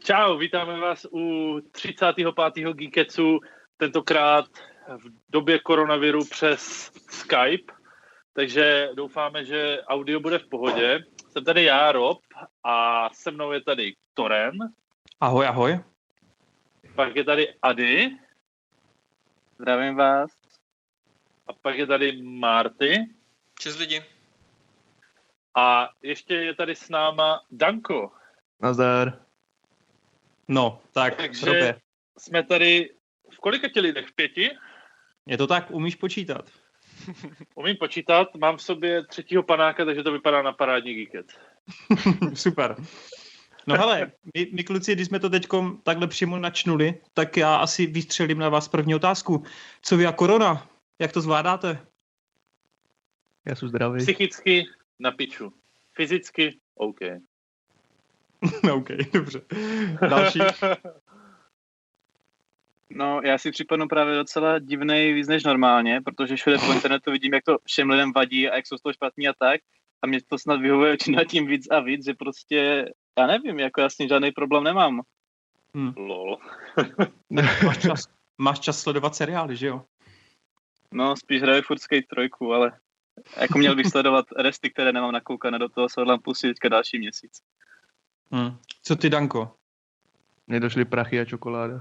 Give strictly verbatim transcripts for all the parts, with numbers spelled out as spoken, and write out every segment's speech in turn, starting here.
Čau, vítáme vás u třicátého pátého Geeketsu, tentokrát v době koronaviru přes Skype, takže doufáme, že audio bude v pohodě. Jsem tady já, Rob, a se mnou je tady Toren. Ahoj, ahoj. Pak je tady Ady. Zdravím vás. A pak je tady Marty. Čes lidi. A ještě je tady s náma Danko. Nazdar. No, tak Takže době. Jsme tady v kolika tě lidech? V pěti? Je to tak, umíš počítat? Umím počítat, mám v sobě třetího panáka, takže to vypadá na parádní Geeket. Super. No hele, my, my kluci, když jsme to teďkom takhle přímo načnuli, tak já asi vystřelím na vás první otázku. Co vy a korona? Jak to zvládáte? Já jsem zdravý. Psychicky na piču. Fyzicky OK. OK, dobře. Další. No, já si připadnu právě docela divnej víc než normálně, protože všude po internetu vidím, jak to všem lidem vadí a jak jsou z toho špatný a tak. A mě to snad vyhovuje čím na tím víc a víc, že prostě, já nevím, jako já s tím žádný problém nemám. Hmm. Lol. máš, čas, máš čas sledovat seriály, že jo? No, spíš hraju furt Skate trojku, ale jako měl bych sledovat resty, které nemám nakoukané, do toho se hodlám pustit teďka další měsíc. Hmm. Co ty, Danko? Mně došly prachy a čokoláda.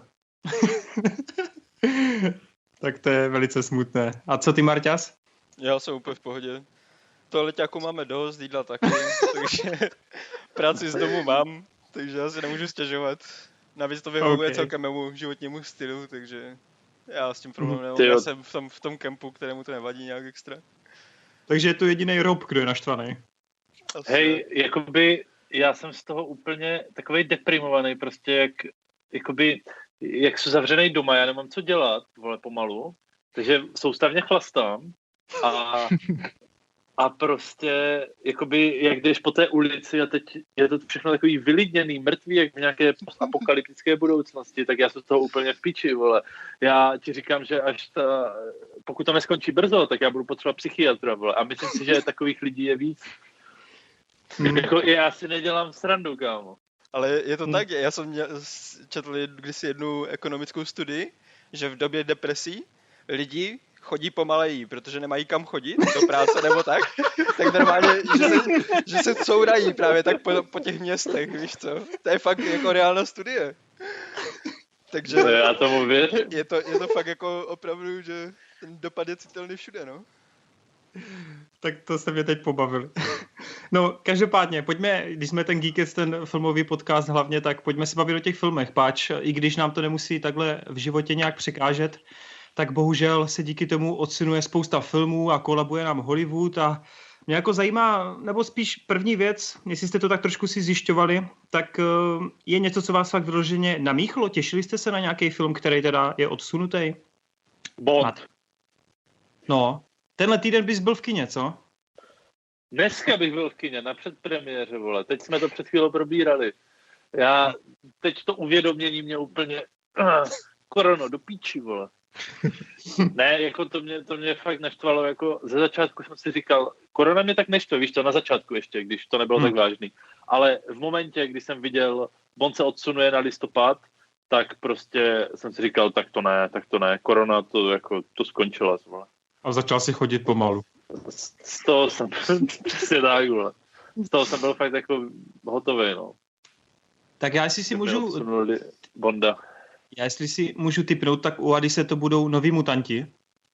Tak to je velice smutné. A co ty, Marťas? Já jsem úplně v pohodě. Toaleťáku máme dost, jídla taky, takže práci z domu mám, takže já si nemůžu stěžovat. Navíc to vyhovuje Okay. celkem mému životnímu stylu, takže já s tím problém nemám. Tyjo. Já jsem v tom, v tom kempu, kterému to nevadí nějak extra. Takže je to jediný Rob, kdo je naštvaný. Asi Hej, jakoby já jsem z toho úplně takovej deprimovaný, prostě jak, jakoby, jak jsem zavřený doma, já nemám co dělat, vole, pomalu, takže soustavně chlastám a, a prostě, jakoby, jak jdeš po té ulici a teď je to všechno takový vylidněný, mrtvý, jak v nějaké apokalyptické budoucnosti, tak já jsem z toho úplně v piči, vole. Já ti říkám, že až ta, pokud to neskončí brzo, tak já budu potřebovat psychiatra, vole, a myslím si, že takových lidí je víc. Hmm. Jako já si nedělám srandu, kámo. Ale je to Hmm. tak, já jsem měl, četl kdysi jednu ekonomickou studii, že v době depresí lidi chodí pomaleji, protože nemají kam chodit do práce nebo tak, tak normálně, že se, že se courají právě tak po, po těch městech, víš co? To je fakt jako reálná studie. Takže No, já tomu věřím. je to, je to fakt jako opravdu, že ten dopad je citelný všude, no. Tak to jste mě teď pobavili. No, každopádně, pojďme, když jsme ten Geekets, ten filmový podcast hlavně, tak pojďme se bavit o těch filmech, páč, i když nám to nemusí takhle v životě nějak překážet, tak bohužel se díky tomu odsunuje spousta filmů a kolabuje nám Hollywood a mě jako zajímá, nebo spíš první věc, jestli jste to tak trošku si zjišťovali, tak je něco, co vás fakt vyloženě namíchlo? Těšili jste se na nějaký film, který teda je odsunutý? Bond. No, tenhle týden bys byl v kině, co? Dneska bych byl v kině, na předpremiéře, vole. Teď jsme to před chvílou probírali. Já, teď to uvědomění mě úplně, uh, korono, do píči, vole. Ne, jako to mě, to mě fakt naštvalo, jako ze začátku jsem si říkal, korona mě tak neštve, víš to, na začátku ještě, když to nebylo hmm. tak vážný. Ale v momentě, kdy jsem viděl, Bond se odsunuje na listopad, tak prostě jsem si říkal, tak to ne, tak to ne, korona to jako, to skončila, vole. A začal si chodit pomalu. Z toho jsem přesně tak, vole. Z toho jsem byl fakt jako hotový, no. Tak já jestli si můžu... Bonda. Já jestli si můžu tipnout, tak u Ady se to budou noví mutanti.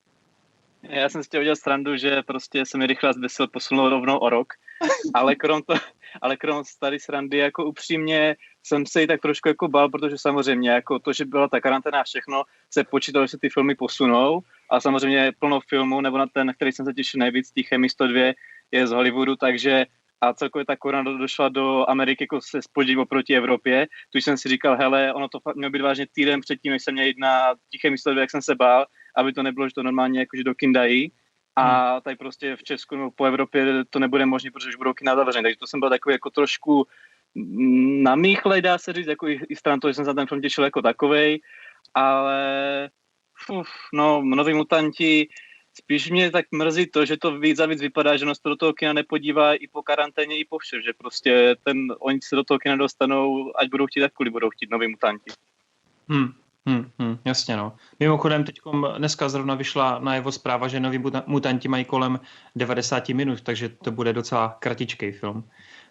Já jsem si chtěl udělat srandu, že prostě se mi rychle zvesil posunul rovnou o rok, ale krom, to, ale krom starý srandy, jako upřímně jsem se jí tak trošku jako bál, protože samozřejmě jako to, že byla ta karanténa a všechno, se počítalo, že se ty filmy posunou a samozřejmě plno filmů, nebo na ten, na který jsem se těšil nejvíc, tý Chemii sto dva, je z Hollywoodu, takže a celkově ta korona došla do Ameriky jako se spodím oproti Evropě. Tu jsem si říkal, hele, ono to fakt mělo být vážně týden předtím, než jsem měl jít na Tiché místo, jak jsem se bál, aby to nebylo, že to normálně jakože do kin dají. A hmm. tady prostě v Česku nebo po Evropě to nebude možné, protože už budou kina zavřené. Takže to jsem byl takový jako trošku namíchlej, dá se říct, jako i, i stran toho, že jsem se na ten film těšil jako takovej. Ale uf, no, Noví mutanti Spíš mě tak mrzí to, že to víc a víc vypadá, že nás to do toho kina nepodívá i po karanténě, i po všem, že prostě ten, oni se do toho kina dostanou, ať budou chtít, tak kvůli budou chtít noví mutanti. Hmm, hmm, hmm, jasně no. Mimochodem teďkom dneska zrovna vyšla najevo zpráva, že noví mutanti mají kolem devadesát minut, takže to bude docela kratičkej film.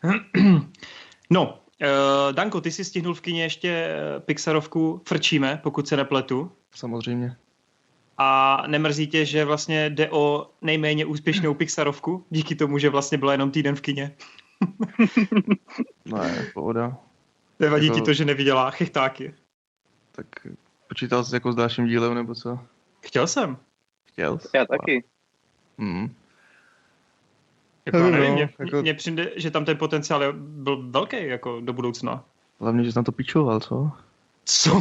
No, uh, Danko, ty jsi stihnul v kině ještě Pixarovku Frčíme, pokud se nepletu. Samozřejmě. A nemrzí tě, že vlastně jde o nejméně úspěšnou Pixarovku, díky tomu, že vlastně byla jenom týden v kině? Ne, pohoda. Nevadí jako... ti to, že neviděla Chechtáky? Tak počítal jsi jako s dalším dílem, nebo co? Chtěl jsem. Chtěl jsi? Já taky. Hmm. Jako, No, nevím, mně, jako... mně přijde, že tam ten potenciál je- byl velký jako do budoucna. Hlavně, že jsi na to pičoval, co? Co?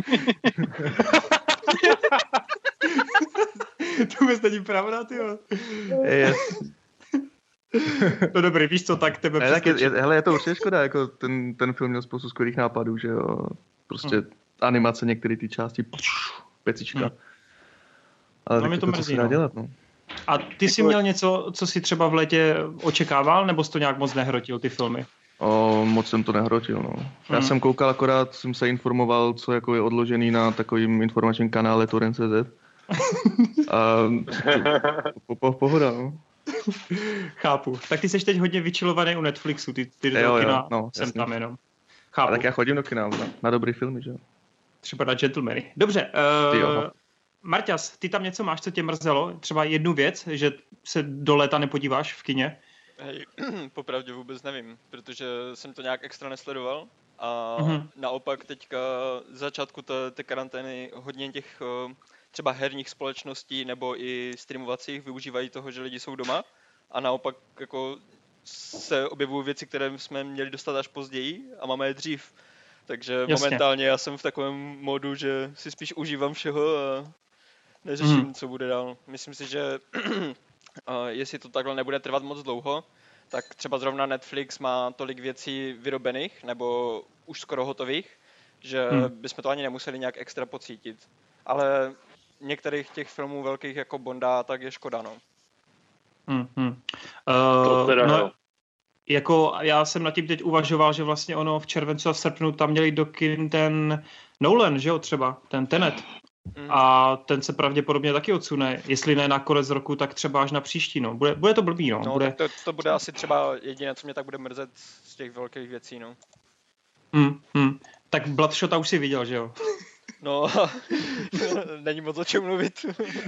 To vůbec není pravda, tyjo. Je, No dobrý, víš co, tak tebe ne, tak je, je, přeskočím. hele, je to určitě škoda, jako ten, ten film měl spoustu skvělých nápadů, že jo. Prostě hmm. animace, některé ty části, pecička. Hmm. Ale No, tak mě to jako, co mrzí, se dá no. dělat, no. A ty jsi měl něco, co jsi třeba v létě očekával, nebo jsi to nějak moc nehrotil, ty filmy? O, moc jsem to nehrotil, no. Já Hmm. jsem koukal, akorát jsem se informoval, co jako je odložený na takovým informačním kanále torrent tečka cé zet. A po, po, pohoda, no. Chápu. Tak ty jsi teď hodně vyčilovaný u Netflixu, ty, ty do Jo, toho jo, kina, no, jsem jasně. tam jenom. A Chápu. tak já chodím do kina na, na dobrý filmy, že jo. Třeba na Gentlemany. Dobře, Ty uh, jo. Marťas, ty tam něco máš, co tě mrzelo? Třeba jednu věc, že se do léta nepodíváš v kině? Hej, popravdě vůbec nevím, protože jsem to nějak extra nesledoval a Mhm. naopak teďka z začátku té, té karantény hodně těch eh, třeba herních společností nebo i streamovacích využívají toho, že lidi jsou doma a naopak jako se objevují věci, které jsme měli dostat až později a máme je dřív. Takže Jasně. momentálně já jsem v takovém módu, že si spíš užívám všeho a neřeším, Mhm. co bude dál. Myslím si, že a jestli to takhle nebude trvat moc dlouho, tak třeba zrovna Netflix má tolik věcí vyrobených, nebo už skoro hotových, že Hmm. bychom to ani nemuseli nějak extra pocítit. Ale některých těch filmů velkých jako Bonda, tak je škoda, no. Hmm, hmm. To Uh, teda no, jo. jako já jsem nad tím teď uvažoval, že vlastně ono v červenci a v srpnu tam měli do kin ten Nolan, že jo, třeba, ten Tenet. Mm. A ten se pravděpodobně taky odsune. Jestli ne na konec roku, tak třeba až na příští, no. Bude, bude to blbý, no. No, bude... tak to, to bude asi třeba jediné, co mě tak bude mrzet z těch velkých věcí, no. Hmm, hmm. Tak Bloodshota už si viděl, že jo? No, není moc o čem mluvit.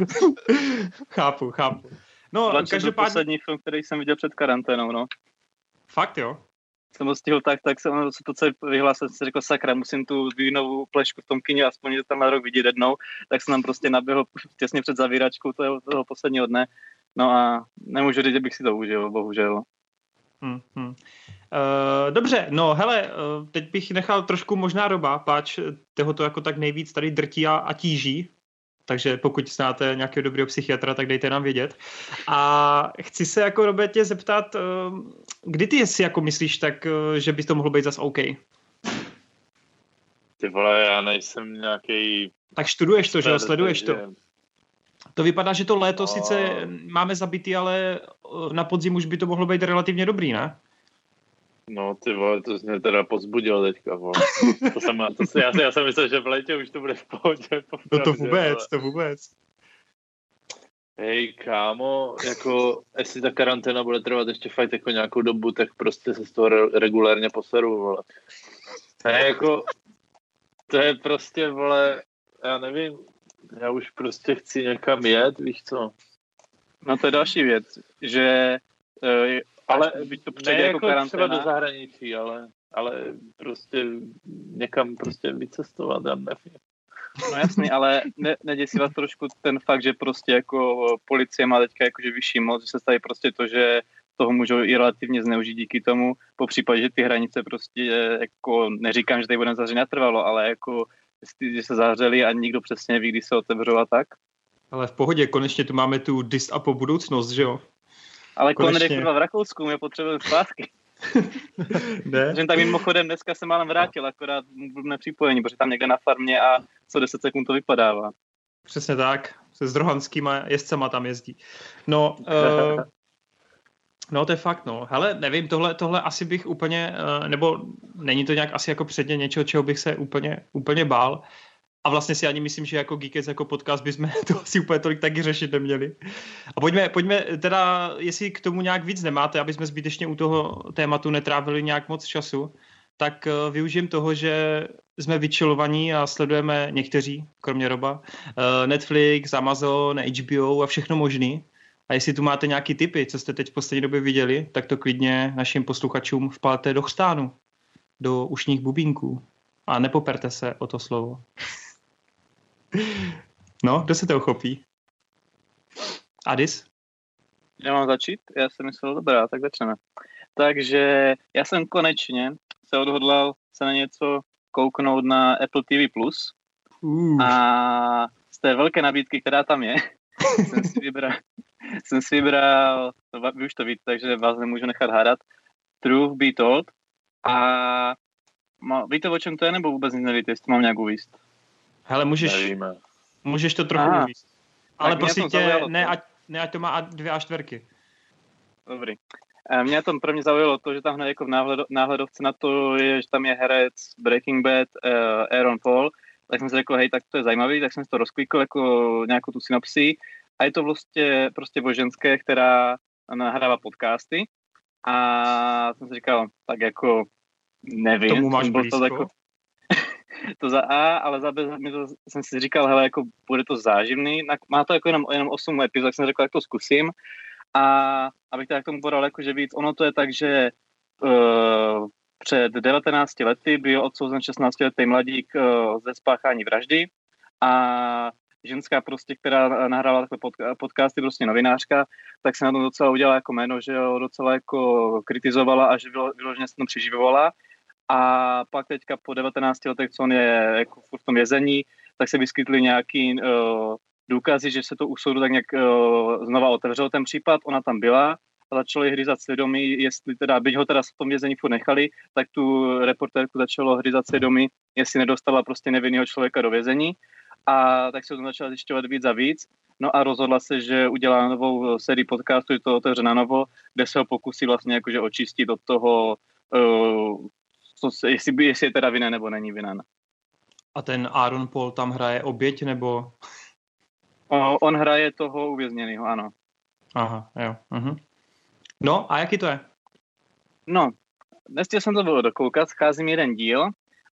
Chápu, chápu. No, Každopádně... každopádně... poslední film, který jsem viděl před karanténou, no. Fakt, jo? Jsem ho stihl tak, tak jsem to celé vyhlásil, jsem si řekl, sakra, musím tu vínovou plešku v tom kině aspoň tam na rok vidět jednou, tak jsem tam prostě naběhl těsně před zavíračkou toho, toho posledního dne. No a nemůžu říct, že bych si to užil, bohužel. Hmm, hmm. Uh, dobře, no hele, uh, teď bych nechal trošku možná Roba, páč toho to jako tak nejvíc tady drtí a, a tíží, takže pokud znáte nějakého dobrého psychiatra, tak dejte nám vědět. A chci se jako Robe tě zeptat, uh, kdy ty si jako myslíš tak, uh, že by to mohlo být zas OK? Ty vole, já nejsem nějaký. Tak studuješ to, že jo, sleduješ to. takže- To vypadá, že to léto No. sice máme zabitý, ale uh, na podzim už by to mohlo být relativně dobrý, ne? No ty vole, to jsi mě teda pozbudil teďka, vole. To jsem, to jsem, já, já jsem myslel, že v létě už to bude v pohodě. No to popravdě, vůbec, vole. to vůbec. Hej, kámo, jako, jestli ta karanténa bude trvat ještě fakt jako nějakou dobu, tak prostě se z toho re- regulérně poseru, vole. Hej, jako, to je prostě, vole, já nevím, já už prostě chci někam jet, víš co. No to je další věc, že uh, ale byť to Ne přejde jako jako třeba karanténa. do zahraničí, ale, ale prostě někam prostě vycestovat, já nevím. No jasný, ale ne, neděsí vás trošku ten fakt, že prostě jako policie má teďka jakože vyšší moc, že se staví prostě to, že toho můžou i relativně zneužít díky tomu, po případě, že ty hranice prostě jako, neříkám, že tady budeme zavřít natrvalo, ale jako, že se zavřeli a nikdo přesně neví, kdy se otevřou a tak. Ale v pohodě, konečně tu máme tu dist a po budoucnost, že jo? Ale Konečně. Connery je kurva v Rakousku, my potřebujeme zpátky. Ne? Že tam mimochodem dneska se málem vrátil, akorát blbné připojení, protože tam někde na farmě a co deset sekund to vypadává. Přesně tak. se zdrohanskýma jezdcema tam jezdí. No, uh, no to je fakt, no. Hele, nevím, tohle, tohle asi bych úplně, uh, nebo není to nějak asi jako předně něčeho, čeho bych se úplně, úplně bál. A vlastně si ani myslím, že jako Geekec, jako podcast bychom to asi úplně tolik taky řešit neměli. A pojďme, pojďme teda, jestli k tomu nějak víc nemáte, aby jsme zbytečně u toho tématu netrávili nějak moc času, tak uh, využijem toho, že jsme vyčilovaní a sledujeme někteří, kromě Roba, uh, Netflix, Amazon, H B O a všechno možný. A jestli tu máte nějaký tipy, co jste teď v poslední době viděli, tak to klidně našim posluchačům vpalte do chstánu, do ušních bubínků. A nepoperte se o to slovo. No, kdo se to uchopí? Adis? Já mám začít? Já jsem myslel, dobrá, tak začneme. Takže já jsem konečně se odhodlal se na něco kouknout na Apple T V plus. Uh. A z té velké nabídky, která tam je, jsem si vybral, jsem si vybral, vy už to víte, takže vás nemůžu nechat hádat, Truth Be Told. A má, víte, o čem to je, nebo vůbec nic nevíte, jestli to mám nějak uvíct? Hele, můžeš, můžeš to trochu Aha. uvíct. Ale prosím tě, ne, to. ať, ne, ať to má dvě a čtverky. Dobrý. Mě to pro mě zaujalo to, že tam hned jako v náhledo, náhledovce na to je, že tam je herec Breaking Bad uh, Aaron Paul, tak jsem si řekl, hej, tak to je zajímavý, tak jsem si to rozklikl jako nějakou tu synopsii a je to vlastně prostě o ženské, která nahrává podcasty a jsem si říkal, tak jako nevím. Tomu máš blízko? To, jako, to za A, ale za B mi to, jsem si říkal, hele, jako bude to záživný, má to jako jenom, jenom osm epizod, tak jsem řekl, jak to zkusím. A abych tak k tomu podal jakože víc, ono to je tak, že uh, před devatenácti lety byl odsouzen šestnáctiletý mladík uh, ze spáchání vraždy a ženská prostě, která nahrávala takové pod, podcasty, prostě novinářka, tak se na tom docela udělala jako jméno, že ho docela jako kritizovala a že vyloženě se tam přiživovala. A pak teďka po devatenácti letech, co on je jako v tom vězení, tak se vyskytly nějaký uh, důkazy, že se to u soudu tak nějak uh, znova otevřelo ten případ, ona tam byla a začali hryzat svědomí, jestli teda, byť ho teda v tom vězení furt nechali, tak tu reportérku začalo hryzat svědomí, jestli nedostala prostě nevinného člověka do vězení a tak se o tom začala zjišťovat víc a víc. No a rozhodla se, že udělá novou sérii podcastů, je to otevře na novo, kde se ho pokusí vlastně jakože očistit od toho, uh, co se, jestli, jestli je teda vinen nebo není vinen. A ten Aaron Paul tam hraje oběť nebo... O, on hraje toho uvězněného, ano. Aha, jo. Uh-huh. No, a jaký to je? No, nestihl jsem to bylo dokoukat, schází mi jeden díl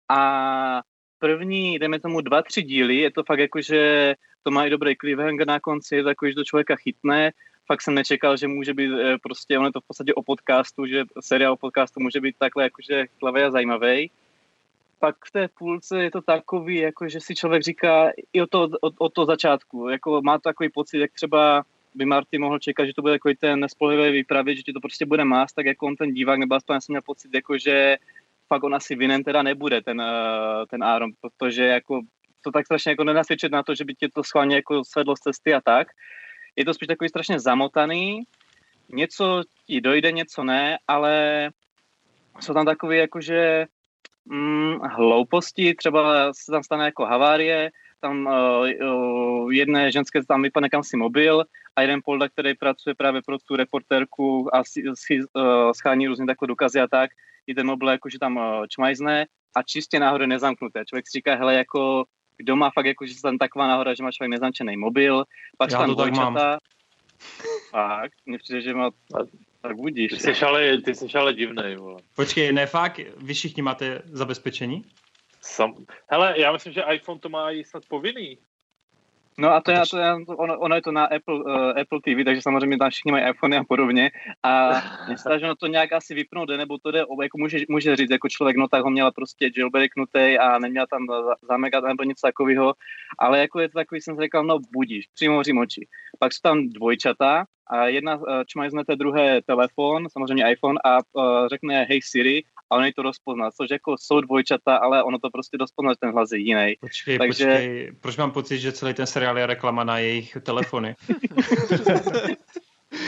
a první, dejme tomu dva, tři díly, je to fakt jako, že to má i dobrý cliffhanger na konci, je to jako, že to člověka chytne, fakt jsem nečekal, že může být prostě, on je to v podstatě o podcastu, že seriál o podcastu může být takhle jakože chlavej a zajímavej. Pak v té půlce je to takový, jako že si člověk říká i od toho, od, od toho začátku, jako má takový pocit, jak třeba by Marty mohl čekat, že to bude takový ten nespolehlivý výpravě, že ti to prostě bude mást, tak jako on ten divák, nebo aspoň jsem měl pocit, jako že fakt on asi vinen teda nebude, ten, ten Aaron, protože jako to tak strašně jako nenasvědčit na to, že by tě to schválně jako svedlo z cesty a tak. Je to spíš takový strašně zamotaný, něco ti dojde, něco ne, ale jsou tam takový jakože mm, hlouposti, třeba se tam stane jako havárie, tam uh, uh, jedné ženské tam vypadne kam si mobil a jeden Polda, který pracuje právě pro tu reportérku a si, si, uh, schání různě takové důkazy a tak, i ten mobil jakože tam uh, čmajzne a čistě náhodou nezamknuté. Člověk si říká, hele, jako kdo má fakt jako, že se tam taková náhoda, že má člověk nezamčený mobil, pak já tam to tak dvojčata. mám. Fakt, mně přijde, že má, tak budíš. Ty jsi ale, ty jsi ale divnej, vole. Počkej, ne fakt, vy všichni máte zabezpečení? Sam... Hele, já myslím, že iPhone to má i snad povinný. No a to je, to je ono, ono je to na Apple, uh, Apple T V, takže samozřejmě tam všichni mají iPhony a podobně. A mě se dá, že ono to nějak asi vypnout, nebo to jde, jako může, může říct jako člověk, no tak ho měla prostě jailbreaknutej a neměla tam zamekat nebo něco takového. Ale jako je to takový, jsem si říkal, no budíš, přimořím oči. Pak jsou tam dvojčata a jedna uh, čmajzne té druhé telefon, samozřejmě iPhone a uh, řekne Hey Siri, a on to rozpozná, což jako jsou dvojčata, ale ono to prostě rozpozná, že ten hlas je jiný. Počkej, Takže... počkej, proč mám pocit, že celý ten seriál je reklama na jejich telefony?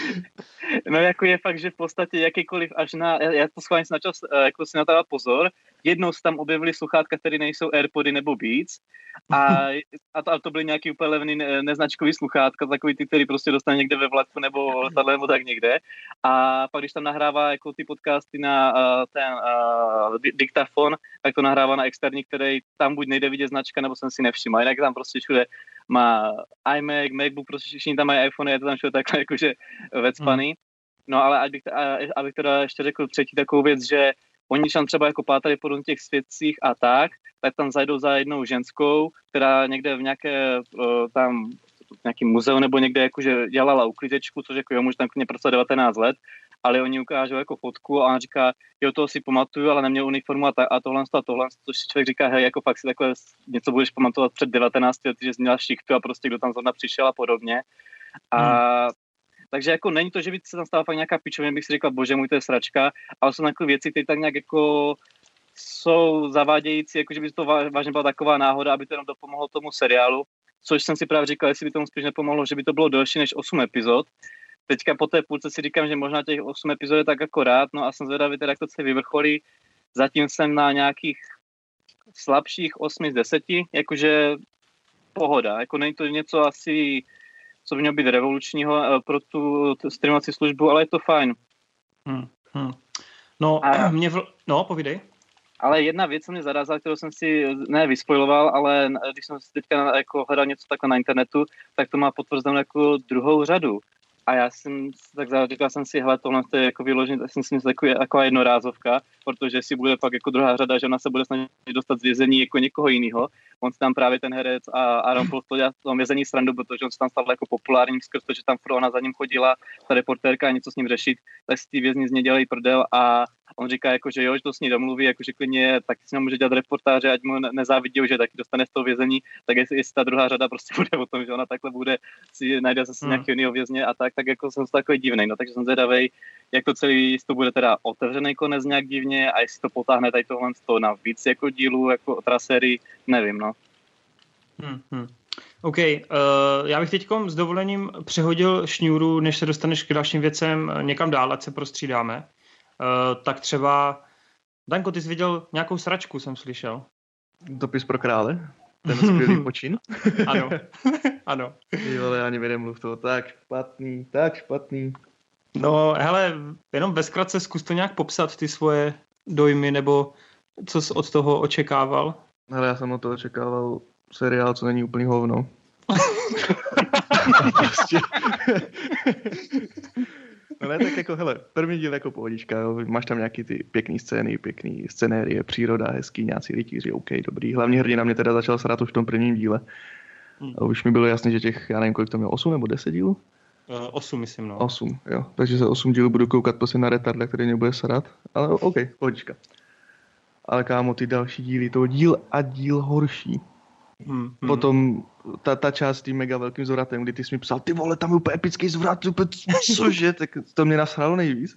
No jako je fakt, že v podstatě jakýkoliv až na, já to schválně si načal jako si na to dát pozor, jednou se tam objevily sluchátka, které nejsou AirPody nebo Beats a, a, to, a to byly nějaký úplně levný ne, neznačkový sluchátka, takový ty, který prostě dostane někde ve vlaku nebo letadle nebo tak někde. A pak když tam nahrává jako ty podcasty na uh, ten uh, diktafon, tak to nahrává na externí, který tam buď nejde vidět značka, nebo jsem si nevšiml. Jinak tam prostě všude má iMac, MacBook, prostě všichni tam mají iPhone, je to tam všude takhle jakože vecpaný. Hmm. No ale abych, abych teda ještě řekl třetí takovou věc, že oni tam třeba jako pátali po těch svědcích a tak, tak tam zajdou za jednou ženskou, která někde v nějaké tam nějaký muzeu nebo někde jakože dělala uklízečku, což jako jo, může tam klidně pracovat devatenáct let, ale oni ukážou jako fotku a on říká, jo, toho si pamatuju, ale neměl uniformu a, ta, a tohle a tohle, což si člověk říká, hej, jako fakt si takhle něco budeš pamatovat před devatenácti lety, že jsi měla šichtu a prostě kdo tam zrovna přišel a podobně. A hmm. Takže jako není to, že by se tam stala fakt nějaká pičovina, bych si říkal, bože můj, to je sračka, ale jsou takové věci, které tak nějak jako jsou zavádějící, jako že by to vážně byla taková náhoda, aby to jenom dopomohlo tomu seriálu, což jsem si právě říkal, jestli by tomu spíš nepomohlo, že by to bylo delší než osm epizod. Teďka po té půlce si říkám, že možná těch osm epizod je tak akorát, no a jsem zvědavý teda, jak to se vyvrcholí. Zatím jsem na nějakých slabších osmi z deseti, jakože pohoda, jako není to něco asi, co by mělo být revolučního pro tu streamovací službu, ale je to fajn. Hmm, hmm. No, a, mě vl... no, povídej. Ale jedna věc, co mě zarazila, kterou jsem si ne vyspojiloval, ale když jsem si teďka jako hledal něco takhle na internetu, tak to má potvrzenou jako druhou řadu. A já jsem tak říkal jsem si, hele, tohle je jako vyložený, tak jsem si myslel jako, jako jednorázovka, protože si bude pak jako druhá řada, že ona se bude snažit dostat z vězení jako někoho jiného. On si tam právě ten herec a Aaron Paul to dělá v tom vězení srandu, protože on se tam stal jako populárním skrz to, že tam ona za ním chodila, ta reportérka a něco s ním řešit, tak si ty vězni z něj dělají prdel a on říká, jako, že jo, že to s ní domluví, jako, že klidně taky s ním může dělat reportáže, ať mu nezávidí, že taky dostane z toho vězení, tak jestli, jestli ta druhá řada prostě bude o tom, že ona takhle bude si najde zase hmm. nějakého jiného vězně a tak, tak jako jsem takový divnej, no takže jsem zvědavej, jak to celý, jestli to bude teda otevřený konec nějak divně a jestli to potáhne tady tohle na víc jako dílů, jako teda sérii, nevím, no. Hmm, hmm. OK, uh, já bych teďkom s dovolením přehodil šňůru, než se dostaneš k dalším věcem někam dál, ať se prostřídáme. Uh, tak třeba, Danko, ty jsi viděl nějakou sračku, jsem slyšel. Dopis pro krále? Ten skvělý počin? Ano, ano. Jo, ani mi nemluv toho, tak špatný, tak špatný. No, hele, jenom ve zkratce zkus to nějak popsat, ty svoje dojmy, nebo co jsi od toho očekával? Hele, já jsem od toho očekával seriál, co není úplný hovno. Prostě. No ne, tak jako, hele, první díl jako pohodička, jo. Máš tam nějaký ty pěkný scény, pěkný scenérie, příroda, hezký, nějací rytíři, OK, dobrý. Hlavní hrdina mě teda začal srát už v tom prvním díle. A už mi bylo jasné, že těch, já nevím, kolik to mělo, osm nebo deset dílů? Uh, osm, myslím, no. Osm, jo. Takže se osm dílů budu koukat prostě na retarda, který mě bude srát. Ale OK, pohodička. Ale kámo, ty další díly, to díl a díl horší. Hmm, hmm. Potom ta, ta část tím mega velkým zvratem, kdy ty jsi mi psal, ty vole, tam je úplně epický zvrat, úplně, cože, tak to mě nasralo nejvíc.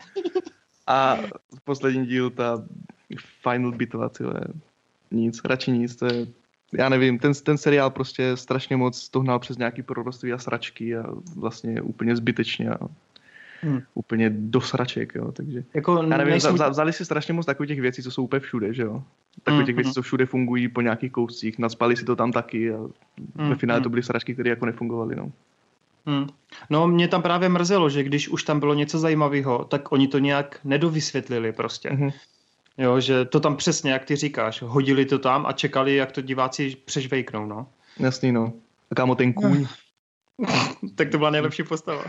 A poslední díl, ta final bitva, tyhle, nic, radši nic, to je, já nevím, ten, ten seriál prostě strašně moc to hnal přes nějaký proroctví a sračky a vlastně úplně zbytečně a hmm. úplně do sraček, jo, takže jako já nevím, nejsou... vzali si strašně moc takových těch věcí, co jsou úplně všude, že jo. Takových těch věcí, co všude fungují po nějakých kouscích, nacpali si to tam taky a mm, ve finále mm. to byly sračky, které jako nefungovaly, no. Mm. No, mě tam právě mrzelo, že když už tam bylo něco zajímavého, tak oni to nějak nedovysvětlili prostě. Mm-hmm. Jo, že to tam přesně, jak ty říkáš, hodili to tam a čekali, jak to diváci přežvejknou, no. Jasný, no. A kámo, ten kůň. Tak to byla nejlepší postava.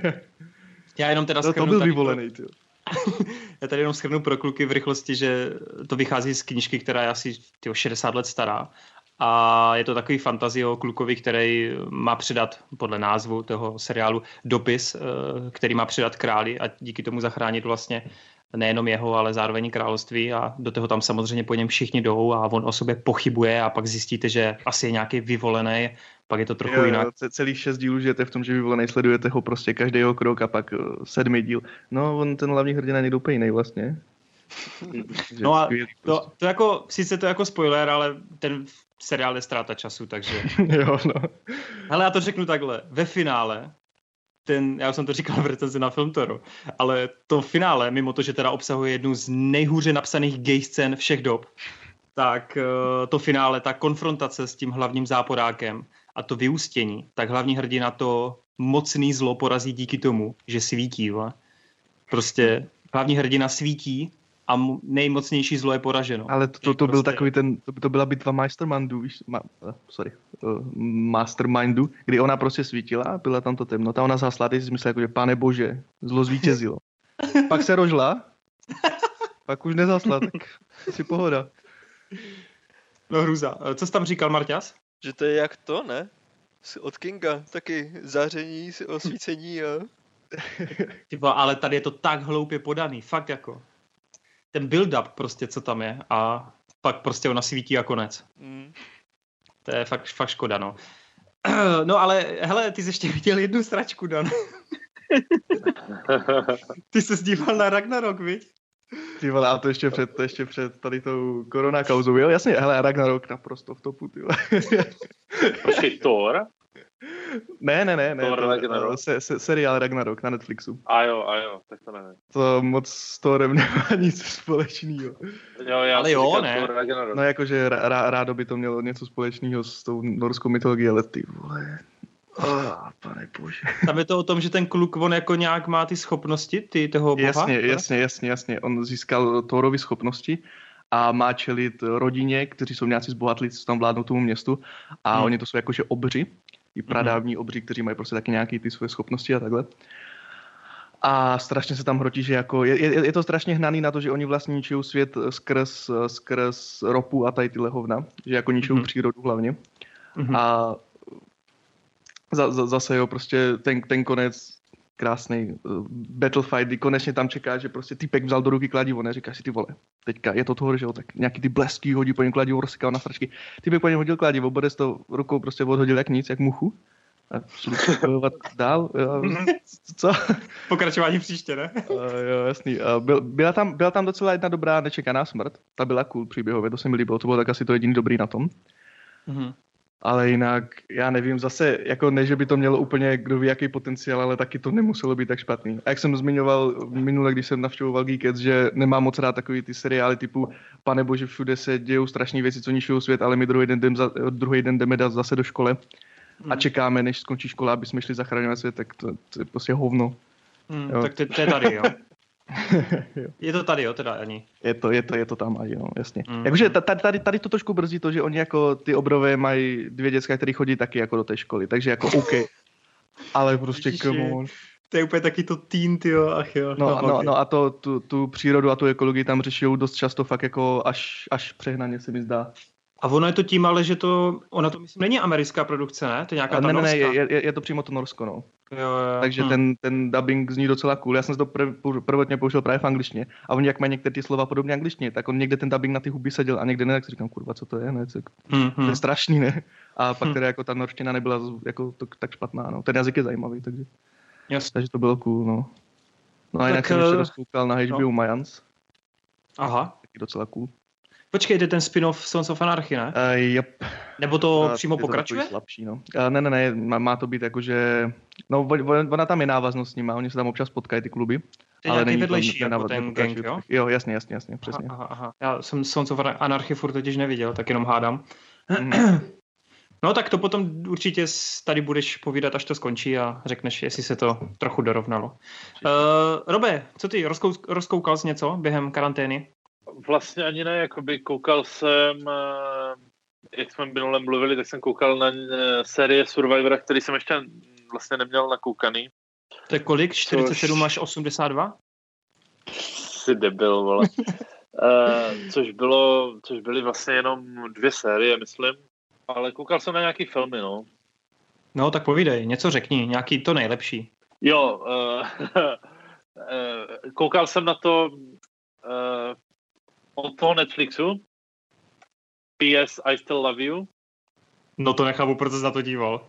Já jenom teda no, to byl vyvolený, ty. Já tady jenom shrnu pro kluky v rychlosti, že to vychází z knížky, která je asi tyjo, šedesát let stará. A je to takový fantazie o klukovi, který má předat, podle názvu toho seriálu, dopis, který má předat králi a díky tomu zachránit vlastně nejenom jeho, ale zároveň království a do toho tam samozřejmě po něm všichni jdou a on o sobě pochybuje a pak zjistíte, že asi je nějaký vyvolený, pak je to trochu jo, jinak. Jo, celých šest dílů žijete v tom, že vyvolený, sledujete ho prostě každý jeho krok a pak sedmý díl. No, on ten hlavní hrdina je někdo úplně jiný vlastně. No a to, to jako, sice to jako spoiler, ale ten seriál je ztráta času, takže... jo, no. Hele, já to řeknu takhle. Ve finále ten, já už jsem to říkal v recenzi na Filmtoru, ale to finále, mimo to, že teda obsahuje jednu z nejhůře napsaných gay scén všech dob, tak to finále, ta konfrontace s tím hlavním záporákem a to vyústění, tak hlavní hrdina to mocný zlo porazí díky tomu, že svítí. Va? Prostě hlavní hrdina svítí a nejmocnější zlo je poraženo. Ale to, to, to byl prostě... takový ten, to, to byla bitva Mastermindu, víš, ma, sorry, uh, Mastermindu, kdy ona prostě svítila, byla tam to temnota, ona zhasla, ty si myslela, jako, že pane bože, zlo zvítězilo. Pak se rožla, pak už nezhasla, tak si pohoda. No hruza. Co jsi tam říkal, Marťas? Že to je jak to, ne? Od Kinga, taky záření, osvícení a... Tyba, ale tady je to tak hloupě podaný, fakt jako. Ten build-up prostě, co tam je a pak prostě ona svítí a konec. Mm. To je fakt, fakt škoda, no. No ale, hele, ty jsi ještě viděl jednu sračku, Dan. Ty se díval na Ragnarok, viď? Ty vole, a to ještě před, to ještě před tady tou korona kauzou, jo? Jasně, hele, Ragnarok naprosto v topu, ty vole. Počkej, Thor? Ne, ne, ne, ne. Thor Ragnarok? Se, se, seriál Ragnarok na Netflixu. A jo, a jo, tak to nevím. To moc s Thorem nemá nic společného. Jo, já ale jo, ne. Thor Ragnarok. No jakože rá, rádo by to mělo něco společného s tou norskou mytologií, ale ty vole... Oh, pane bože. Tam je to o tom, že ten kluk, on jako nějak má ty schopnosti, ty toho boha? Jasně, jasně, jasně, jasně. On získal Thorovy schopnosti a má čelit rodině, kteří jsou nějací zbohatlí, co tam vládnou tomu městu. A hmm. oni to jsou jakože obři, i pradávní obři, kteří mají prostě taky nějaké ty svoje schopnosti a takhle. A strašně se tam hrotí, že jako je, je, je to strašně hnaný na to, že oni vlastně ničují svět skrz, skrz ropu a tady tyhle hovna, že jako ničují hmm. přírodu hlavně. Hmm. A za, za, zase jo, prostě ten, ten konec krásný uh, Battlefight, kdy konečně tam čeká, že prostě týpek vzal do ruky kladivo, ne, říká si ty vole, teďka je to toho, že jo, tak nějaký ty blesky hodí po něm kladivo, rozsekal na stračky, týpek po něm hodil kladivo, bude s to rukou prostě odhodil jak nic, jak muchu a šli bojovat dál, jo, co? Pokračování příště, ne? Uh, jo, jasný, uh, byl, byla, tam, byla tam docela jedna dobrá nečekaná smrt, ta byla cool příběhově, to se mi líbilo, to bylo tak asi to jediný dobrý na tom. Mhm. Ale jinak, já nevím, zase, jako ne, že by to mělo úplně kdo ví jaký potenciál, ale taky to nemuselo být tak špatný. A jak jsem zmiňoval minule, když jsem navštěvoval Geekets, že nemám moc rád takový ty seriály typu Pane bože, všude se dějou strašné věci, co ničují svět, ale my druhý den, jdem za, druhý den jdeme dát zase do školy a čekáme, než skončí škola, aby jsme šli zachraňovat svět, tak to, to je prostě hovno. Hmm, tak to, to je tady, jo. Je to tady, jo, teda ani. Je to, je to, je to tam ani, no, jasně. Mm. Jakože tady, tady, tady to trošku brzdí to, že oni jako ty obrové mají dvě děcka, které chodí taky jako do té školy, takže jako OK. Ale prostě come on. To je úplně taky to teen, tyjo, ach jo. No, no, no, no a to, tu, tu přírodu a tu ekologii tam řešijou dost často fakt jako až, až přehnaně se mi zdá. A ono je to tím, ale že to, ona to myslím, není americká produkce, ne? To je nějaká ta ne, norská. Ne, ne, je, je to přímo to Norsko, no. Jo, jo. Takže hm. ten, ten dubbing zní docela cool. Já jsem to prv, prvotně použil právě v angličtině. A oni jak mají některé ty slova podobně angličtině, tak on někde ten dubbing na ty huby seděl a někde ne, tak si říkám, kurva, co to je, ne? Hm, to je strašný, ne? A pak hm. teda jako ta norština nebyla jako to, tak špatná, no. Ten jazyk je zajímavý, takže. Jasně. Takže to bylo cool, no. No a jinak tak, jsem ještě rozkoukal na H B O no. Mayans. Aha. Taky docela cool. Počkej, jde ten spin-off Sons of Anarchy, ne? Uh, yep. Nebo to uh, přímo je pokračuje? To slabší, no. Uh, ne, ne, ne, má, má to být jakože... No, ona tam je návaznost s nima, oni se tam občas potkají, ty kluby. To je nějaký vedlejší, jako ten gang, jo? Jo, jasně, jasně, jasně, přesně. Aha, aha. Já jsem Sons of Anarchy furt totiž neviděl, tak jenom hádám. Mm. No tak to potom určitě tady budeš povídat, až to skončí a řekneš, jestli se to trochu dorovnalo. Uh, Robe, co ty, rozkou, rozkoukal jsi něco během karantény? Vlastně ani ne, jakoby koukal jsem, jak jsme minule mluvili, tak jsem koukal na série Survivora, který jsem ještě vlastně neměl nakoukaný. To je kolik? čtyřicet sedm což... až osmdesát dva? Jsi debil, vole. uh, což, bylo, což byly vlastně jenom dvě série, myslím. Ale koukal jsem na nějaký filmy, no. No, tak povídej, něco řekni, nějaký to nejlepší. Jo, uh, uh, koukal jsem na to uh, od toho Netflixu. P S I Still Love You. No to nechápu, proč jsi na to díval.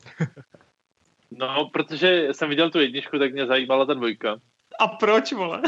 No, protože jsem viděl tu jedničku, tak mě zajímala ta dvojka. A proč, vole?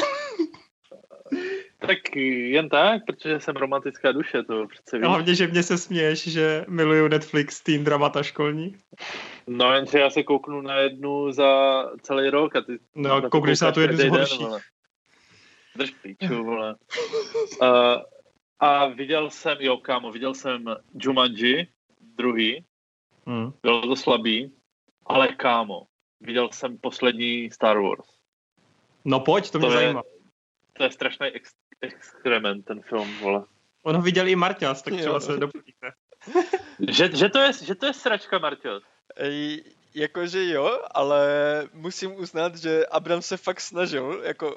Tak jen tak, protože jsem romantická duše, to přece víš. Hlavně, že mě se směješ, že miluju Netflix teen dramata školní. No jenže já se kouknu na jednu za celý rok a ty... No, koukneš se na tu jednu z horší. Drž píču, vole. Uh, a viděl jsem, jo kámo, viděl jsem Jumanji, druhý, hmm. Bylo to slabý, ale kámo, viděl jsem poslední Star Wars. No pojď, to mě to zajímá. Je, to je strašný ex- experiment, ten film, vole. On ho viděl i Marťas, tak třeba se doplníte. že, že, to je, že to je sračka, Marťas. Ej, jakože jo, ale musím uznat, že Abram se fakt snažil, jako...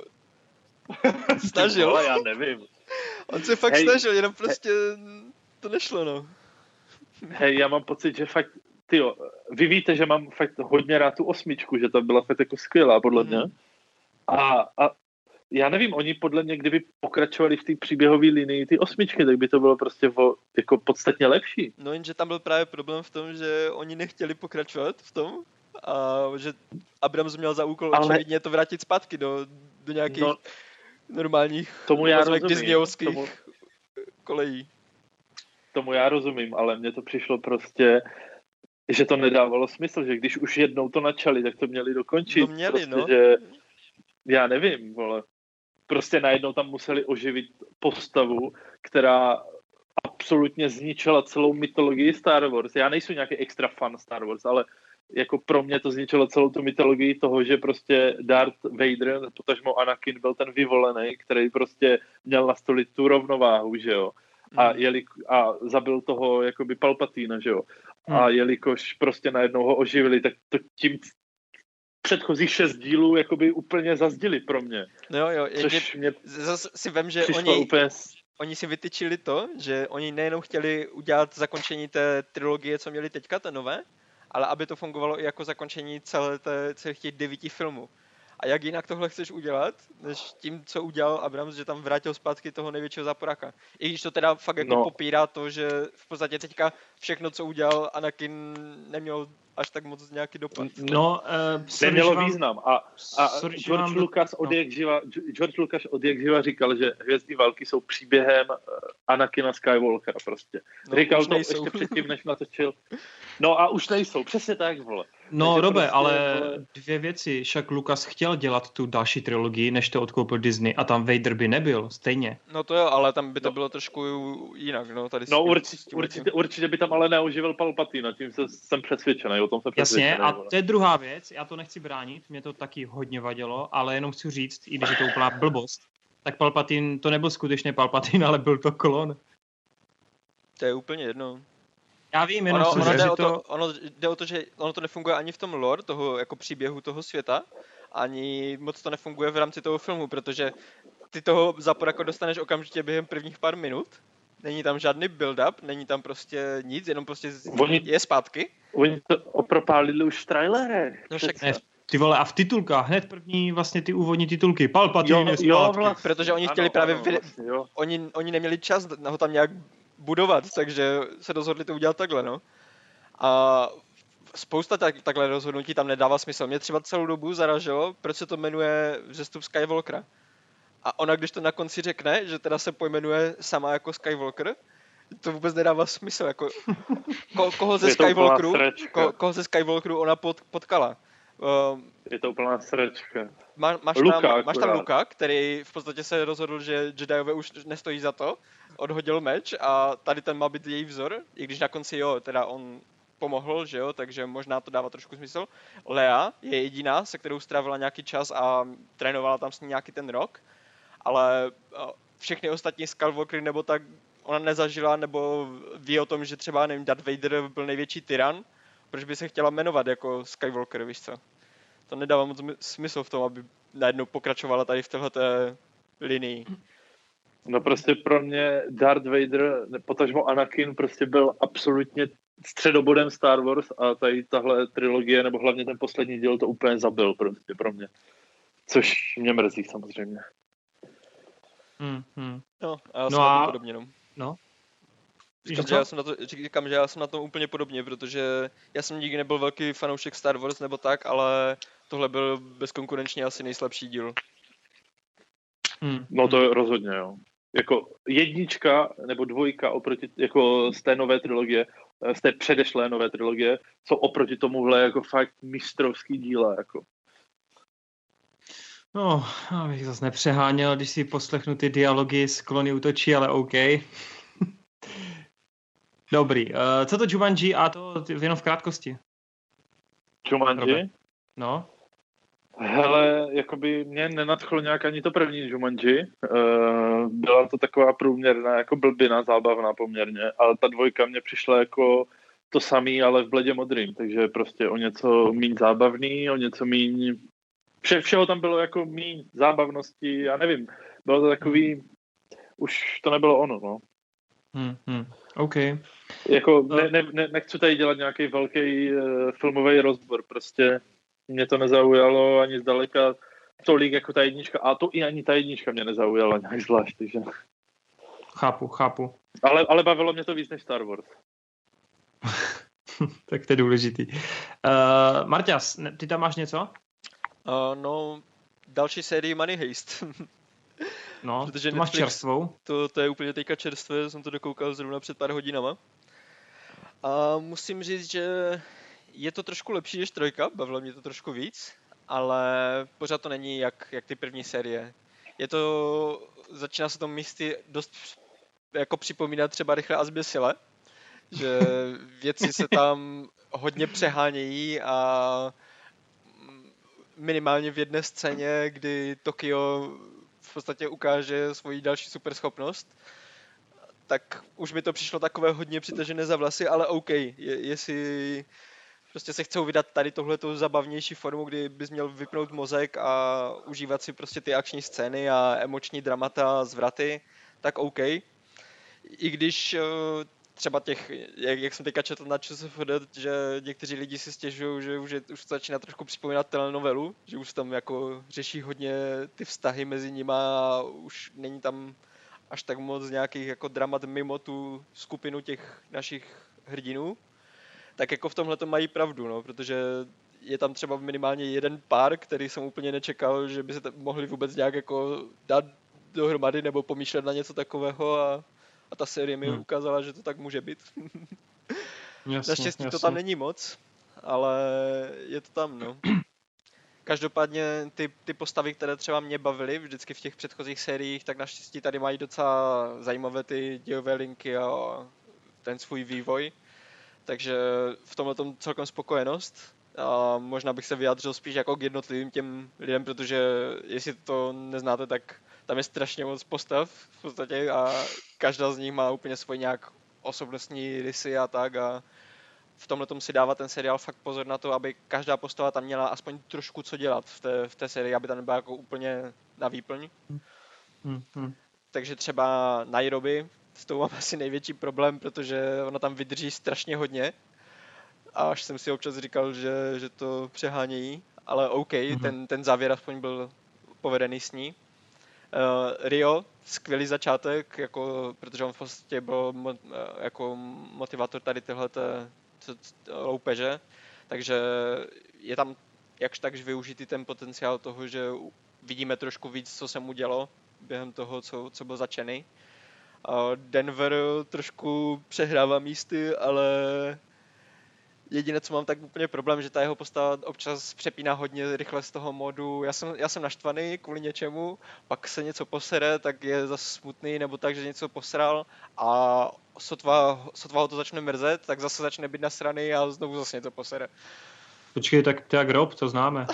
snažil. Vole, já nevím. On se fakt hej, snažil, jenom prostě hej. To nešlo, no. Hej, já mám pocit, že fakt, tyjo, vy víte, že mám fakt hodně rád tu osmičku, že to byla fakt jako skvělá, podle mě. Mm. A, a já nevím, oni podle mě, kdyby pokračovali v té příběhové linii ty osmičky, tak by to bylo prostě vo, jako podstatně lepší. No jenže tam byl právě problém v tom, že oni nechtěli pokračovat v tom a že Abrams měl za úkol Ale... očividně to vrátit zpátky do, do nějakých no, normálních tomu já rozumím, disneyovských tomu, kolejí. Tomu já rozumím, ale mně to přišlo prostě, že to nedávalo smysl, že když už jednou to načali, tak to měli dokončit. No měli, prostě, no. Že, já nevím, vole. Prostě najednou tam museli oživit postavu, která absolutně zničila celou mytologii Star Wars. Já nejsem nějaký extra fan Star Wars, ale jako pro mě to zničilo celou tu mytologii toho, že prostě Darth Vader, potažmo Anakin, byl ten vyvolený, který prostě měl nastolit tu rovnováhu, že jo. A, jeli, a zabil toho jakoby Palpatina, že jo. A hmm. jelikož prostě najednou ho oživili, tak to tím předchozích šest dílů jakoby úplně zazdili pro mě. No jo, což mě zase si vem, že oni, úplně... oni si vytyčili to, že oni nejenom chtěli udělat zakončení té trilogie, co měli teďka, té nové, ale aby to fungovalo i jako zakončení celé té, celých těch devíti filmů. A jak jinak tohle chceš udělat, než tím, co udělal Abrams, že tam vrátil zpátky toho největšího záporáka. I když to teda fakt jako no. popírá to, že v podstatě teďka všechno, co udělal Anakin, nemělo až tak moc nějaký dopad. No, uh, nemělo vám... význam. A, a sorry, George, vám... Lucas od no. jak živa, George Lucas od jak živa říkal, že Hvězdní války jsou příběhem Anakina Skywalkera prostě. No, říkal to nejsou. Ještě předtím, než natočil. No a už nejsou, přesně tak, vole. No, Takže Robe, prostě, ale vole... dvě věci. Však Lucas chtěl dělat tu další trilogii, než to odkoupil Disney a tam Vader by nebyl, stejně. No to jo, ale tam by to no. bylo trošku jinak, no. Tady no určitě, určitě, určitě by tam ale neoživil Palpatina, tím se, jsem přesvědčený, o tom jsem přesvědčený. Jasně, a to je druhá věc, já to nechci bránit, mě to taky hodně vadilo, ale jenom chci říct, i když je to úplná blbost, tak Palpatine, to nebyl skutečně Palpatine, ale byl to klon. To je úplně jedno. Já vím, jenom ono, jsem ono, řekl, jde že o to... to... Ono jde o to, že ono to nefunguje ani v tom lore, toho jako příběhu toho světa, ani moc to nefunguje v rámci toho filmu, protože ty toho Zaporaka dostaneš okamžitě během prvních pár minut. Není tam žádný build-up, není tam prostě nic, jenom prostě oni, je zpátky. Oni to opropálili už v trailerech. No však ne, ty vole, a v titulkách, hned první vlastně ty úvodní titulky, Palpatine je zpátky. Jo, vlastně. Protože oni ano, chtěli právě, ano, vy... vlastně, oni, oni neměli čas ho tam nějak budovat, takže se rozhodli to udělat takhle, no. A spousta tak, takhle rozhodnutí tam nedává smysl. Mě třeba celou dobu zaražilo, proč se to jmenuje Vzestup Skywalkera. A ona, když to na konci řekne, že teda se pojmenuje sama jako Skywalker, to vůbec nedává smysl, jako ko, koho ze Skywalkeru, ko, koho ze Skywalkeru ona pot, potkala. Uh, je to úplná sračka. Má, máš, Luka, tam, máš tam Luka, který v podstatě se rozhodl, že Jediové už nestojí za to, odhodil meč a tady ten má být její vzor, i když na konci jo, teda on pomohl, že jo, takže možná to dává trošku smysl. Leia je jediná, se kterou strávila nějaký čas a trénovala tam s ní nějaký ten rok, ale všechny ostatní Skywalkery nebo tak ona nezažila, nebo ví o tom, že třeba, nevím, Darth Vader byl největší tyran, proč by se chtěla jmenovat jako Skywalker, víš co? To nedává moc smysl v tom, aby najednou pokračovala tady v téhleté linii. No prostě pro mě Darth Vader, potažmo Anakin, prostě byl absolutně středobodem Star Wars a tady tahle trilogie, nebo hlavně ten poslední díl to úplně zabil prostě pro mě. Což mě mrzí samozřejmě. Hmm, hmm. No, a já no jsem a... na to podobně, no. No. Říkám že, já jsem na to, říkám, že já jsem na tom úplně podobně, protože já jsem nikdy nebyl velký fanoušek Star Wars nebo tak, ale tohle byl bezkonkurenčně asi nejslabší díl. Hmm. No to rozhodně, jo. jako jednička nebo dvojka oproti jako z té nové trilogie, z té předešlé nové trilogie, jsou oproti tomuhle jako fakt mistrovský díla, jako. No, abych zase nepřeháněl, když si poslechnu ty dialogy z Klony útočí, ale OK. Dobrý. Uh, co to Jumanji a to jenom v krátkosti? Jumanji? Robert. No. Hele, jakoby mě nenadchlo nějak ani to první Jumanji. Uh, byla to taková průměrná, jako blbina, zábavná poměrně, ale ta dvojka mě přišla jako to samý, ale v bledě modrým, takže prostě o něco míň zábavný, o něco míň... Vše, všeho tam bylo jako míň zábavnosti, já nevím, bylo to takový... Už to nebylo ono, no. Hmm, hmm. OK. Jako ne, ne, ne, nechci tady dělat nějaký velký uh, filmový rozbor, prostě mě to nezaujalo ani zdaleka tolik jako ta jednička, a to i ani ta jednička mě nezaujala nějak zvlášť, takže... Chápu, chápu. Ale, ale bavilo mě to víc než Star Wars. Tak to je důležitý. Uh, Marťas, ty tam máš něco? Uh, no, další sérii Money Heist. No, protože to máš čerstvou. To, to je úplně teďka čerstvé, jsem to dokoukal zrovna před pár hodinama. A musím říct, že je to trošku lepší než trojka, bavilo mě to trošku víc, ale pořád to není jak, jak ty první série. Je to, začíná se to místy dost jako připomínat třeba Rychle a zběsile, že věci se tam hodně přehánějí a minimálně v jedné scéně, kdy Tokio v podstatě ukáže svoji další superschopnost, tak už mi to přišlo takové hodně přitažené za vlasy, ale OK, je, jestli prostě se chcou vydat tady tohletou zabavnější formu, kdy bys měl vypnout mozek a užívat si prostě ty akční scény a emoční dramata, zvraty, tak OK. I když třeba těch, jak, jak jsem teďka četl na ČSFD, že někteří lidi si stěžují, že už, je, už to začíná trošku připomínat telenovelu, že už tam jako řeší hodně ty vztahy mezi nima a už není tam až tak moc nějakých jako dramat mimo tu skupinu těch našich hrdinů, tak jako v tomhle to mají pravdu, no, protože je tam třeba minimálně jeden pár, který jsem úplně nečekal, že by se mohli vůbec nějak jako dát dohromady nebo pomýšlet na něco takového a, a ta série mi hmm. ukázala, že to tak může být. Jasně, Naštěstí jasně. to tam není moc, ale je to tam, no. Každopádně ty, ty postavy, které třeba mě bavily vždycky v těch předchozích sériích, tak naštěstí tady mají docela zajímavé ty dějové linky a ten svůj vývoj. Takže v tomhle tom celkem spokojenost. A možná bych se vyjádřil spíš jako k jednotlivým těm lidem, protože jestli to neznáte, tak tam je strašně moc postav v podstatě a každá z nich má úplně svoji nějak osobnostní rysy a tak a v tomhle tom si dává ten seriál fakt pozor na to, aby každá postava tam měla aspoň trošku co dělat v té, v té sérii, aby tam nebyla jako úplně na výplň. Hmm, hmm. Takže třeba Nairobi, s tou mám asi největší problém, protože ona tam vydrží strašně hodně. A až jsem si občas říkal, že, že to přehánějí, ale OK, mm-hmm. ten, ten závěr aspoň byl povedený s ní. Uh, Rio, skvělý začátek, jako, protože on v podstatě byl mo, uh, jako motivátor tady tyhleté loupeže, takže je tam jakž takž využitý ten potenciál toho, že vidíme trošku víc, co se mu dělo během toho, co, co byl začený. Uh, Denver trošku přehrává místy, ale jediné, co mám tak úplně problém, že ta jeho postava občas přepíná hodně rychle z toho modu. Já jsem, já jsem naštvaný kvůli něčemu, pak se něco posere, tak je zase smutný, nebo tak, že něco posral a sotva, sotva ho to začne mrzet, tak zase začne být nasraný a znovu zase něco posere. Počkej, tak to jak Rob, to známe.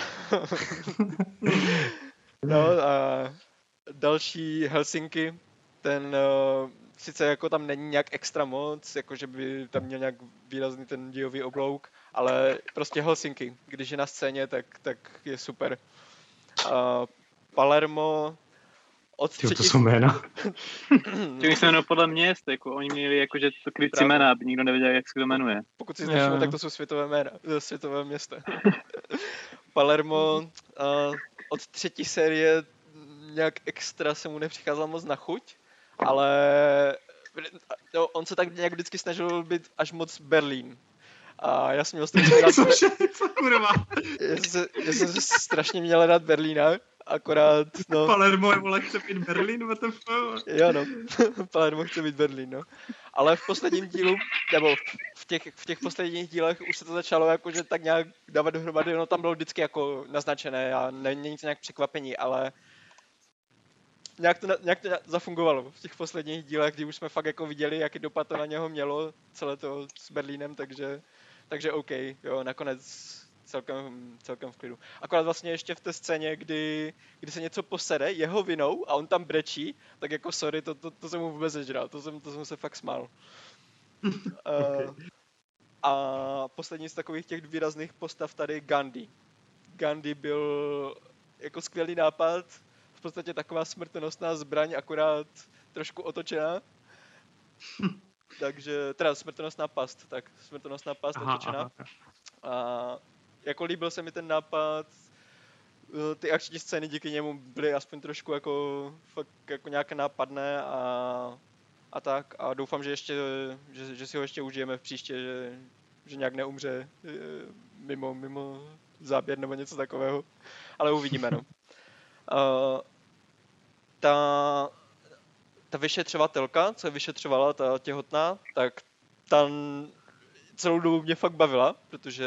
No a další Helsinki, ten uh, sice jako tam není nějak extra moc, jako že by tam měl nějak výrazný ten dějový oblouk, ale prostě Helsinki, když je na scéně, tak, tak je super. Uh, Palermo od třetí... třetí... To jsou jména. Ty se jmenují podle měst, jako oni měli jakože to krycí jména, aby nikdo nevěděl, jak se to jmenuje. Pokud si nevšiml, tak to jsou světové jména, světové města. Palermo uh, od třetí série nějak extra se mu nepřicházela moc na chuť, ale no, on se tak nějak vždycky snažil být až moc Berlín. A já jsem měl strašně rád... Co kurva? Já jsem, já jsem se strašně měl rád Berlína Akorát, no... Palermo je, vole, chce být Berlín, W T F. Jo, no. Palermo chce být Berlín, no. Ale v posledním dílu, nebo v těch, v těch posledních dílech už se to začalo jakože tak nějak dávat dohromady, no tam bylo vždycky jako naznačené a není to nějak překvapení, ale nějak to, nějak to zafungovalo v těch posledních dílech, kdy už jsme fakt jako viděli, jaký dopad to na něho mělo, celé to s Berlínem, takže, takže OK, jo, nakonec celkem, celkem v klidu. Akorát vlastně ještě v té scéně, kdy, kdy se něco posede jeho vinou a on tam brečí, tak jako sorry, to, to, to jsem mu vůbec nežral, to jsem, to jsem se fakt smál. Okay. Uh, a poslední z takových těch výrazných postav tady Gandhi. Gandhi byl jako skvělý nápad, v podstatě taková smrtonosná zbraň, akorát trošku otočená. Takže, teda smrtonosná past, tak smrtonosná past aha, otočená. Aha. A jako líbil se mi ten nápad, ty akční scény díky němu byly aspoň trošku jako, fakt jako nějaké nápadné a, a tak. A doufám, že ještě, že, že si ho ještě užijeme v příště, že, že nějak neumře mimo, mimo záběr nebo něco takového. Ale uvidíme, no. Uh, ta, ta vyšetřovatelka, co je vyšetřovala, ta těhotná, tak ta celou dobu mě fakt bavila, protože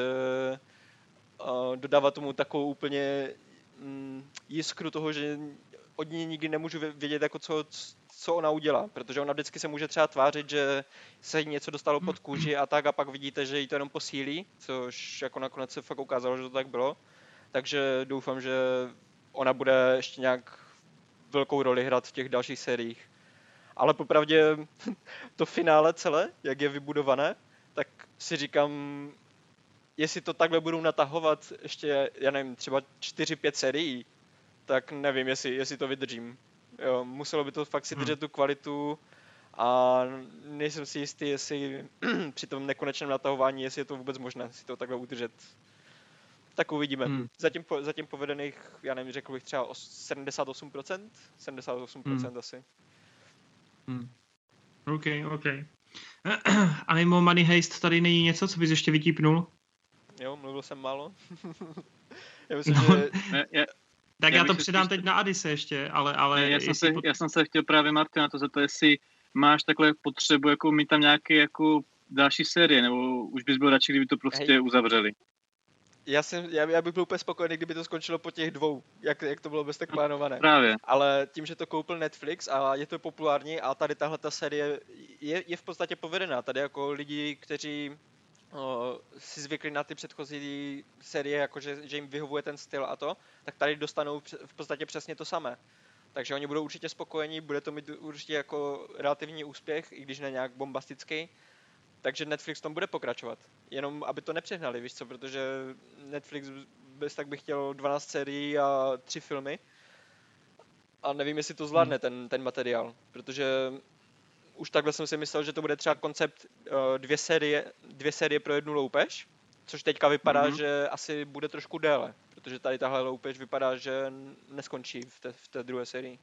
uh, dodává tomu takovou úplně mm, jiskru toho, že od ní nikdy nemůžu vědět, jako co, co ona udělá, protože ona vždycky se může třeba tvářit, že se jí něco dostalo pod kůži a tak a pak vidíte, že jí to jenom posílí, což jako nakonec se fakt ukázalo, že to tak bylo. Takže doufám, že ona bude ještě nějak velkou roli hrát v těch dalších sériích. Ale popravdě to finále celé, jak je vybudované, tak si říkám, jestli to takhle budou natahovat ještě, já nevím, třeba čtyři pět sérií, tak nevím, jestli, jestli to vydržím. Jo, muselo by to fakt si držet tu kvalitu a nejsem si jistý, jestli při tom nekonečném natahování, jestli je to vůbec možné si to takhle udržet. Tak uvidíme. Hmm. Zatím, po, zatím povedených, já nevím, řekl bych třeba sedmdesát osm procent? sedmdesát osm procent hmm. asi. Hmm. OK, OK. A mimo Money Heist tady není něco, co bys ještě vytípnul? Jo, mluvil jsem málo. já myslím, no. že... Ne, je... Tak já, já to předám spíš... teď na Adise ještě, ale... ale ne, já, jsem se, pot... já jsem se chtěl právě, Martin, na to zeptat, jestli máš takhle potřebu jako mít tam nějaké jako další série, nebo už bys byl radši, kdyby to prostě Hej. uzavřeli. Já, jsem, já, já bych byl úplně spokojený, kdyby to skončilo po těch dvou, jak, jak to bylo bez tak plánované. Právě. Ale tím, že to koupil Netflix a je to populární a tady tahle ta série je, je v podstatě povedená. Tady jako lidi, kteří o, si zvykli na ty předchozí série, jako že, že jim vyhovuje ten styl a to, tak tady dostanou v podstatě přesně to samé. Takže oni budou určitě spokojení, bude to mít určitě jako relativní úspěch, i když ne nějak bombastický. Takže Netflix tom bude pokračovat. Jenom aby to nepřehnali, víš co, protože Netflix bez tak by chtěl dvanáct sérií a tři filmy. A nevím, jestli to zvládne ten, ten materiál, protože už takhle jsem si myslel, že to bude třeba koncept uh, dvě série, dvě série pro jednu loupež, což teďka vypadá, mm-hmm. že asi bude trošku déle, protože tady tahle loupež vypadá, že neskončí v té, v té druhé sérii.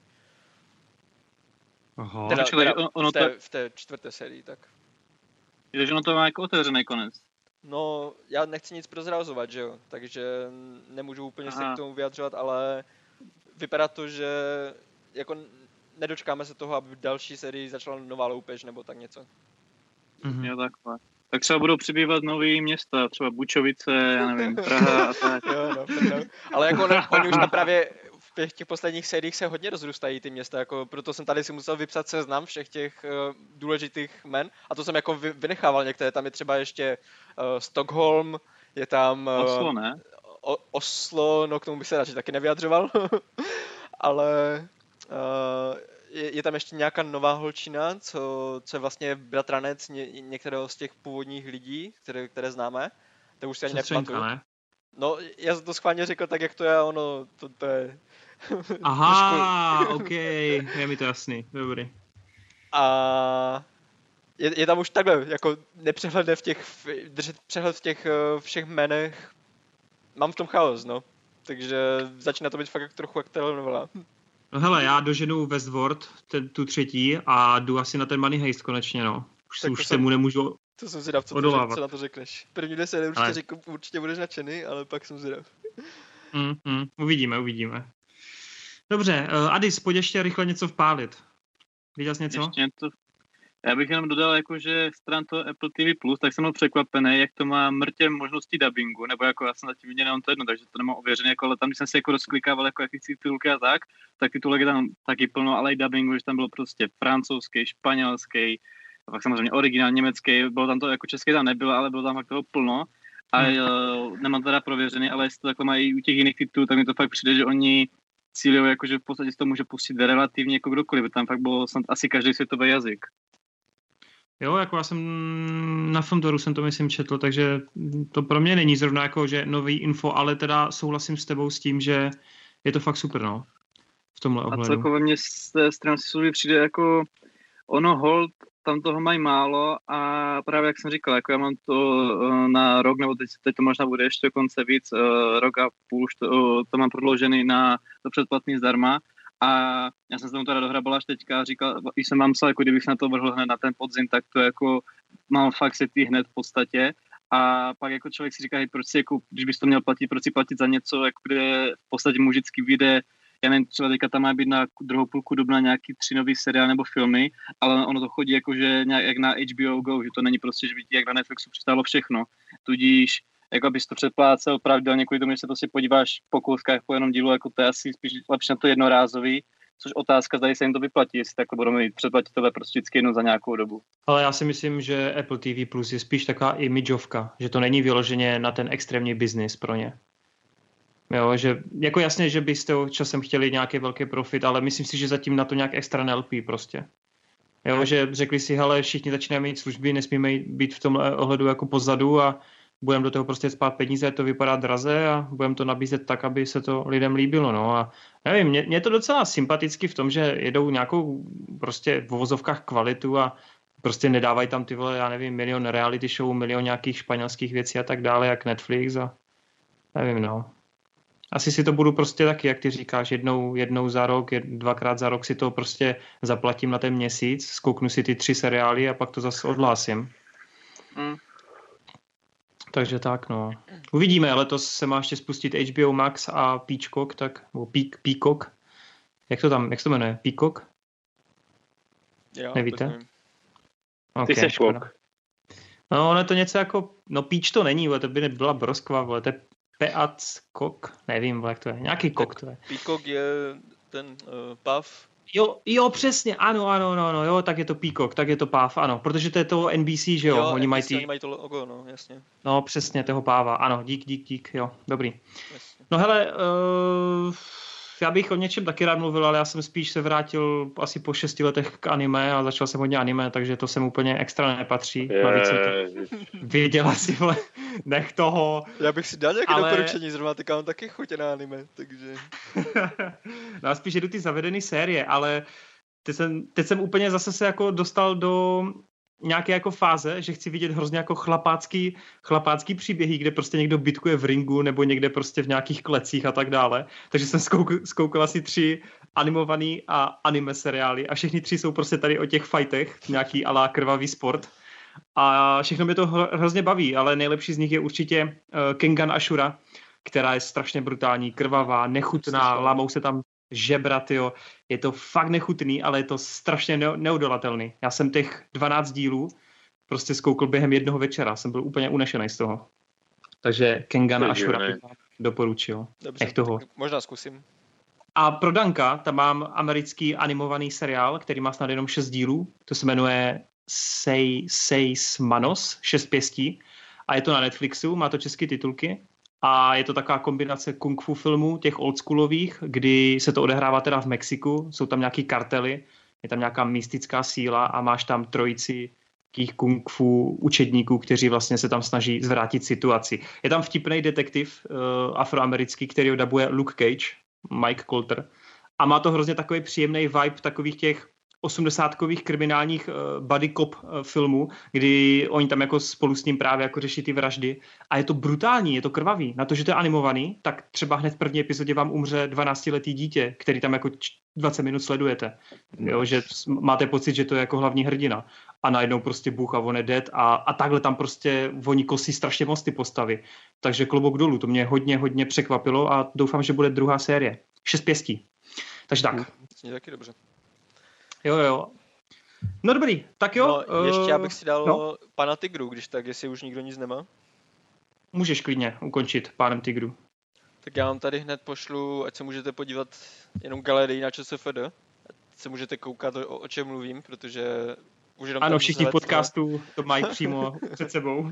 Aha. Teda, teda v, té, v té čtvrté sérii, tak. Takže ono to má jako otevřený konec. No, já nechci nic prozrazovat, že jo, takže nemůžu úplně Aha. se k tomu vyjadřovat, ale vypadá to, že jako nedočkáme se toho, aby v další sérii začala nová loupež nebo tak něco. Mm-hmm. Jo, takhle. Tak třeba budou přibývat nový města, třeba Bučovice, já nevím, Praha a tak. Jo, no, no. Ale jako ne, oni už právě v těch, těch posledních sériích se hodně rozrůstají ty města, jako proto jsem tady si musel vypsat seznam všech těch uh, důležitých men a to jsem jako vy, vynechával některé, tam je třeba ještě uh, Stockholm, je tam... Uh, Oslo, ne? O, Oslo, no k tomu bych se radši taky nevyjadřoval, ale uh, je, je tam ještě nějaká nová holčina, co, co je vlastně bratranec ně, některého z těch původních lidí, které, které známe, to už si ani nepamatuju. Ne? No, já jsem to schválně řekl tak, jak to je, ono, to, to je... Aha, ok, je mi to jasný, dobrý. A je, je tam už takhle, jako nepřehledné v těch, držet přehled v těch všech jménech, mám v tom chaos, no. Takže začíná to být fakt trochu jak telenovela. No hele, já doženu Westworld, ten, tu třetí, a jdu asi na ten Money Heist konečně, no. Už, už se mu nemůžu To jsem zvědav, co, to, co na to řekneš. První deset určitě, ale... řekl, určitě budeš nadšený, ale pak jsem zvědav. Mm, mm, uvidíme, uvidíme. Dobře, uh, Adis, pojď ještě rychle něco vpálit. Viděl jsi něco? Ještě něco. Já bych jenom dodal, jako, že stran toho Apple T V Plus, tak jsem byl překvapený, jak to má mrtě možností dubbingu, nebo jako já jsem zatím viděl jenom to jedno, takže to nemám ověřené, jako, ale tam, když jsem si jako rozklikával, jako jaký titulky a tak, tak titulek je tam taky plno, ale i dubbingu, že tam bylo prostě francouzský, španělský, a pak samozřejmě originál německý, bylo tam to, jako český tam nebylo, ale bylo tam fakt toho plno. A hmm. nemám to teda prověřený, ale jestli to takhle mají u těch jiných titulů, tak mi to fakt přijde, že oni cílují, jako, že v podstatě to může pustit relativně jako kdokoliv, tam fakt bylo snad asi každý světový jazyk. Jo, jako já jsem na Filmtoru jsem to myslím četl, takže to pro mě není zrovna jako, že nový info, ale teda souhlasím s tebou s tím, že je to fakt super, no, v tomhle ohledu. A celkově mě z té strany služby přijde jako ono hold, tam toho mají málo a právě jak jsem říkal, jako já mám to na rok, nebo teď, teď to možná bude ještě dokonce víc, rok a půl, to, to mám prodloužený na to předplatný zdarma. A já jsem se tomu teda dohrabal až teďka a říkal, když jsem vám psal, jako kdybych se na to vrhl hned na ten podzim, tak to jako mám fakt setý hned v podstatě. A pak jako člověk si říká, hej, proč si, jako, když bys to měl platit, proč si platit za něco, jako kde v podstatě mu vždycky vyjde, já nevím, třeba teďka tam má být na druhou půlku dubna nějaký tři nový seriál nebo filmy, ale ono to chodí jako, že nějak jak na H B O Go, že to není prostě, že by ti jak na Netflixu přistálo všechno. Tudíž jako abys to předplácel pravidelně kvůli tomu, že se to si podíváš po kouskách po jenom dílu, jako to je asi spíš lepší na to jednorázový, což otázka, zda se jim to vyplatí, jestli takhle budou mít předplatitele prostě vždycky jednou za nějakou dobu. Ale já si myslím, že Apple T V Plus je spíš taková imidžovka, že to není vyloženě na ten extrémní biznis pro ně. Jo, že jako jasně, že byste časem chtěli nějaký velký profit, ale myslím si, že zatím na to nějak extra nelpí prostě. Jo, že řekli si, hele, všichni začínají mít služby, nesmíme být v tom ohledu jako pozadu a budeme do toho prostě spát peníze, to vypadá draze a budeme to nabízet tak, aby se to lidem líbilo, no a nevím, mě, mě je to docela sympaticky v tom, že jedou nějakou prostě v uvozovkách kvalitu a prostě nedávají tam ty vole, já nevím, milion reality show, milion nějakých španělských věcí a tak dále, jak Netflix a nevím, no. Asi si to budu prostě taky, jak ty říkáš, jednou, jednou za rok, jed, dvakrát za rok si to prostě zaplatím na ten měsíc, zkouknu si ty tři seriály a pak to zase odhlásím. Mm. Takže tak, no. Uvidíme, letos se má ještě spustit H B O Max a Peacock, tak, nebo Peacock. Jak to tam, jak se to jmenuje? Peacock? Jo, nevíte? Okay, ty seš kok. No, ono je to něco jako, no Peach to není, to by nebyla broskva, vole, to je Peacock, nevím, jak to je, nějaký kok to je. Peacock je ten uh, puff. Jo, jo, přesně, ano, ano, no, no, jo, tak je to Peacock, tak je to páv, ano, protože to je to N B C, že jo, jo oni mají ty... Oni mají to logo, no, jasně. No, přesně, toho páva, ano, dík, dík, dík, jo, dobrý. Jasně. No hele, uh, já bych o něčem taky rád mluvil, ale já jsem spíš se vrátil asi po šesti letech k anime a začal jsem hodně anime, takže to sem úplně extra nepatří. Navíc jsem to věděl asi, vole, nech toho. Já bych si dal nějaké ale... doporučení, zrovna teďka mám taky chutě na anime, takže... No já spíš jedu ty zavedený série, ale teď jsem, teď jsem úplně zase se jako dostal do nějaké jako fáze, že chci vidět hrozně jako chlapácký, chlapácký příběhy, kde prostě někdo bitkuje v ringu nebo někde prostě v nějakých klecích a tak dále. Takže jsem zkoukal, zkoukal asi tři animovaný a anime seriály a všechny tři jsou prostě tady o těch fightech, nějaký alá krvavý sport. A všechno mě to hrozně baví, ale nejlepší z nich je určitě uh, Kengan Ashura, která je strašně brutální, krvavá, nechutná, lámou se tam žebra, tyjo. Je to fakt nechutný, ale je to strašně ne- neodolatelný. Já jsem těch dvanáct dílů prostě zkoukl během jednoho večera. Jsem byl úplně unešený z toho. Takže Kengan Ashura bych doporučil. Dobře, toho. Možná zkusím. A pro Danka, tam mám americký animovaný seriál, který má snad jenom šest dílů. To se jmenuje Sei, Seis Manos, šest pěstí. A je to na Netflixu, má to české titulky. A je to taková kombinace kung fu filmů, těch oldschoolových, kdy se to odehrává teda v Mexiku, jsou tam nějaký kartely, je tam nějaká mystická síla a máš tam trojici těch kung fu učedníků, kteří vlastně se tam snaží zvrátit situaci. Je tam vtipný detektiv uh, afroamerický, který ho dabuje Luke Cage, Mike Colter. A má to hrozně takový příjemný vibe takových těch osmdesátkových kriminálních uh, buddy cop uh, filmů, kdy oni tam jako spolu s ním právě jako řeší ty vraždy. A je to brutální, je to krvavý. Na to, že to je animovaný, tak třeba hned v první epizodě vám umře dvanáctiletý dítě, který tam jako dvacet minut sledujete. Jo, že máte pocit, že to je jako hlavní hrdina. A najednou prostě bůh a on je dead a, a takhle tam prostě oni kosí strašně moc ty postavy. Takže klobouk dolů, to mě hodně, hodně překvapilo a doufám, že bude druhá série. Šest pěstí. Takže tak. Zní taky dobře. Jo, jo. No dobrý, tak jo. No, ještě já bych si dal no. Pana tygru, když tak, jestli už nikdo nic nemá. Můžeš klidně ukončit Pánem tygru. Tak já vám tady hned pošlu, ať se můžete podívat jenom galerii na ČSFD. Ať se můžete koukat, o, o čem mluvím, protože už jenom ano, všichni podcastů to mají přímo před sebou.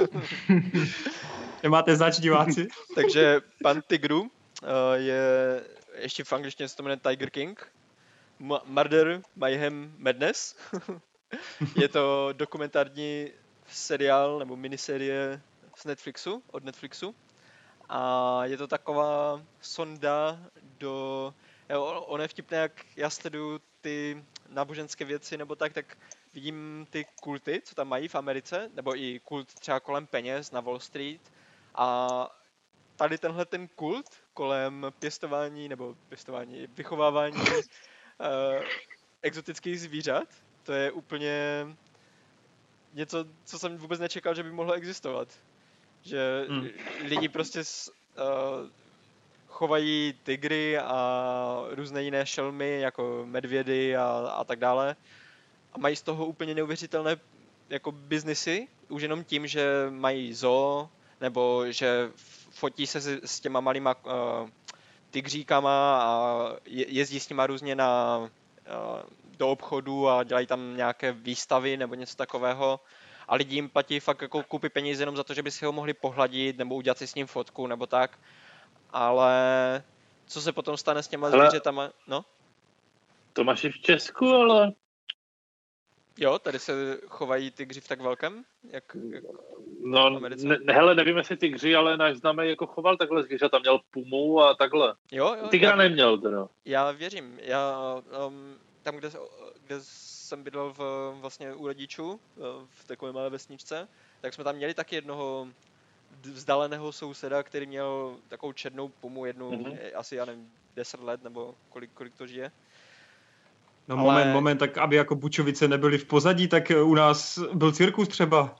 Nemáte zač, diváci? Takže Pan tygru uh, je, ještě v angličtině se to jmenuje Tiger King. M- Murder, Mayhem, Madness. Je to dokumentární seriál nebo miniserie z Netflixu, od Netflixu. A je to taková sonda do... Ono je vtipné, jak já sleduju ty náboženské věci nebo tak, tak vidím ty kulty, co tam mají v Americe, nebo i kult třeba kolem peněz na Wall Street. A tady tenhle ten kult kolem pěstování, nebo pěstování, vychovávání uh, exotických zvířat, to je úplně něco, co jsem vůbec nečekal, že by mohlo existovat. Že hmm. lidi prostě s, uh, chovají tygry a různé jiné šelmy, jako medvědy a, a tak dále. A mají z toho úplně neuvěřitelné jako biznisy, už jenom tím, že mají zoo, nebo že fotí se s, s těma malýma uh, tygříkama a je, jezdí s nima různě na, uh, do obchodu a dělají tam nějaké výstavy nebo něco takového. A lidi jim platí fakt jako kupy peníze jenom za to, že by si ho mohli pohladit nebo udělat si s ním fotku nebo tak. Ale co se potom stane s těma Hele, zvířatama? No? To máš i v Česku, ale... Jo, tady se chovají tygři v tak velkém? Jak, jak no, ne, hele, nevím, jestli tygři, ale náš známý jako choval takhle zvířata, měl pumu a takhle. Jo, jo. Tygra já, neměl teda. Já věřím. Já um, tam, kde, kde jsem bydlel v, vlastně u rodičů, v takové malé vesničce, tak jsme tam měli taky jednoho vzdáleného souseda, který měl takovou černou pumu, jednu, mm-hmm. asi, já nevím, deset let, nebo kolik, kolik to žije. No ale... moment, moment, tak aby jako Bučovice nebyly v pozadí, tak u nás byl cirkus třeba.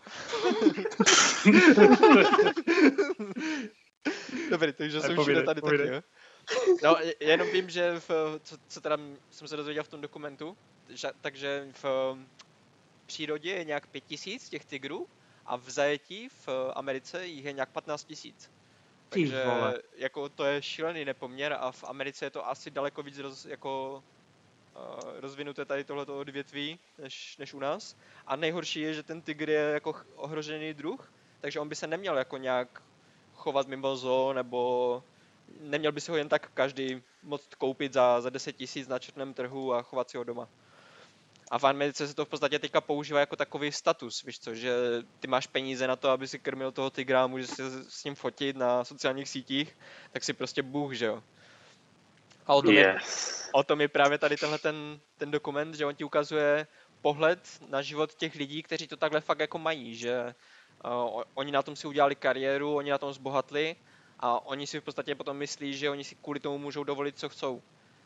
Dobrý, takže jsou všude tady taky, jo? No, jenom vím, že v, co, co teda jsem se dozvěděl v tom dokumentu, že, takže v přírodě je nějak pět tisíc těch tygrů a v zajetí v Americe jich je nějak patnáct tisíc. Takže jako to je šílený nepoměr a v Americe je to asi daleko víc roz, jako rozvinuté tady tohleto odvětví než, než u nás. A nejhorší je, že ten tygr je jako ohrožený druh, takže on by se neměl jako nějak chovat mimo zoo, nebo neměl by si ho jen tak každý moct koupit za, za deset tisíc na černém trhu a chovat si ho doma. A v Americe se to v podstatě teďka používá jako takový status, víš co, že ty máš peníze na to, aby si krmil toho tygra, můžeš se s ním fotit na sociálních sítích, tak si prostě bůh, že jo. A o tom, yes. je, o tom je právě tady tenhle ten, ten dokument, že on ti ukazuje pohled na život těch lidí, kteří to takhle fakt jako mají, že uh, oni na tom si udělali kariéru, oni na tom zbohatli a oni si v podstatě potom myslí, že oni si kvůli tomu můžou dovolit, co chcou.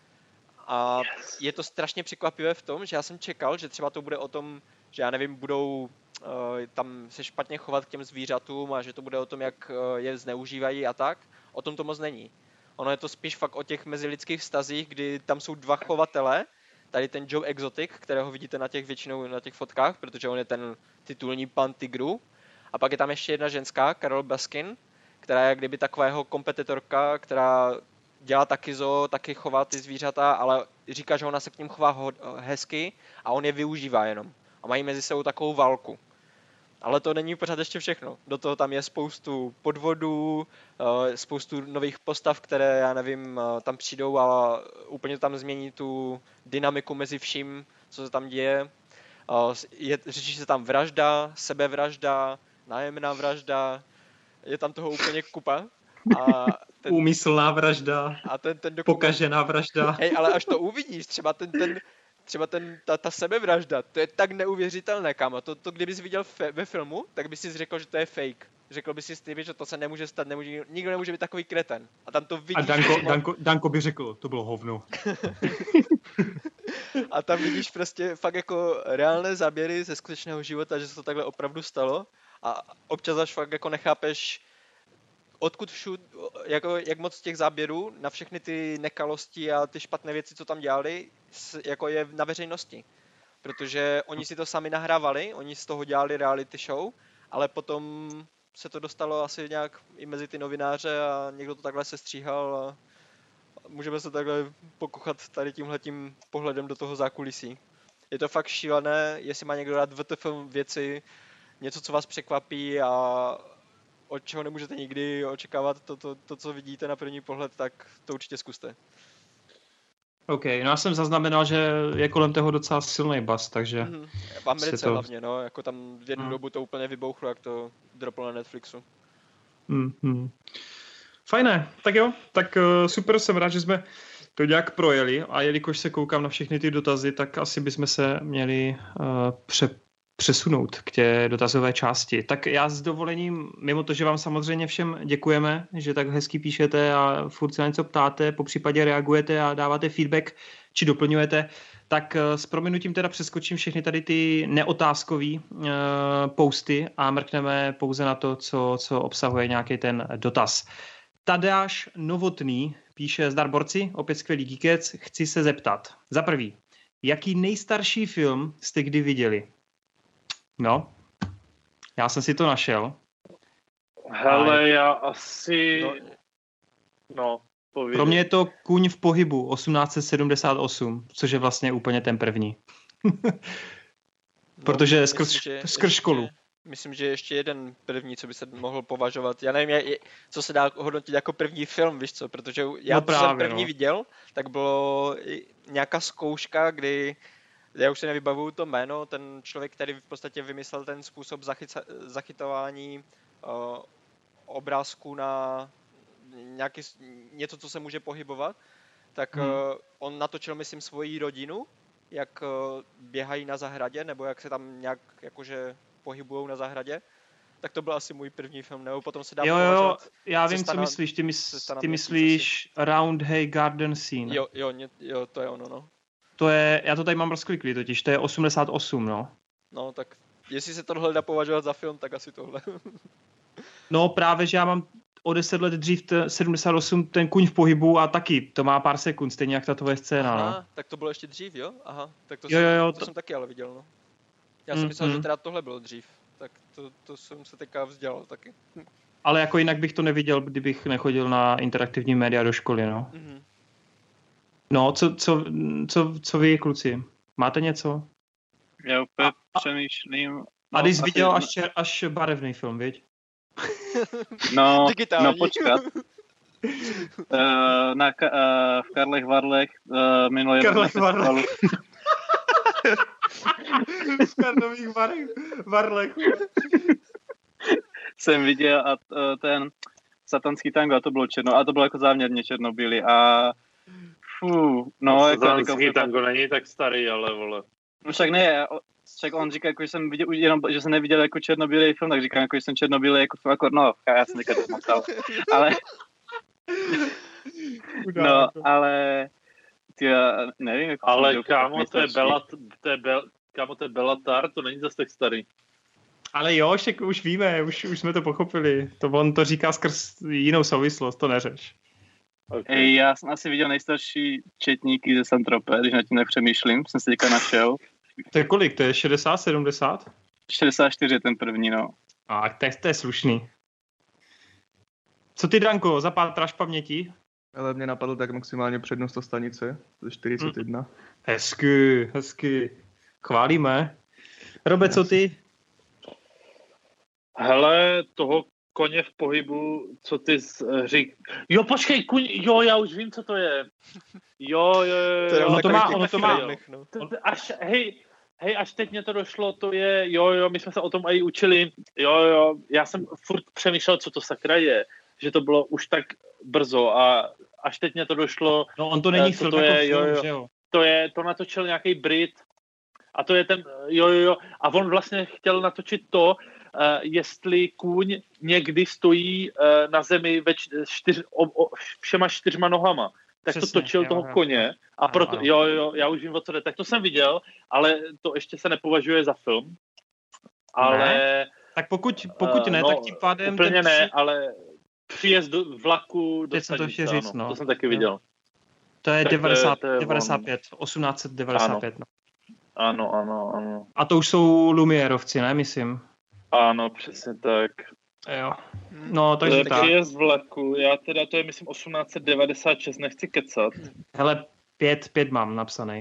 A yes. je to strašně překvapivé v tom, že já jsem čekal, že třeba to bude o tom, že já nevím, budou uh, tam se špatně chovat k těm zvířatům a že to bude o tom, jak uh, je zneužívají a tak. O tom to moc není. Ono je to spíš fakt o těch mezilidských vztazích, kdy tam jsou dva chovatele. Tady ten Joe Exotic, kterého vidíte na těch většinou na těch fotkách, protože on je ten titulní pan tygru. A pak je tam ještě jedna ženská, Carol Baskin, která je kdyby taková jeho kompetitorka, která dělá taky zoo, taky chová ty zvířata, ale říká, že ona se k ním chová hezky a on je využívá jenom. A mají mezi sebou takovou válku. Ale to není pořád ještě všechno. Do toho tam je spoustu podvodů, spoustu nových postav, které, já nevím, tam přijdou a úplně tam změní tu dynamiku mezi vším, co se tam děje. Je, řeší se tam vražda, sebevražda, nájemná vražda, je tam toho úplně kupa. A ten, úmyslná vražda, a ten, ten dokument, pokažená vražda. Hej, ale až to uvidíš, třeba ten, ten třeba ten, ta, ta sebevražda, to je tak neuvěřitelné, kámo. To, to kdybys viděl fe, ve filmu, tak bys si řekl, že to je fake. Řekl bys si Stevie, že to se nemůže stát, nemůže, nikdo nemůže být takový kreten. A tam to vidíš. A Danko, Danko, Danko by řekl, to bylo hovno. A tam vidíš prostě fakt jako reálné záběry ze skutečného života, že se to takhle opravdu stalo. A občas až fakt jako nechápeš, odkud všud, jako, jak moc těch záběrů na všechny ty nekalosti a ty špatné věci, co tam dělali, jako je na veřejnosti. Protože oni si to sami nahrávali, oni z toho dělali reality show, ale potom se to dostalo asi nějak i mezi ty novináře a někdo to takhle se stříhal a můžeme se takhle pokochat tady tímhletím pohledem do toho zákulisí. Je to fakt šílené, jestli má někdo rád V T F věci, něco, co vás překvapí a od čeho nemůžete nikdy očekávat to, to, to, co vidíte na první pohled, tak to určitě zkuste. OK, no já jsem zaznamenal, že je kolem toho docela silný bas, takže... Mm, v Americe to... hlavně, no, jako tam v jednu mm. dobu to úplně vybouchlo, jak to droplo na Netflixu. Mm, mm. Fajné, tak jo, tak uh, super, jsem rád, že jsme to nějak projeli a jelikož se koukám na všechny ty dotazy, tak asi bychom se měli uh, pře- přesunout k té dotazové části. Tak já s dovolením, mimo to, že vám samozřejmě všem děkujeme, že tak hezky píšete a furt se na něco ptáte, popřípadě reagujete a dáváte feedback, či doplňujete, tak s prominutím teda přeskočím všechny tady ty neotázkový uh, posty a mrkneme pouze na to, co, co obsahuje nějaký ten dotaz. Tadeáš Novotný píše: zdar borci, opět skvělý Geekec, chci se zeptat. Za prvý, jaký nejstarší film jste kdy viděli? No, já jsem si to našel. Hele, a... já asi... No, no povědět. Pro mě je to Kůň v pohybu osmnáct set sedmdesát osm, což je vlastně úplně ten první. Protože no, skrz, myslím, skrz školu. Ještě, myslím, že ještě jeden první, co by se mohl považovat. Já nevím, je, co se dá hodnotit jako první film, víš co, protože já, no co jsem první no. viděl, tak bylo nějaká zkouška, kdy já už si nevybavuju to jméno, ten člověk, který v podstatě vymyslel ten způsob zachyca, zachytování uh, obrázků na nějaký, něco, co se může pohybovat, tak hmm. uh, on natočil, myslím, svoji rodinu, jak uh, běhají na zahradě, nebo jak se tam nějak jakože pohybujou na zahradě. Tak to byl asi můj první film, nebo potom se dá jo, jo, já vím, co myslíš, ty, mys- ty myslíš Roundhay Garden Scene. Jo, jo, ně, jo, to je ono, no. To je, já to tady mám rozkliklý totiž, to je osmdesát osm, no. No, tak jestli se tohle dá považovat za film, tak asi tohle. No právě, že já mám o deset let dřív t- sedmdesát osm ten Kůň v pohybu a taky to má pár sekund, stejně jak ta tvoje scéna, aha, no. Tak to bylo ještě dřív, jo? Aha, tak to, jo, jsem, jo, jo, to, to jsem taky ale viděl, no. Já jsem mm, myslel, mm. že teda tohle bylo dřív, tak to, to jsem se teďka vzdělal taky. Ale jako jinak bych to neviděl, kdybych nechodil na interaktivní média do školy, no. Mm-hmm. No, co, co, co, co vy, kluci? Máte něco? Já úplně a, přemýšlím. No, a ty jsi viděl až, čer, až barevný film, viď? No, no počkat. Uh, na, uh, v Karlech Varlech uh, minulý rok na festivalu. V Karlových Varlech. Jsem viděl a uh, ten satanský tango, a to bylo černo, a to bylo jako záměrně černobílý a fú, no, jako satanský tango není tak starý, ale vole. No však ne, však on říká, jako, že jsem viděl, jenom, že jsem neviděl jako černobílý film, tak říkám, jako, že jsem černobílý jako film, jako, no, já jsem říkal, to moc, ale, no, ale, ty, já nevím, jako, ale kámo, to je Bela, to je Bela, kámo, to je Bellatar, to není zase tak starý. Ale jo, však už víme, už, už jsme to pochopili, to on to říká skrz jinou souvislost, to neřeš. Okay. Ej, já jsem asi viděl nejstarší četníky ze Saint-Tropez, když na tím nepřemýšlím, jsem se teďka našel. To je kolik? To je šedesát, sedmdesát? šedesát čtyři ten první, no. A to je, to je slušný. Co ty, Dranko, zapátráš paměti? Ale mě napadlo tak maximálně přednost o stanice, to je čtyřicet jedna. Hmm. Hezky, hezky. Chválíme. Robe, co ty? Hele, toho Koně v pohybu, co ty řík... Jo, počkej, kuň, jo, já už vím, co to je. Jo, jo, jo. jo. Ono to má, ono to má. No. Až, hej, hej, až teď mě to došlo, to je, jo, jo, my jsme se o tom i učili, jo, jo, já jsem furt přemýšlel, co to sakra je, že to bylo už tak brzo a až teď mě to došlo. No, on to není film to jako je, film, jo, jo. že jo? To je, to natočil nějaký Brit a to je ten, jo, jo, jo, a on vlastně chtěl natočit to, Uh, jestli kůň někdy stojí uh, na zemi ve čtyř, o, o, všema čtyřma nohama. Tak přesně, to točil jo, toho jo, koně a ano, proto, ano. jo, jo, já už vím, o co jde. Tak to jsem viděl, ale to ještě se nepovažuje za film. Ale... Ne? Tak pokud, pokud ne, uh, no, tak tím pádem... Úplně ten... ne, ale Příjezd do vlaku do stanice, říct, no. To jsem taky viděl. To je, devadesát, to je devadesát pět, osmnáct devadesát pět. Ano. ano, ano, ano. A to už jsou Lumierovci, ne, myslím? Ano, přesně tak. Jo. No, takže tak. Příjezd vlaku, já teda, to je myslím osmnáct devadesát šest, nechci kecat. Hele, pět, pět mám napsaný.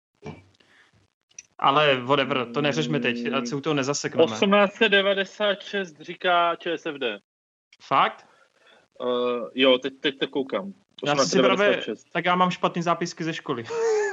Ale whatever, to neřešme teď, ať se u toho nezasekneme. osmnáct devadesát šest říká ČSFD. Fakt? Uh, jo, teď, teď to koukám. Já si právě, tak já mám špatný zápisky ze školy.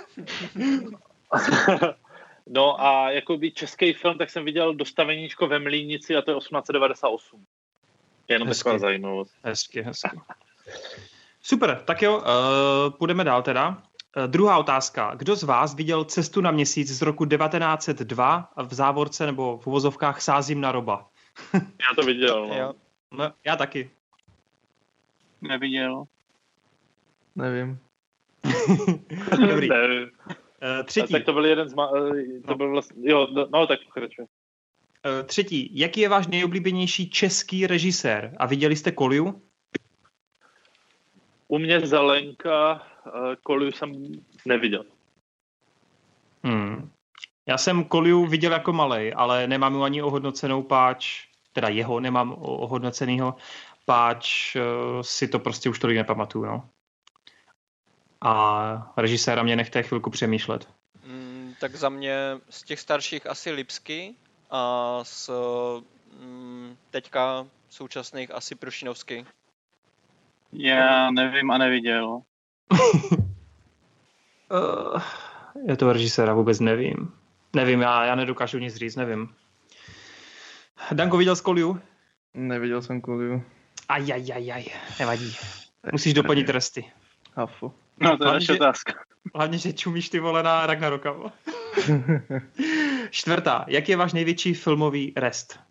No a jakoby český film, tak jsem viděl Dostaveníčko ve Mlýnici a to je osmnáct devadesát osm. Jenom taková zajímavost. Hezky, hezky. Super, tak jo, uh, půjdeme dál teda. Uh, druhá otázka. Kdo z vás viděl Cestu na měsíc z roku devatenáct set dva v závorce nebo v uvozovkách Sázím na roba? Já to viděl, no. Jo. No, já taky. Neviděl. Nevím. Dobrý. Nevím. Uh, třetí. Tak to byl jeden z... Ma- to byl vlastně... Jo, no, no tak pokračuj. Uh, třetí. Jaký je váš nejoblíbenější český režisér? A viděli jste Koliu? U mě Zelenka, uh, Koliu jsem neviděl. Hmm. Já jsem Koliu viděl jako malej, ale nemám ju ani ohodnocenou, páč, teda jeho nemám ohodnocenýho, páč uh, si to prostě už tolik nepamatuju, no. A režiséra mě nechte chvilku přemýšlet. Mm, tak za mě z těch starších asi Lipsky a z mm, teďka současných asi Prušinovský. Já nevím a neviděl. uh, já toho režiséra vůbec nevím. Nevím, já, já nedokážu nic říct, nevím. Danko, viděl jsi Koliu? Neviděl jsem Koliu. Ajajajaj, nevadí. Musíš doplnit tresty. Hafo. No to je další otázka. Hlavně, že čumíš ty vole na Ragnaroka. Čtvrtá. Jak je váš největší filmový rest?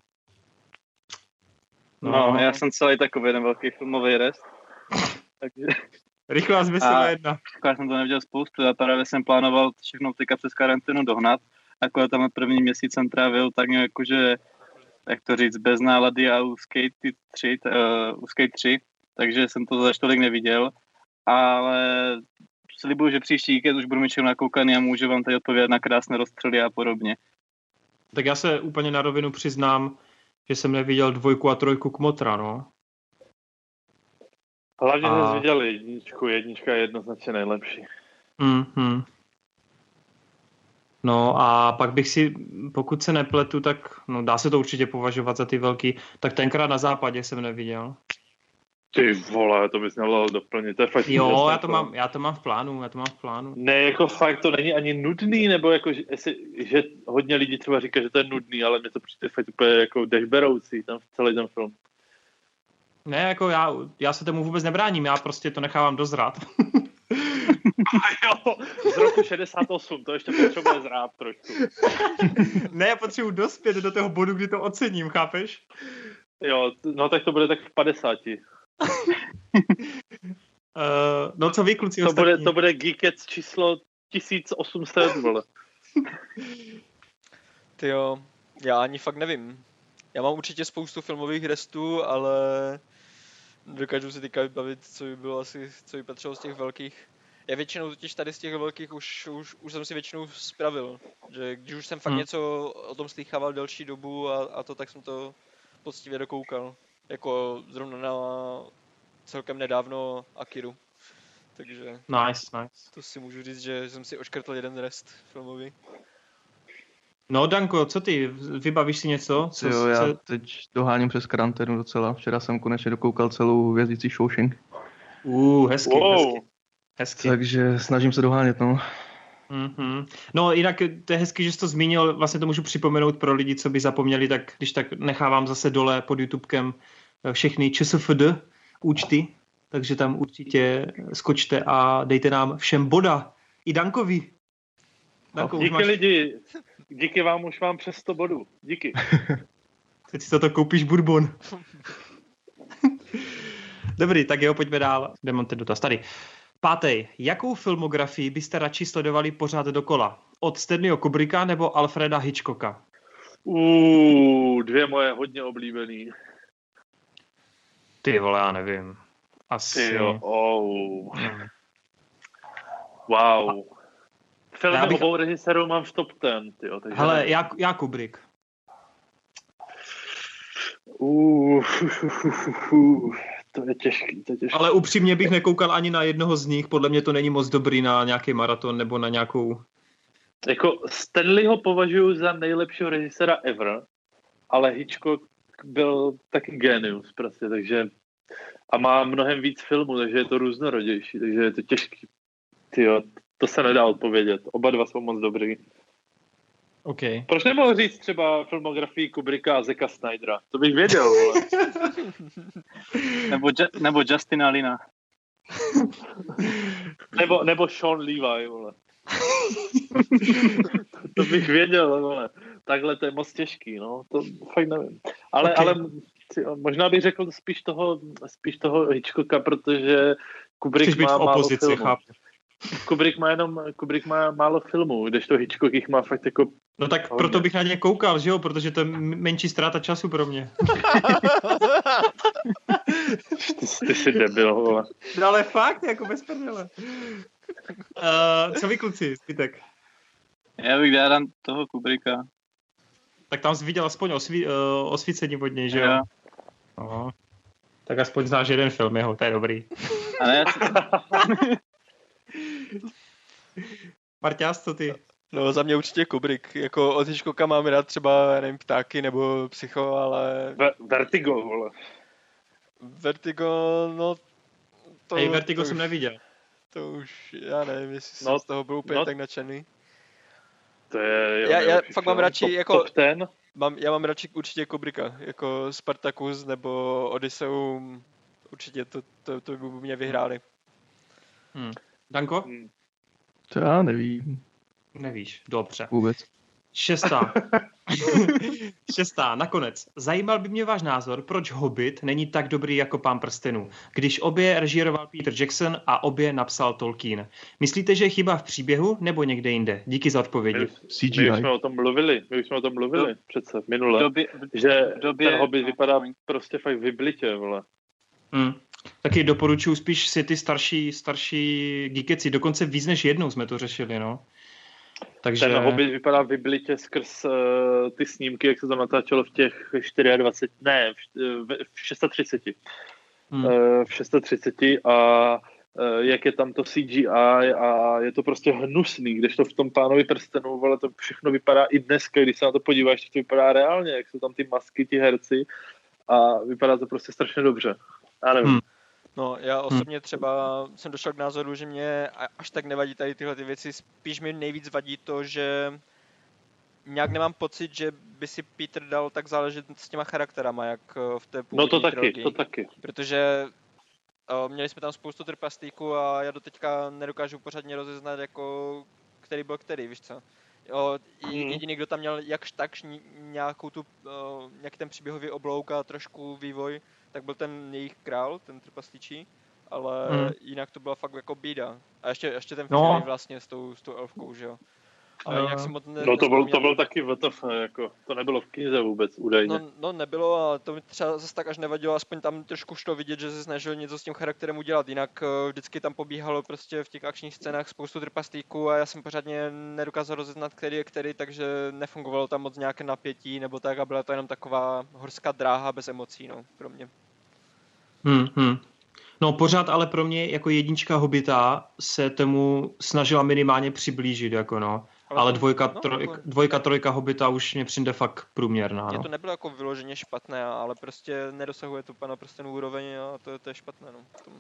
No, no já jsem celý takový jeden velký filmový rest. Takže... Rychlá zmyslela jedna. Já jsem to neviděl spoustu, já právě jsem plánoval všechno teďka přes karanténu dohnat. Akorát tam první měsíc jsem trávil tak nějak jakože, jak to říct, bez nálady a u Skate tři, uh, u Skate tři, takže jsem to zaž tolik neviděl. Ale slibuju, že příští víkend už budu mít všechno nakoukaný a můžu vám tady odpovědět na krásné rozstřely a podobně. Tak já se úplně na rovinu přiznám, že jsem neviděl dvojku a trojku Kmotra, no. Hlavně a... jsi viděl jedničku, jednička je jednoznačně nejlepší. Mm-hmm. No a pak bych si, pokud se nepletu, tak no dá se to určitě považovat za ty velký, tak tenkrát na západě jsem neviděl. Ty vole, to bys měl doplnit, to je fakt... Jo, já to, mám, já to mám v plánu, já to mám v plánu. Ne, jako fakt to není ani nudný, nebo jako, že, že hodně lidí třeba říká, že to je nudný, ale mě to přijde fakt úplně jako dechberoucí, tam celý ten film. Ne, jako já, já se tomu vůbec nebráním, já prostě to nechávám dozrát. Jo, z roku šedesát osm, to ještě potřebuje zrát trošku. Ne, já potřebuji dospět do toho bodu, kdy to ocením, chápeš? Jo, no tak to bude tak v padesáti. Uh, no co vy, kluci, to bude, to bude Geekets číslo tisíc osm set, vole. Tyjo, já ani fakt nevím. Já mám určitě spoustu filmových restů, ale dokážu si teďka vybavit, co by bylo asi, co by patřilo z těch velkých. Já většinou totiž tady z těch velkých už, už, už jsem si většinou spravil, že když už jsem fakt hmm. něco o tom slýchával delší dobu a, a to, tak jsem to poctivě dokoukal. Jako zrovna na celkem nedávno Akiru. Takže nice, nice. To si můžu říct, že jsem si oškrtl jeden rest filmový. No Danko, co ty? Vybavíš si něco? Co, jo, já co... teď doháním přes karanténu docela. Včera jsem konečně dokoukal celou Hvězdicí Shawshank. Uh, hezky, wow. hezky. hezky. Takže snažím se dohánět, no. Mm-hmm. No jinak to je hezky, že jsi to zmínil, vlastně to můžu připomenout pro lidi, co by zapomněli, tak když tak nechávám zase dole pod YouTubekem všechny ČSFD účty, takže tam určitě skočte a dejte nám všem boda. I Dankovi. Danko, díky máš... lidi, díky vám, už mám přes sto bodů. Díky. Teď si to koupíš bourbon. Dobrý, tak jo, pojďme dál. Kde mám ten dotaz? Tady. Pátej. Jakou filmografii byste radši sledovali pořád dokola? Od Stanleyho Kubricka nebo Alfreda Hitchcocka? Uuu, dvě moje hodně oblíbený. Ty vole, já nevím. Asi... Ty jo, oh. Hmm. Wow. Filmy bych... obou režisérů mám v top ten, tyjo. Takže hele, ne... já, já Kubrick. Uh, uh, to je těžký, to je těžký. Ale upřímně bych nekoukal ani na jednoho z nich, podle mě to není moc dobrý na nějaký maraton nebo na nějakou... Jako Stanleyho považuji za nejlepšího režiséra ever, ale Hitchcock byl taky genius prostě, takže a má mnohem víc filmů, takže je to různorodější, takže je to těžký. Tyjo, to se nedá odpovědět. Oba dva jsou moc dobrý. Okay. Proč nemohl říct třeba filmografii Kubricka a Zacka Snydera? To bych věděl, vole. nebo, ju- nebo Justina Lina. nebo, nebo Sean Levi, vole. To bych věděl, vole. Takhle to je moc těžký, no. To fakt nevím. Ale, okay. ale možná bych řekl spíš toho, spíš toho Hitchcocka, protože Kubrick má málo filmů. Kubrick má jenom, Kubrick má málo filmů, kdežto Hitchcock jich má fakt jako... No tak hodně. Proto bych na ně koukal, že jo, protože to je menší ztráta času pro mě. ty, ty jsi debil, vole. No ale fakt, jako bez prdele. Uh, co vy kluci, zbytek? Já bych dal toho Kubricka. Tak tam jsi viděl aspoň osví, uh, osvícení od něj, že jo? jo. Aha. Tak aspoň znáš jeden film jeho, to je dobrý. Ale já si... Marťás, co ty? No za mě určitě Kubrick. Jako od Hitchcocka mám rád třeba, nevím, Ptáky nebo Psycho, ale... Vertigo, vole. Vertigo, no... To, Hej, Vertigo to jsem už, neviděl. To už, já nevím, jestli no, jsem z toho byl úplně no, tak nadšený. To je... Jo, já já fakt mám radši, top, jako... Top ten? Mám, já mám radši určitě Kubricka, jako Spartacus nebo Odysseum. Určitě to, to, to by mě vyhráli. Hmm. Danko? Hmm. To já nevím. Nevíš, dobře. Vůbec. Šestá. Šestá, nakonec. Zajímal by mě váš názor, proč Hobbit není tak dobrý jako Pán prstenů, když obě režíroval Peter Jackson a obě napsal Tolkien. Myslíte, že je chyba v příběhu nebo někde jinde? Díky za odpovědi. C G I. My už jsme o tom mluvili, my už jsme o tom mluvili Do, přece minule, době, že době, ten Hobbit vypadá prostě fakt vyblitě, vole. Hmm. Taky doporučuji spíš si ty starší, starší geekeci, dokonce víc než jednou jsme to řešili, no. Takže... Ten Hobbit vypadá vyblitě skrz uh, ty snímky, jak se to natáčelo v těch dvacet čtyři, ne, v, v šest set třicet. Hmm. Uh, v šest set třicet a uh, jak je tam to C G I a je to prostě hnusný, kdežto v tom Pánovi prstenů, vole, to všechno vypadá i dneska, když se na to podíváš, to vypadá reálně, jak jsou tam ty masky, ti herci a vypadá to prostě strašně dobře. Já nevím. Hmm. No, já osobně třeba jsem došel k názoru, že mě až tak nevadí tady tyhle ty věci, spíš mi nejvíc vadí to, že nějak nemám pocit, že by si Peter dal tak záležet s těma charakterama, jak v té původní No to taky, trilogii. to taky. Protože uh, měli jsme tam spoustu trpaslíků a já doteďka nedokážu pořádně rozeznat, jako který byl který, víš co. Jo, jediný, kdo tam měl jakž takž nějakou tu, uh, nějaký ten příběhový oblouk a trošku vývoj, tak byl ten jejich král, ten trpaslíčí, ale hmm. jinak to byla fakt jako bída. A ještě, ještě ten film no. vlastně s tou, s tou elfkou, že jo. Ale jinak si moc ne, no to byl, to byl taky V T F, jako, to nebylo v knize vůbec, údajně. No, no nebylo, ale to mi třeba zase tak až nevadilo, aspoň tam trošku šlo vidět, že se snažil něco s tím charakterem udělat, jinak uh, vždycky tam pobíhalo prostě v těch akčních scénách spoustu trpaslíků a já jsem pořádně nedokázal rozeznat, který je který, takže nefungovalo tam moc nějaké napětí nebo tak a byla to jenom taková horská dráha bez emocí, no, pro mě. Hmm, hmm. No pořád ale pro mě jako jednička Hobita se tomu snažila minimálně přiblížit, jako no. Ale, ale dvojka, no, trojka, jako... dvojka, trojka Hobita už mě přijde fakt průměrná. Mně no. to nebylo jako vyloženě špatné, ale prostě nedosahuje tu Pana prstenů úroveň a to, to je špatné, no. Tom...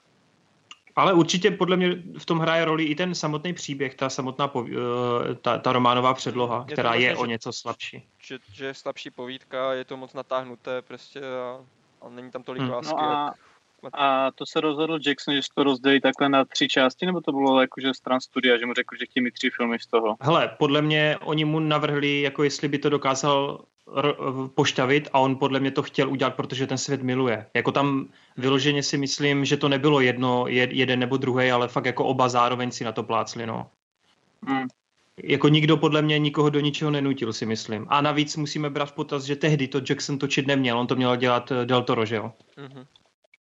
Ale určitě podle mě v tom hraje roli i ten samotný příběh, ta samotná poví, ta, ta románová předloha, je která je že, o něco slabší. Že, že je slabší povídka, je to moc natáhnuté prostě a, a není tam tolik hmm. lásky. No a, a to se rozhodl Jackson, že se to rozdělí takhle na tři části, nebo to bylo jakože stran studia, že mu řekl, že chtějí mít tři filmy z toho? Hele, podle mě oni mu navrhli, jako jestli by to dokázal ro- poštavit a on podle mě to chtěl udělat, protože ten svět miluje. Jako tam vyloženě si myslím, že to nebylo jedno, jed, jeden nebo druhý, ale fakt jako oba zároveň si na to plácli, no. Hmm. Jako nikdo podle mě nikoho do ničeho nenutil, si myslím. A navíc musíme brát v potaz, že tehdy to Jackson točit neměl, on to měl dělat Del Toro, že jo? Mm-hmm.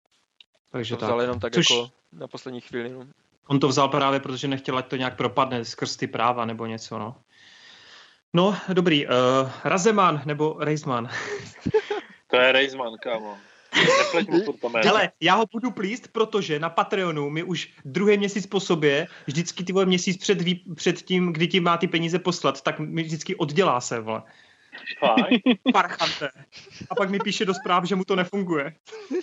Takže to vzal tak. jenom tak Což... jako na poslední chvíli. No. On to vzal právě, protože nechtěl, ať to nějak propadne skrz ty práva nebo něco, no. No, dobrý. Uh, Razeman nebo Reisman? To je Reisman, kámo. Nepleť mu furt to jméno. Hele, já ho budu plíst, protože na Patreonu mi už druhý měsíc po sobě, vždycky ty vole měsíc před, vý, před tím, kdy ti má ty peníze poslat, tak mi vždycky oddělá se, vole. Fakt? Parchante. A pak mi píše do zpráv, že mu to nefunguje.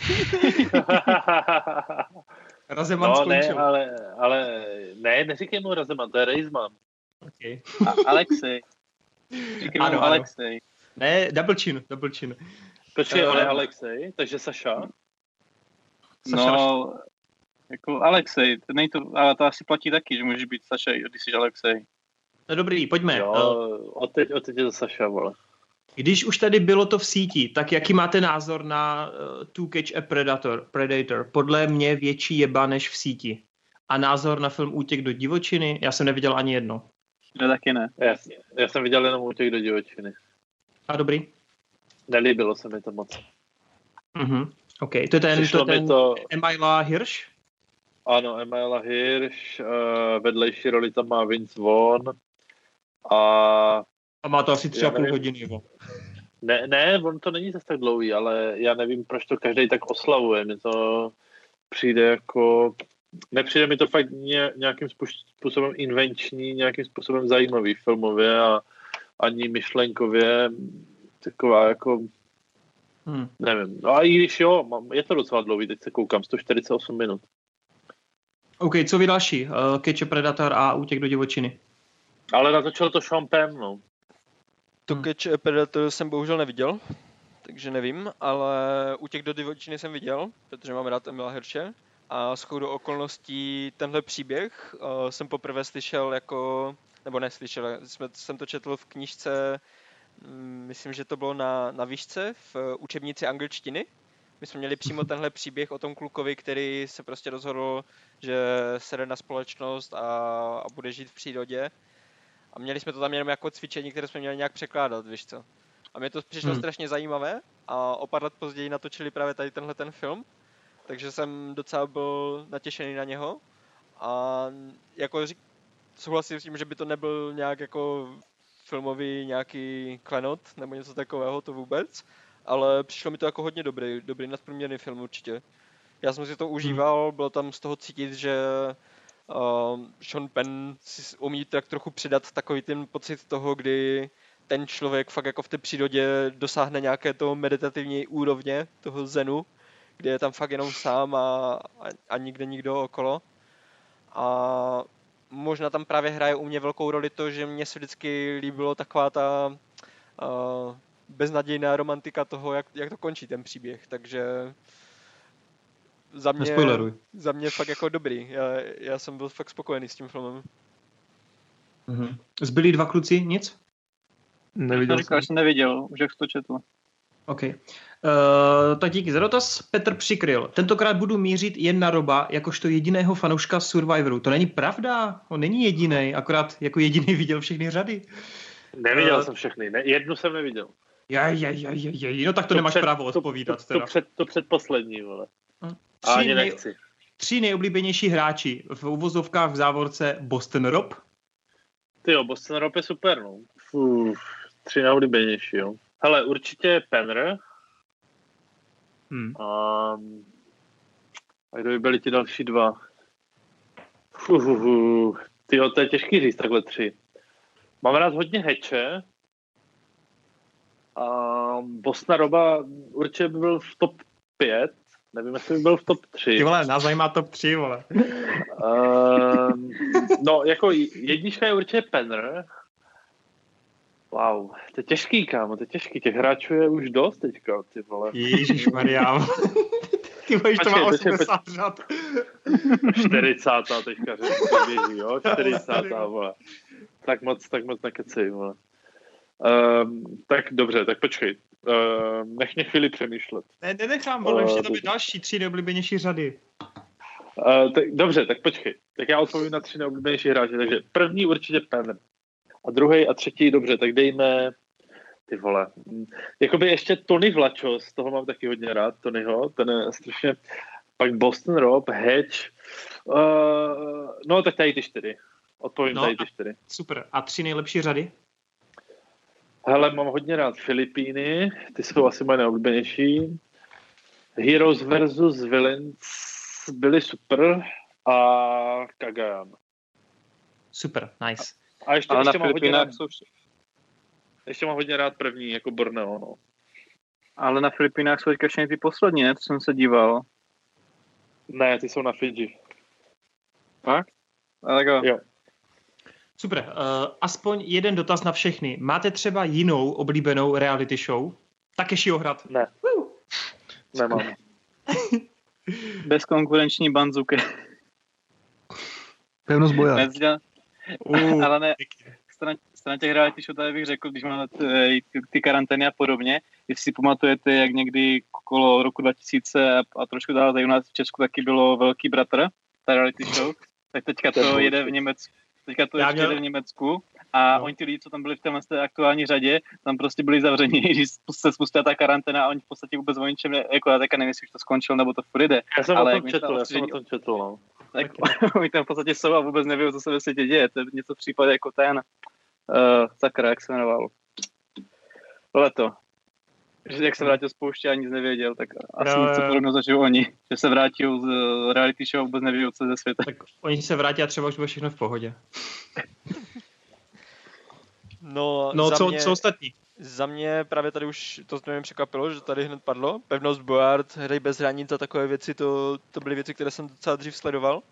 Razeman no, skončil. ne, ale, ale ne, neříkej mu Razeman, to je Reisman. Okay. A Alexej. Říkej mu Alexej. Ne, double chin, double chin. Počkej, ale Alexej, takže Saša? Saša no, jako Alexej, to nej to, ale to asi platí taky, že můžeš být Saša, když jsi Alexej. No dobrý, pojďme. Jo, od teď, od teď je to Saša, vole. Když už tady bylo to v síti, tak jaký máte názor na uh, To Catch a Predator? Predator? Podle mě větší jeba než v síti. A názor na film Útěk do divočiny? Já jsem neviděl ani jedno. Já taky ne. Já, já jsem viděl jenom Útěk do divočiny. A dobrý? Nelíbilo se mi to moc. Mhm, OK. To je ten, to ten to... Emaila Hirsch? Ano, Emaila Hirsch, uh, vedlejší roli tam má Vince Vaughn a... A má to asi tři a půl hodiny, jo? Ne, ne, on to není zase tak dlouhý, ale já nevím, proč to každý tak oslavuje. Mně to přijde jako... Nepřijde mi to fakt nějakým způsobem invenční, nějakým způsobem zajímavý filmově a ani myšlenkově taková jako... Hmm. Nevím. No a i když jo, mám, je to docela dlouhý, teď se koukám, sto čtyřicet osm minut. OK, co vy další? Uh, Catch a Predator a Útěk do divočiny. Ale natočil to Sean Penn, no. To Catch a Predator jsem bohužel neviděl, takže nevím, ale Útěk do divočiny jsem viděl, protože mám rád Emila Hirsche. A shodou okolností tenhle příběh uh, jsem poprvé slyšel jako, nebo neslyšel, jsme, jsem to četl v knížce, myslím, že to bylo na, na výšce v učebnici angličtiny. My jsme měli přímo tenhle příběh o tom klukovi, který se prostě rozhodl, že se jde na společnost a, a bude žít v přírodě. A měli jsme to tam jenom jako cvičení, které jsme měli nějak překládat, víš co. A mě to přišlo hmm. strašně zajímavé a o pár let později natočili právě tady tenhle ten film. Takže jsem docela byl natěšený na něho. A jako řík, souhlasím s tím, že by to nebyl nějak jako filmový nějaký klenot nebo něco takového, to vůbec. Ale přišlo mi to jako hodně dobrý, dobrý nadprůměrný film určitě. Já jsem si to užíval, bylo tam z toho cítit, že uh, Sean Penn si umí tak trochu přidat takový ten pocit toho, kdy ten člověk fakt jako v té přírodě dosáhne nějaké toho meditativní úrovně, toho zenu, kde je tam fakt jenom sám a, a, a nikde nikdo okolo. A možná tam právě hraje u mě velkou roli to, že mě se vždycky líbilo taková ta uh, beznadějná romantika toho, jak, jak to končí ten příběh, takže za mě, za mě fakt jako dobrý. Já, já jsem byl fakt spokojený s tím filmem. Mhm. Zbylí dva kluci, nic? Neviděl jsem. Říkal, jsem neviděl, už jak jsi to četl. OK. Uh, tak díky za dotaz. Petr Přikryl. Tentokrát budu mířit jen na Roba, jakožto jediného fanouška Survivoru. To není pravda, on není jedinej, akorát jako jediný viděl všechny řady. Neviděl uh, jsem všechny, ne, jednu jsem neviděl. Jaj, jaj, jaj, jaj, no tak to, to nemáš před, právo odpovídat. To, to, teda. to, před, to předposlední, vole. Uh, A ani nechci. Nej, tři nejoblíbenější hráči v uvozovkách v závorce Boston Rob. Ty jo, Boston Rob je super, no. Uf, tři nejoblíbenější, jo. Hele, určitě Penner. Hmm. A, a kdo by byli ti další dva? Ty jo, to je těžký říct, takhle tři. Mám rád hodně Heče. A Bostona Roba určitě by byl v top pět. Nevím, jestli by byl v top tři. Ty vole, nás zajímá top tři, vole. Uh, no, jako jednička je určitě Penner. Wow, to je těžký, kámo, to je těžký. Těch hráčů je už dost teďka, ty vole. Ježišmarja. Ty vole, to má osmdesát řad. čtyřicátá teďka běží, jo? čtyřicátá, vole. Tak moc, tak moc nekecej, vole. Um, tak dobře, tak počkej. Uh, nech mě chvíli přemýšlet. Ne, nenechám, vole, ještě tam je další tři nejoblíbenější řady. Uh, tak, dobře, tak počkej. Tak já odpovím na tři nejoblíbenější hráče. Takže první určitě Penner. A druhý a třetí, dobře, tak dejme ty vole. Jakoby ještě Tony Vlačos, toho mám taky hodně rád, Tonyho, ten je strašně pak Boston Rob, Hedge, uh, no tak tady ty čtyři. Odpovím no, tady ty čtyři. Super. A tři nejlepší řady? Hele, mám hodně rád Filipíny, ty jsou asi moje nejoblíbenější. Heroes versus Villains byly super a Kagayan. Super, nice. A ještě, ještě mám hodně rád, jsou... ještě mám hodně rád první, jako Borneo, no. Ale na Filipínách jsou teďka všechny ty poslední, ne? To jsem se díval. Ne, ty jsou na Fidži. Fakt? Ale go. Jo. Super. Uh, aspoň jeden dotaz na všechny. Máte třeba jinou oblíbenou reality show? Takeshiho Hrad. Ne. Uh. Nemám. Bezkonkurenční Banzuke. Pevnost Bojar. Uh, ale ne, stran, stran těch reality show tady bych řekl, když máme ty, ty karantény a podobně, jestli si pamatujete, jak někdy okolo roku dva tisíce a, a trošku dále tady u nás v Česku taky bylo Velký bratr, ta reality show, tak teďka to jede v Německu. Teďka to ještě jde v Německu a no. Oni ty lidi, co tam byli v téhle aktuální řadě, tam prostě byli zavřeni, když se spustila ta karanténa a oni v podstatě vůbec o ničem, ne, jako já teďka nevím, jestli už to skončilo, nebo to furt jde. Já jsem ale o tom četl, já jsem o tom četl, no. Tak oni tam v podstatě jsou a vůbec neví, co se ve světě děje. To je něco v případě jako ten, uh, sakra, jak se jmenoval. Leto. Že jak se vrátil z pouště a nic nevěděl, tak asi no, něco podobného zažil oni. Že se vrátil z reality show a vůbec neví, co ze světa. Tak oni se vrátí a třeba už bude všechno v pohodě. No, no za co, mě, co ostatní? Za mě právě tady už, to mě překvapilo, že tady hned padlo. Pevnost Board, Hry bez hranic a takové věci, to, to byly věci, které jsem docela dřív sledoval.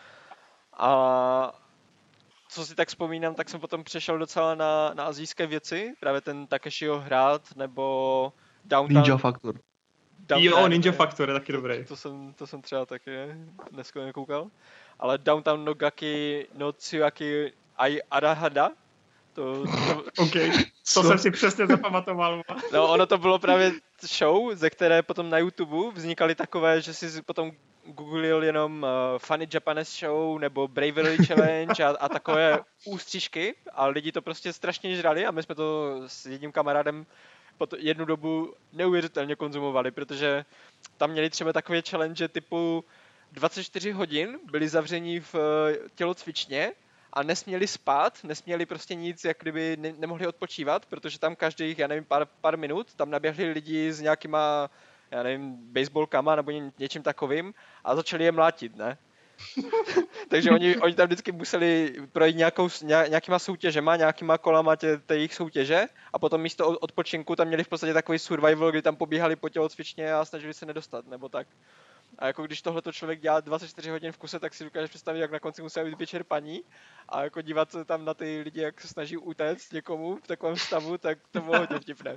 A co si tak vzpomínám, tak jsem potom přešel docela na, na asijské věci, právě ten Takeshiho Hrad, nebo Downtown... Ninja Factor. Downtown, jo, Ninja Factor je taky dobrý. To, to, jsem, to jsem třeba taky dneska nekoukal. Ale Downtown no Gaki no Tsuyaki Ai Arahada, to... to... OK, to jsem si přesně zapamatoval. No, ono to bylo právě show, ze které potom na YouTube vznikaly takové, že si potom googlil jenom uh, Funny Japanese Show nebo Bravery Challenge a, a takové ústřižky a lidi to prostě strašně žrali a my jsme to s jedním kamarádem po jednu dobu neuvěřitelně konzumovali, protože tam měli třeba takové challenge typu dvacet čtyři hodin, byli zavření v uh, tělocvičně a nesměli spát, nesměli prostě nic, jak kdyby ne- nemohli odpočívat, protože tam každých, já nevím, pár, pár minut, tam naběhli lidi s nějakýma, já nevím, baseballkama nebo ně- něčím takovým a začali je mlátit, ne? Takže oni, oni tam vždycky museli projít nějakou, nějakýma soutěžema, nějakýma kolama tě, té jejich soutěže a potom místo odpočinku tam měli v podstatě takový survival, kdy tam pobíhali po tělocvičně a snažili se nedostat, nebo tak. A jako když tohleto člověk dělá dvacet čtyři hodin v kuse, tak si dokážeš představit, jak na konci musí být vyčerpaní a jako dívat se tam na ty lidi, jak se snaží utéct někomu v takovém stavu, tak to bylo hodně vtipné.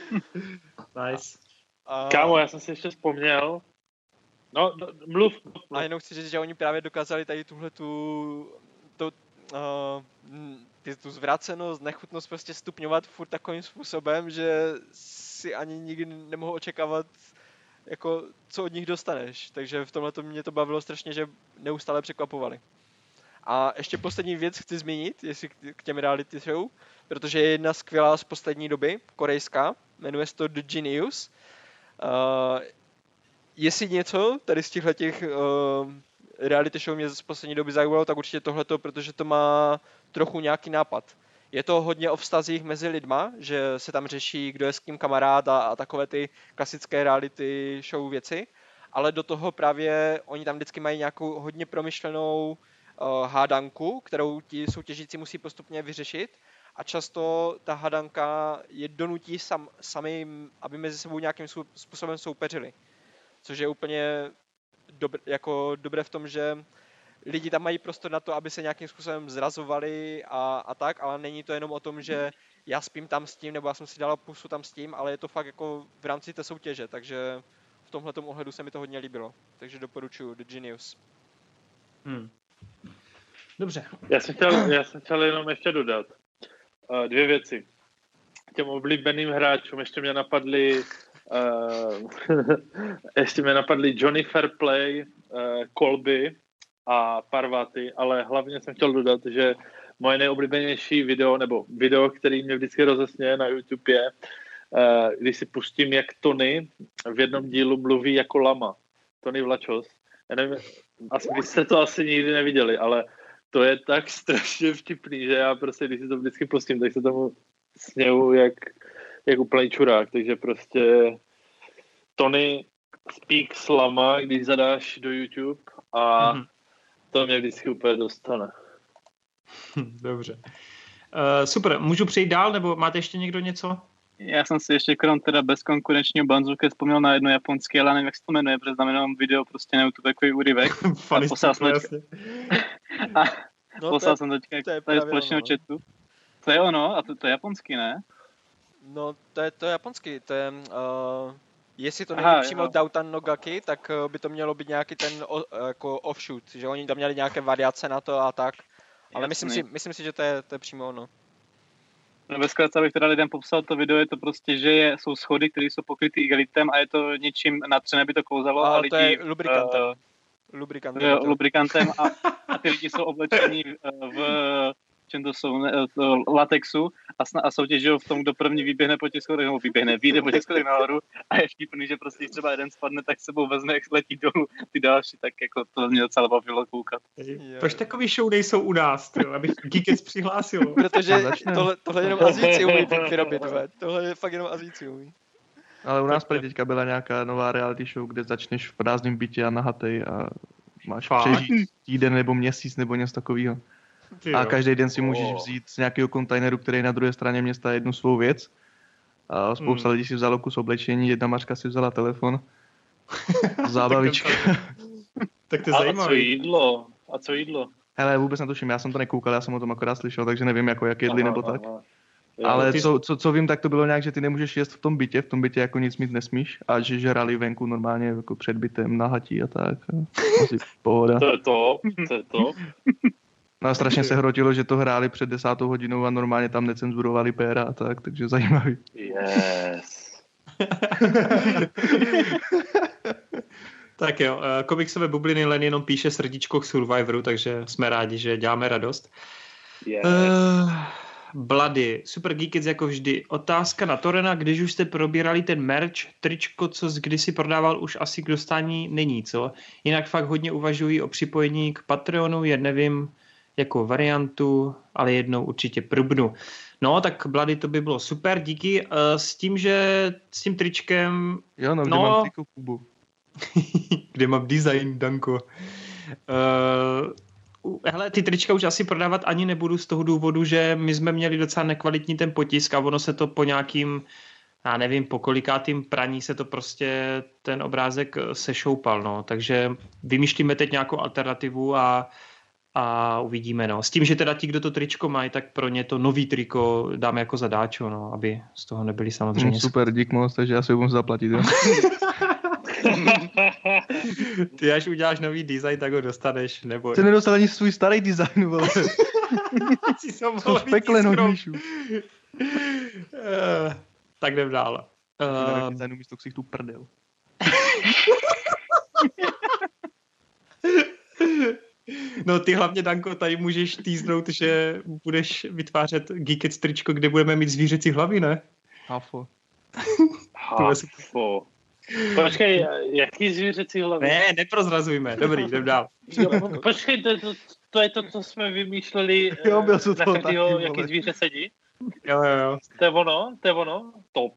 Nice. A... Kámo, já jsem si ještě vzpomněl. No, no mluv, mluv. A jenom chci říct, že oni právě dokázali tady tuhletu to, uh, ty, tu zvrácenost, nechutnost prostě stupňovat furt takovým způsobem, že si ani nikdy nemohu očekávat jako, co od nich dostaneš. Takže v tomhle mě to bavilo strašně, že neustále překvapovali. A ještě poslední věc chci zmínit, jestli k těm reality show, protože je jedna skvělá z poslední doby, korejská, jmenuje se to The Genius. Uh, jestli něco tady z těchto těch uh, reality show mě z poslední doby zajímalo, tak určitě tohleto, protože to má trochu nějaký nápad. Je to hodně o vztazích mezi lidma, že se tam řeší, kdo je s kým kamarád a, a takové ty klasické reality show věci, ale do toho právě oni tam vždycky mají nějakou hodně promyšlenou uh, hádanku, kterou ti soutěžící musí postupně vyřešit a často ta hádanka je donutí sam, sami, aby mezi sebou nějakým způsobem soupeřili. Což je úplně dobr, jako dobré v tom, že lidi tam mají prostor na to, aby se nějakým způsobem zrazovali a, a tak, ale není to jenom o tom, že já spím tam s tím, nebo já jsem si dala pusu tam s tím, ale je to fakt jako v rámci té soutěže, takže v tomhletom ohledu se mi to hodně líbilo. Takže doporučuji The Genius. Hmm. Dobře. Já jsem chtěl, já jsem chtěl jenom ještě dodat uh, dvě věci. Těm oblíbeným hráčům ještě mě napadly uh, ještě mě napadly Johnny Fairplay, uh, Colby a Parvati, ale hlavně jsem chtěl dodat, že moje nejoblíbenější video, nebo video, který mě vždycky rozesměje na YouTube je, uh, když si pustím, jak Tony v jednom dílu mluví jako lama. Tony Vlachos. Já nevím, asi vy jste to asi nikdy neviděli, ale to je tak strašně vtipný, že já prostě, když si to vždycky pustím, tak se tomu směju jak, jak úplný čurák, takže prostě Tony Speaks Lama, když zadáš do YouTube a mm-hmm. to mě vždycky úplně dostane. Dobře. Uh, super, můžu přejít dál, nebo máte ještě někdo něco? Já jsem si ještě krom teda bezkonkurenčního Banzuke vzpomněl na jedno japonské, ale nevím, jak se to jmenuje, protože znamená jenom video prostě na YouTube takový úryvek. a poslal jsem teďka, a no, poslal jsem teďka to je tady společného ono. Chatu. To je ono, a to, to je japonský, ne? No, to je, to je japonský, to je... Uh... Jestli to není Aha, přímo Dautan no Gaki, tak by to mělo být nějaký ten o, jako offshoot, že oni tam měli nějaké variace na to a tak. Ale myslím si, myslím si, že to je, to je přímo ono. No ve zkratce, abych teda lidem popsal to video, je to prostě, že je, jsou schody, které jsou pokrytý igelitem a je to něčím natřené, by to klouzalo. A, a lidi, to je lubrikantem. Uh, lubrikantem. Jo, lubrikantem a, a ty lidi jsou oblečení v... čem to jsou, ne, to, latexu a, sna, a soutěžují v tom, kdo první vyběhne po těch schodech, nebo vyběhne, vyjde po těch schodech nahoru a je vtipný, že prostě třeba jeden spadne, tak sebou vezme, jak letí dolů ty další, tak jako to mě docela bavilo koukat. Proč takový show nejsou u nás, tyjo, abych Geekec přihlásil? Protože tohle, tohle jenom Azíci umí vyrobit, tohle je fakt jenom Azíci umí. Ale u nás prý teďka byla nějaká nová reality show, kde začneš v prázdném bytě a nahatej a máš přežít týden nebo měsíc nebo něco takového. A každý den si můžeš vzít z nějakého kontejneru, který je na druhé straně města, jednu svou věc. A spousta hmm. lidí si vzalo kus oblečení, jedna Mařka si vzala telefon. Zábavička. Tak to je zajímavé. A co jídlo? A co jídlo? Hele, vůbec netuším, já jsem to nekoukal, já jsem o tom akorát slyšel, takže nevím, jako jak jedli aha, nebo tak. Aha. Ale co, co, co vím, tak to bylo nějak, že ty nemůžeš jíst v tom bytě, v tom bytě jako nic mít nesmíš a že žrali venku normálně jako před bytem na hatí a tak. Asi pohoda. To je to, to je to. No a strašně se hrotilo, že to hráli před desátou hodinou a normálně tam necenzurovali péra a tak, takže zajímavý. Yes. Tak jo, komiksové bubliny Len jenom píše srdíčko k Survivoru, takže jsme rádi, že děláme radost. Yes. Uh, Bloody, Super Geekets jako vždy. Otázka na Torena, když už jste probírali ten merch, tričko, co z kdysi prodával, už asi k dostání není, co? Jinak fakt hodně uvažují o připojení k Patreonu, jen nevím, jako variantu, ale jednou určitě prubnu. No, tak Bloody, to by bylo super, díky. Uh, s tím, že s tím tričkem... Jo, no, kde no, mám triko Kubu. Kde mám design, Danko. Uh, hele, ty trička už asi prodávat ani nebudu z toho důvodu, že my jsme měli docela nekvalitní ten potisk a ono se to po nějakým, já nevím, po kolikátým praní se to prostě ten obrázek sešoupal, no. Takže vymýšlíme teď nějakou alternativu a a uvidíme, no. S tím, že teda ti, kdo to tričko mají, tak pro ně to nový triko dáme jako zadáčo, no, aby z toho nebyli samozřejmě... Mm, super, dík moc, takže já si ho budu zaplatit, jo. Ty až uděláš nový design, tak ho dostaneš, nebo... Ty nedostal ani svůj starý design, vole. Jsem v pekle nožíšu. uh, tak jdem dál. Uh, designu místo ksichtů prdel. No ty hlavně, Danko, tady můžeš týznout, že budeš vytvářet Geekets tričko, kde budeme mít zvířecí hlavy, ne? Hafo. Hafo. Počkej, jaký zvířecí hlavy? Ne, neprozrazujme. Dobrý, jdem dál. Počkej, to, to, to je to, co jsme vymýšleli, jo, byl to na každého, jaký zvíře sedí? Jo, jo, jo. To je ono, to je ono, top.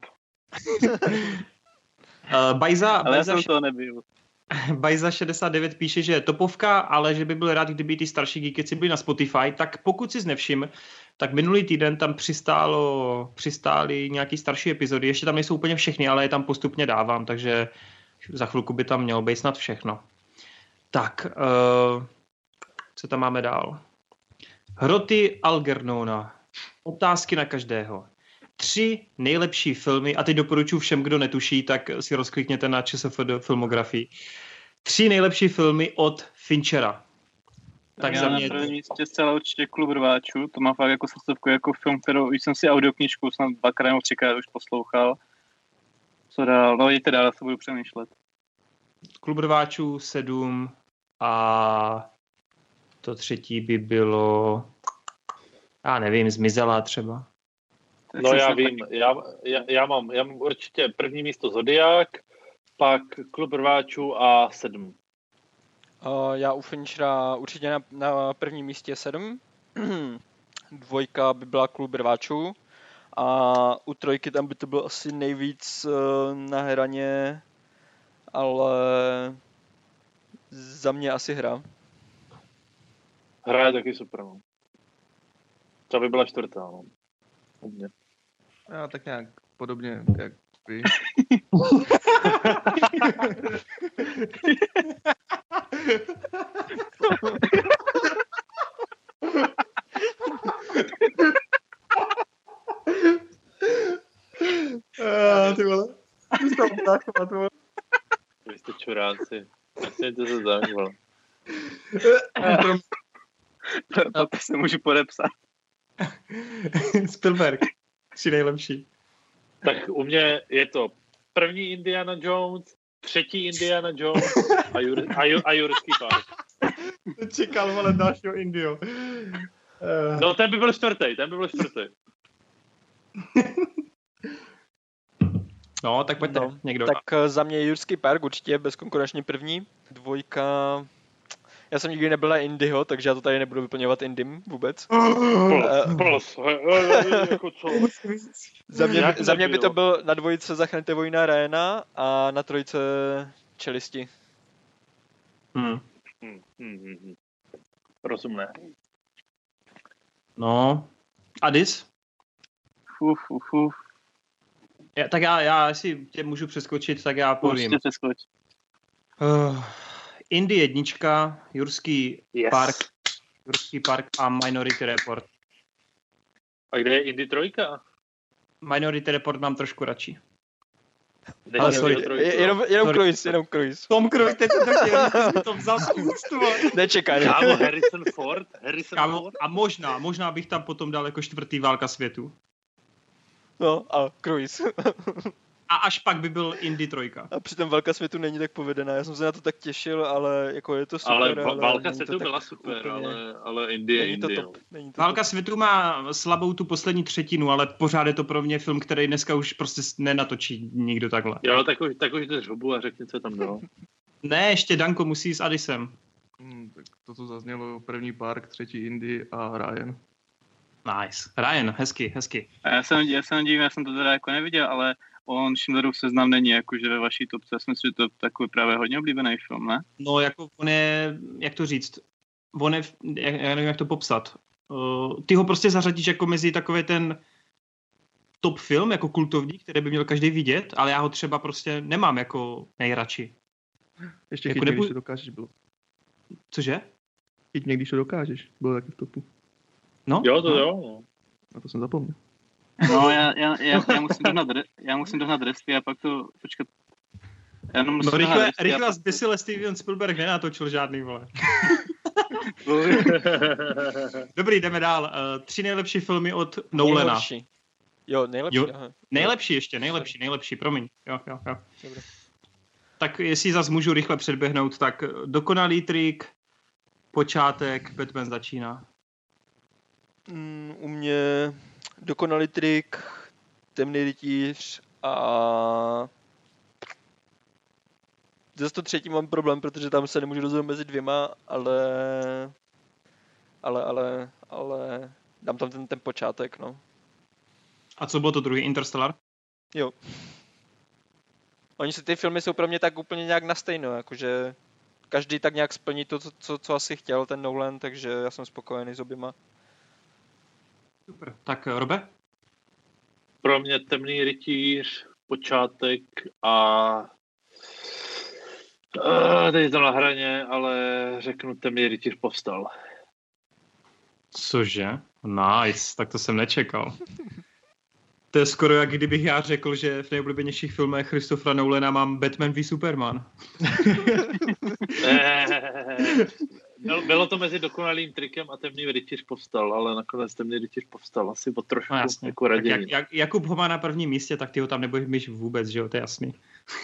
uh, Bajza, Ale Bajza já jsem to nebyl. Bajza šedesát devět píše, že je topovka, ale že by byl rád, kdyby ty starší Geekeci byly na Spotify, tak pokud si nevšim, tak minulý týden tam přistálo, přistály nějaký starší epizody, ještě tam nejsou úplně všechny, ale je tam postupně dávám, takže za chvilku by tam mělo být snad všechno. Tak, uh, co tam máme dál? Hroty Algernona. Otázky na každého. Tři nejlepší filmy, a teď doporučuji všem, kdo netuší, tak si rozklikněte na ČSFD filmografii. Tři nejlepší filmy od Finchera. Tak já za mě... na prvním místě zcela určitě Klub rváčů, to má fakt jako srdcovku, jako film, kterou už jsem si audioknižku snad dvakrát nebo třikrát už poslouchal. Co dál? No jděte dál, já se budu přemýšlet. Klub rváčů sedm a to třetí by bylo, já nevím, Zmizela třeba. No já vím, já, já, já, mám, já mám určitě první místo Zodiák, pak Klub rváčů a sedm. Uh, já u Finchera určitě na, na prvním místě sedm. Dvojka by byla Klub rváčů. A u trojky tam by to bylo asi nejvíc uh, na hraně, ale za mě asi Hra. Hra je taky super, no. To by byla čtvrtá, no. U mě. Já tak nějak podobně, jak vy. Ah, ty vole. Ty jsi tam utáchovat, ty vole. Vy jste čuráci. Myslím, to se zajímalo. To, to se můžu podepsat. Spielberg. Jsi nejlepší. Tak u mě je to první Indiana Jones, třetí Indiana Jones a, Jur, a, Jur, a Jurský park. Čekal, vole, dalšího Indio. Uh. No, ten by byl čtvrtý, ten by byl čtvrtý. No, tak pojďte, No, někdo. tak za mě Jurský park určitě bezkonkurenčně první. Dvojka... Já jsem nikdy nebyl na Indyho, takže já to tady nebudu vyplňovat Indym vůbec. Plus, jako co? Za mě, za mě by to byl na dvojice Zachraňte vojína Ryana a na trojce Čelisti. Hmm. Hmm, hmm, hmm. Rozumné. No, Adis? Uf, uf, uf. Já, tak já, já si tě můžu přeskočit, tak já povím. Určitě přeskoč. Uh, Indy jednička, Jurský Yes. park, Jurský park a Minority Report. A kde je Indy trojka? Minority Report mám trošku radši. Není Ale Indy sorry, trojka. Je, jenom jenom Sorry. Cruise, jenom Cruise. Tom Cruise, teď jsem to chtěl, ty jsi to vzal z úst, vole. Nečekaj. Kámo, Harrison Ford? Harrison Kámo, Ford? a možná, možná bych tam potom dal jako čtvrtý Válka světu. No a Cruise. A až pak by byl Indy trojka. A přitom Válka světu není tak povedená. Já jsem se na to tak těšil, ale jako je to super. Ale, ale Válka není světu to tak byla super, úplně- ale, ale Indy je Není to Indy. top. no. Není to Válka top. světu má slabou tu poslední třetinu, ale pořád je to pro mě film, který dneska už prostě nenatočí nikdo takhle. Jo, tak už, tak už jde žobu a řekni, co tam dalo. Ne, ještě Danko musí s Adisem. Hmm, tak to, co zaznělo, první park, třetí Indy a Ryan. Nice. Ryan, hezky, hezky. A já se já se nedivím, já jsem to teda jako neviděl, ale on Schindlerův seznam není jakože ve vaší topce. Já si myslím, že to je takový právě hodně oblíbený film, ne? No, jako on je, jak to říct, on je, já já nevím, jak to popsat. Uh, ty ho prostě zařadíš jako mezi takový ten top film, jako kultovní, který by měl každý vidět, ale já ho třeba prostě nemám jako nejradši. Ještě Jako chyť mě, nebu- když to dokážeš, bylo. Cože? Chyť mě, když to dokážeš, bylo taky v topu. No? Jo, to no. jo. No. Na to jsem zapomněl. No, já, já, já, já musím dohnat, re- já musím dohnat resty a pak to, počkat. Já jenom musím No dohnat rychle, resty a rychle pak- zbysile Steven Spielberg nenatočil žádný, vole. Dobrý, jdeme dál. Uh, tři nejlepší filmy od Nolana. Nejlepší. Jo, nejlepší. Jo. Aha. Nejlepší ještě, nejlepší, nejlepší, promiň. Jo, jo, jo. Dobře. Tak jestli zas můžu rychle předběhnout, tak Dokonalý trik, Počátek, Batman začíná. Mm, u mě Dokonalý trik, Temný rytíř a... Zase to třetí mám problém, protože tam se nemůžu rozhodnout mezi dvěma, ale... Ale, ale, ale... Dám tam ten, ten počátek, no. A co bylo to druhý, Interstellar? Jo. Oni si ty filmy jsou pro mě tak úplně nějak na stejno, jakože... Každý tak nějak splní to, co, co, co asi chtěl ten Nolan, takže já jsem spokojený s oběma. Super. Tak Robe? Pro mě Temný rytíř, Počátek a... a teď je to na hraně, ale řeknu Temný rytíř povstal. Cože? Nice, tak to jsem nečekal. To je skoro jak kdybych já řekl, že v nejoblíbenějších filmech Christophera Nolana mám Batman v Superman. Bylo- Bylo to mezi Dokonalým trikem a Temný rytíř povstal, ale nakonec Temný rytíř povstal asi o trošku No jasně. jako Tak raději. jak, jak, Jakub ho má na prvním místě, tak ty ho tam nebudeš mít vůbec, že jo, to je jasný.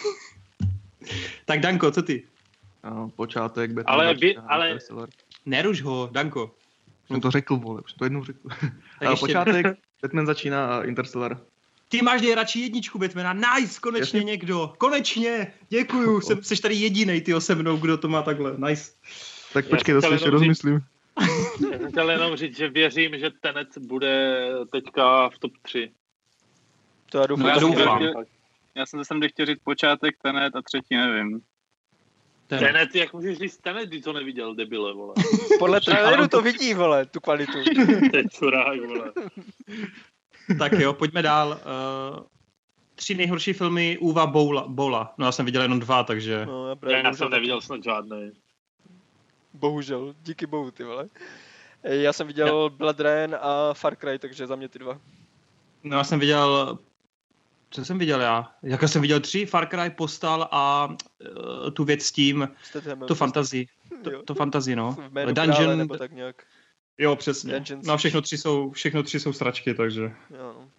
Tak Danko, co ty? Ano, počátek, Batman Ale začíná, vy- ale- Interstellar. Neruš ho, Danko. Už jsem to řekl, vole, už jsem to jednou řekl. Tak Ale ještě- počátek, Batman začíná a Interstellar. Ty máš nejradši jedničku Batmana, nice, konečně Jasně. někdo, konečně, děkuju, jsem, jsi tady jedinej, tyjo, se mnou, kdo to má takhle, nice. Tak počkej, to si ještě rozmyslím. Já jsem chtěl jenom říct, že věřím, že Tenet bude teďka v top tři. To já doufám. No já, doufám. Chtěl, já jsem zase chtěl říct počátek Tenet a třetí nevím. Tenet, Tenet jak můžeš říct Tenet, ty to neviděl, debile, vole. Podle traileru to vidí, vole, tu kvalitu. Teď čurák, vole. Tak jo, pojďme dál. Uh, tři nejhorší filmy Uva Bola. Bola. No já jsem viděl jenom dva, takže... No, já, já jsem neviděl snad žádný. Bohužel, díky bohu, ty vole. Já jsem viděl ja. Blood Rain a Far Cry, takže za mě ty dva. No já jsem viděl... Co jsem viděl já? Jak jsem viděl tři, Far Cry, Postal a uh, tu věc s tím, to fantazii. To, to fantazii, no. Dungeon... nebo tak nějak. Jo, přesně. Dungeon no a všechno tři jsou, všechno tři jsou sračky, takže... Jo, no.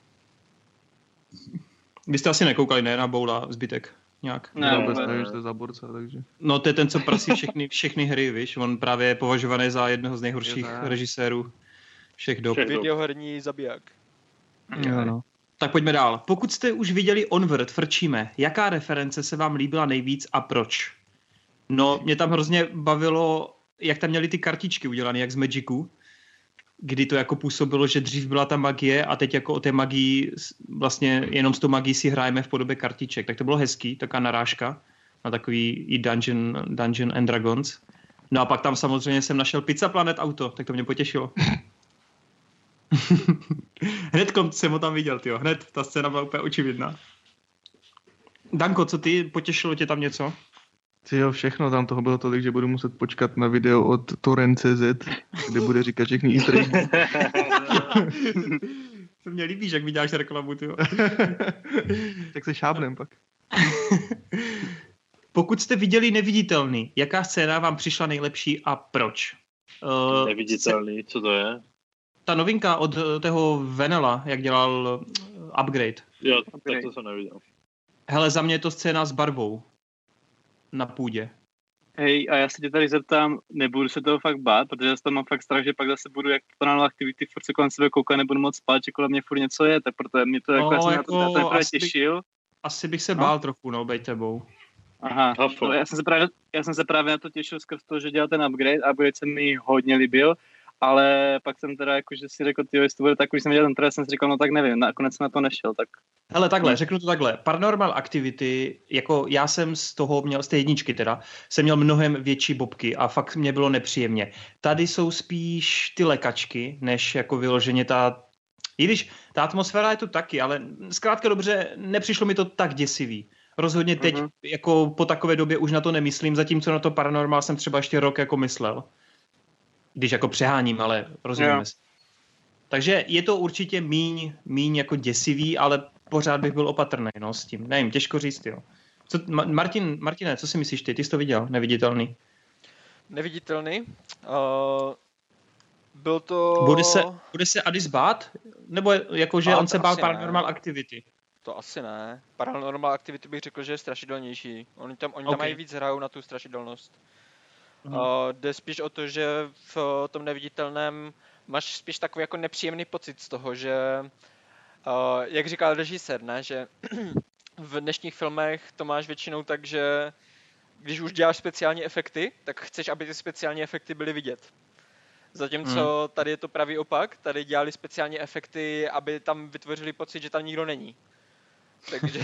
Vy jste asi nekoukali, ne, na Boula zbytek nějak? Ne, ne, vůbec nevím, že to je záborce, takže... No to je ten, co prasí všechny, všechny hry, víš? On právě je považovaný za jednoho z nejhorších je režisérů všech dob. Videoherní zabiják. Jo, no. Tak pojďme dál. Pokud jste už viděli Onward, frčíme, jaká reference se vám líbila nejvíc a proč? No, mě tam hrozně bavilo, jak tam měli ty kartičky udělané, jak z Magicu, kdy to jako působilo, že dřív byla ta magie a teď jako o té magii, vlastně jenom s tou magií si hrajeme v podobě kartiček. Tak to bylo hezký, taková narážka na takový i Dungeon, Dungeon and Dragons. No a pak tam samozřejmě jsem našel Pizza Planet Auto, tak to mě potěšilo. Hned jsem ho tam viděl, tyjo. Hned ta scéna byla úplně očividná. Danko, co ty? Potěšilo tě tam něco? Jo, všechno, tam toho bylo tolik, že budu muset počkat na video od torrent tečka cé zet, kde bude říkat všechny easter eggy. To mě líbíš, jak mi děláš reklamu, tyjo. Tak se šábnem pak. Pokud jste viděli Neviditelný, jaká scéna vám přišla nejlepší a proč? Uh, Neviditelný, co to je? Ta novinka od toho Venela, jak dělal Upgrade. Jo, tak to jsem neviděl. Hele, za mě je to scéna s barvou. Na půdě. Hej, a já se tě tady zeptám, nebudu se toho fakt bát, protože já tam mám fakt strach, že pak zase budu jak Paranormal Activity, furt se kolem sebe koukat, nebudu moc spát, že kolem mě furt něco je, tak proto mě to jako, no, já jsem jako, na to, to asi těšil. Bych, asi bych se no? bál trochu, no, bej tebou. Aha, no, já, jsem se právě, já jsem se právě na to těšil skrz toho, že dělal ten upgrade, upgrade se mi hodně líbil, ale pak jsem teda jakože si řekl, tyjo, jestli to bude tak, když jsem viděl ten trailer, jsem si říkal, no tak nevím, nakonec jsem na to nešel, tak... Hele, takhle, řeknu to takhle, Paranormal Activity, jako já jsem z toho měl, z té jedničky teda, jsem měl mnohem větší bobky a fakt mě bylo nepříjemně. Tady jsou spíš ty lekačky, než jako vyloženě ta, i když ta atmosféra je tu taky, ale zkrátka dobře, nepřišlo mi to tak děsivý. Rozhodně teď, uh-huh. jako po takové době už na to nemyslím, zatímco na to Paranormal jsem třeba ještě rok jako myslel. Když jako přeháním, ale rozumíme se. Takže je to určitě míň, míň jako děsivý, ale pořád bych byl opatrný, no, s tím. Nevím, těžko říct, jo. Co, Martin, Martine, co si myslíš ty? Ty jsi to viděl, Neviditelný? Neviditelný? Uh, byl to... Bude se, bude se Addis bát? Nebo jakože on se bál Paranormal ne. Activity? To asi ne. Paranormal Activity bych řekl, že je strašidelnější. Oni tam, oni okay. tam mají víc hrajou na tu strašidelnost. Uh, jde spíš o to, že v tom Neviditelném máš spíš takový jako nepříjemný pocit z toho, že uh, jak říkal režisér, ne, že v dnešních filmech to máš většinou tak, že když už děláš speciální efekty, tak chceš, aby ty speciální efekty byly vidět. Zatímco hmm. tady je to pravý opak, tady dělali speciální efekty, aby tam vytvořili pocit, že tam nikdo není. Takže...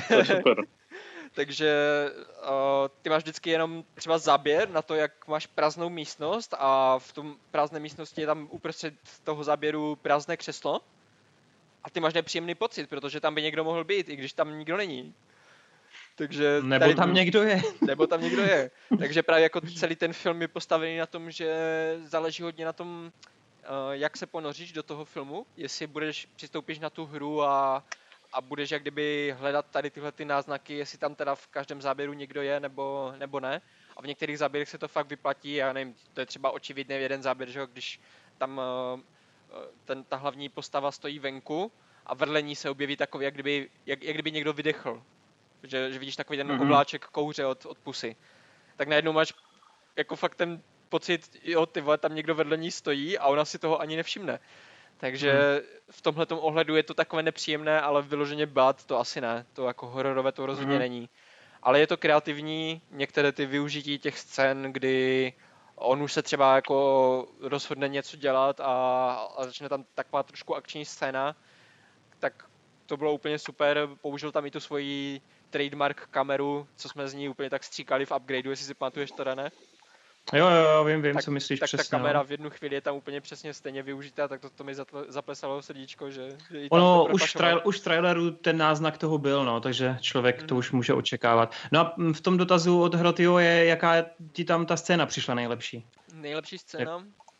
Takže uh, ty máš vždycky jenom třeba záběr na to, jak máš prázdnou místnost a v tom prázdné místnosti je tam uprostřed toho záběru prázdné křeslo a ty máš nepříjemný pocit, protože tam by někdo mohl být, i když tam nikdo není. Takže nebo tady, tam někdo je. Nebo tam někdo je. Takže právě jako celý ten film je postavený na tom, že záleží hodně na tom, uh, jak se ponoříš do toho filmu, jestli budeš přistoupíš na tu hru a a budeš jak kdyby hledat tady tyhle ty náznaky, jestli tam teda v každém záběru někdo je nebo, nebo ne. A v některých záběrech se to fakt vyplatí, já nevím, to je třeba očividný jeden záběr, že když tam ten, ta hlavní postava stojí venku a vedle ní se objeví takový, jak kdyby, jak, jak kdyby někdo vydechl. Že, že vidíš takový ten mm-hmm. obláček kouře od, od pusy. Tak najednou máš jako fakt ten pocit, jo, ty vole, tam někdo vedle ní stojí a ona si toho ani nevšimne. Takže hmm. v tomhletom ohledu je to takové nepříjemné, ale vyloženě bad to asi ne. To jako hororové to rozhodně hmm. není. Ale je to kreativní, některé ty využití těch scén, kdy on už se třeba jako rozhodne něco dělat a, a začne tam taková trošku akční scéna, tak to bylo úplně super. Použil tam i tu svoji trademark kameru, co jsme z ní úplně tak stříkali v upgradeu, jestli si pamatuješ to, Dané? Jo, jo, vím, vím, tak, co myslíš tak přesně. Tak ta kamera no. v jednu chvíli je tam úplně přesně stejně využitá, tak to, to mi zaplesalo srdíčko, že... že ono, už, trail, už v traileru ten náznak toho byl, no, takže člověk hmm. to už může očekávat. No a v tom dotazu od Hrotyho je, jaká ti tam ta scéna přišla nejlepší? Nejlepší scéna?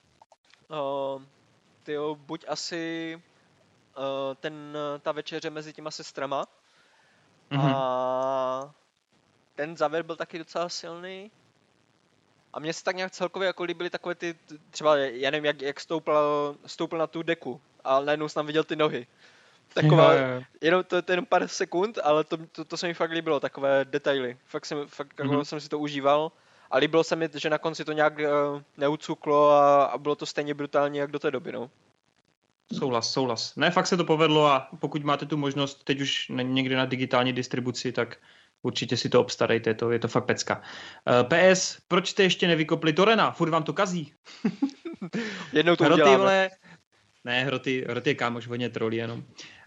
Uh, tyjo, buď asi uh, ten, ta večeře mezi těma sestrama mm-hmm. a ten závěr byl taky docela silný. A mně se tak nějak celkově jako líbily takové ty, třeba, já nevím, jak, jak stoupl, stoupl na tu deku a najednou jsem tam viděl ty nohy. Taková, jo, jo. Jenom to je jenom pár sekund, ale to, to, to se mi fakt líbilo, takové detaily. Fakt jsem, fakt mm-hmm. jsem si to užíval a líbilo se mi, že na konci to nějak uh, neucuklo a, a bylo to stejně brutální, jak do té doby, no. Souhlas, souhlas. Ne, fakt se to povedlo a pokud máte tu možnost teď už někde na digitální distribuci, tak určitě si to obstarejte, je to, je to fakt pecka. Uh, P S, proč jste ještě nevykopli Torena? Furt vám to kazí. Jednou to uděláme. Vole... Ne, Hroty, Hroty je kámoš, hodně trolí jenom.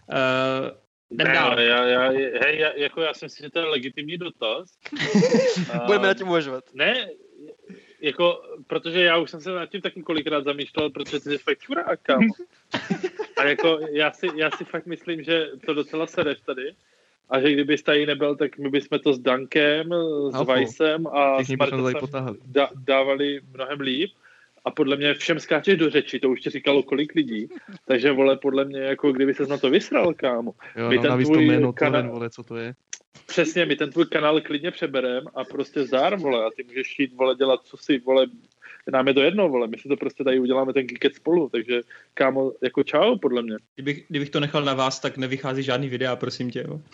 Uh, ne, ale já, já, hej, já, jako já si myslím, že to je legitimní dotaz. Budeme na tím uvažovat. Ne, jako, protože já už jsem se nad tím taky kolikrát zamýšlel, protože ty jsi fakt čurák, kámo. A jako, já si, já si fakt myslím, že to docela sereš tady. A že kdyby tady nebyl, tak my bychom to s Dankem, s Vajsem a s Martosem da, dávali mnohem líp. A podle mě všem skáčeš do řeči, to už ti říkalo kolik lidí. Takže, vole, podle mě, jako kdyby ses na to vysral, kámo. Jo, my no, ten navíc tvůj to jméno, kanál, tohle, vole, co to je. Přesně, my ten tvůj kanál klidně přeberem a prostě zdár, vole, a ty můžeš jít, vole, dělat, co si, vole, nám je to jedno, vole, my si to prostě tady uděláme ten Geekec spolu, takže, kámo, jako čau, podle mě. Kdybych, kdybych to nechal na vás, tak nevychází žádný videa, prosím tě, jo.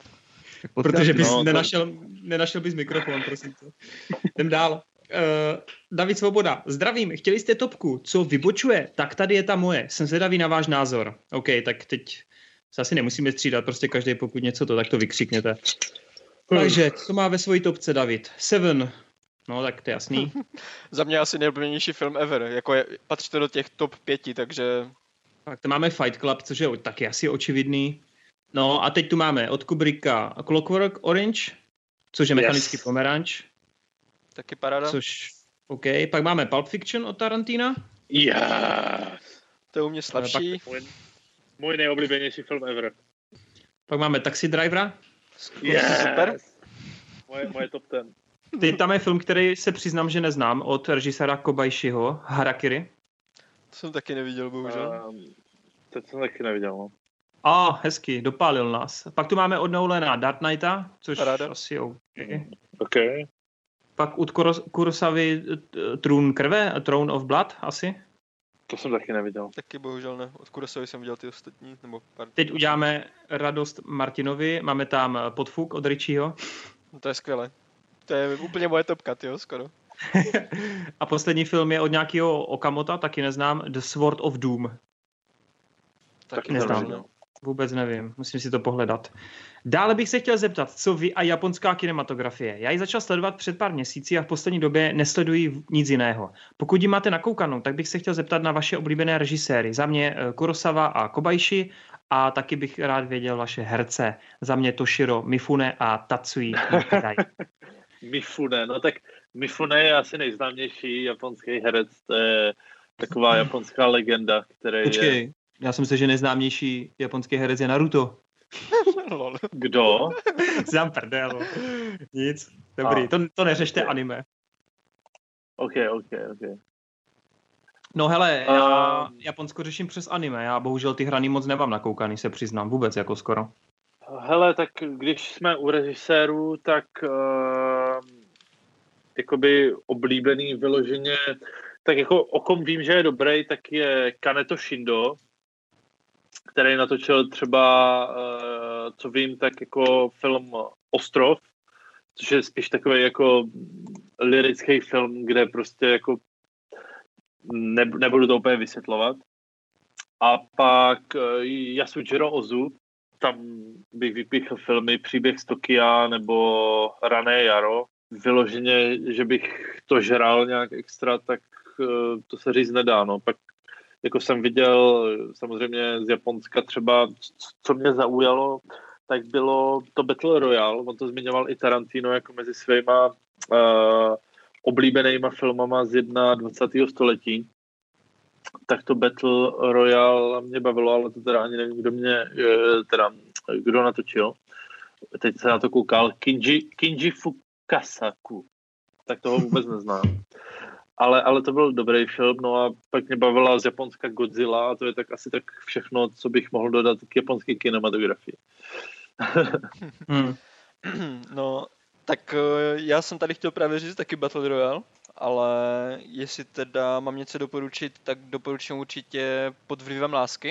Protože bys no, nenašel, to... nenašel bys mikrofon, prosím tě. Jdem dál. Uh, David Svoboda, zdravím, chtěli jste topku, co vybočuje? Tak tady je ta moje, jsem zvědavý na váš názor. OK, tak teď se asi nemusíme střídat, prostě každý pokud něco to, tak to vykřikněte. Hmm. Takže, co má ve svojí topce David? Seven. No, tak to je jasný. Za mě asi nejoblíbenější film ever, jako je, patří to do těch top pěti, takže... Tak to máme Fight Club, což je taky asi očividný. No a teď tu máme od Kubricka Clockwork Orange, což je mechanický yes. pomeranč. Taky paráda. Což, OK. Pak máme Pulp Fiction od Tarantina. Yeah. To je u mě slabší. Pak, můj, můj nejoblíbenější film ever. Pak máme Taxi Drivera. Yes. Super. Moje, moje top ten. Teď tam je film, který se přiznám, že neznám, od režiséra Kobaishiho, Harakiri. To jsem taky neviděl, bohužel. Um, to jsem taky neviděl, no. A, ah, hezky, dopálil nás. Pak tu máme od Nolana Dark Knighta, což Paráda. asi OK. OK. Pak od Kurosavy Trůn krve, Throne of Blood, asi. To jsem taky neviděl. Taky bohužel ne. Od Kurosavy jsem viděl ty ostatní. Nebo pár... Teď uděláme radost Martinovi, máme tam Podfuk od Richieho. No to je skvělé. To je úplně moje topka, tyjo, skoro. A poslední film je od nějakého Okamota, taky neznám, The Sword of Doom. Taky neznám. neznám. Vůbec nevím, musím si to pohledat. Dále bych se chtěl zeptat, co vy a japonská kinematografie. Já ji začal sledovat před pár měsíci a v poslední době nesleduji nic jiného. Pokud ji máte nakoukanou, tak bych se chtěl zeptat na vaše oblíbené režiséry. Za mě Kurosawa a Kobaishi a taky bych rád věděl vaše herce. Za mě Toshiro Mifune a Tatsui Ikidai. Mifune, no tak Mifune je asi nejznámější japonský herec, to je taková japonská legenda, který Počkej. je... Já jsem myslel, že nejznámější japonský herec je Naruto. Kdo? Znám prdel. Nic. Dobrý, to, to neřešte okay. Anime. OK, OK, OK. No hele, já uh, Japonsko řeším přes anime. Já bohužel ty hraný moc nemám nakoukaný, se přiznám. Vůbec jako skoro. Hele, tak když jsme u režisérů, tak uh, jakoby oblíbený vyloženě, tak jako o kom vím, že je dobrý, tak je Kaneto Shindo, který natočil třeba, uh, co vím, tak jako film Ostrov, což je spíš takový jako lirický film, kde prostě jako ne, nebudu to úplně vysvětlovat. A pak Yasujiro Ozu, tam bych vypíchl filmy Příběh z Tokia nebo Rané jaro. Vyloženě, že bych to žral nějak extra, tak to se říct nedá. No. Pak jako jsem viděl samozřejmě z Japonska třeba, co mě zaujalo, tak bylo to Battle Royale. On to zmiňoval i Tarantino jako mezi svýma uh, oblíbenýma filmama z dvacátého prvního století. Tak to Battle Royale mě bavilo, ale to teda ani nevím, kdo mě, teda, kdo natočil. Teď se na to koukal. Kinji, Kinji Fukasaku. Tak toho vůbec neznám. Ale, ale to byl dobrý film, no a pak mě bavila z Japonska Godzilla a to je tak asi tak všechno, co bych mohl dodat k japonské kinematografii. hmm. No, tak já jsem tady chtěl právě říct taky Battle Royale, ale jestli teda mám něco doporučit, tak doporučím určitě Pod vlivem lásky.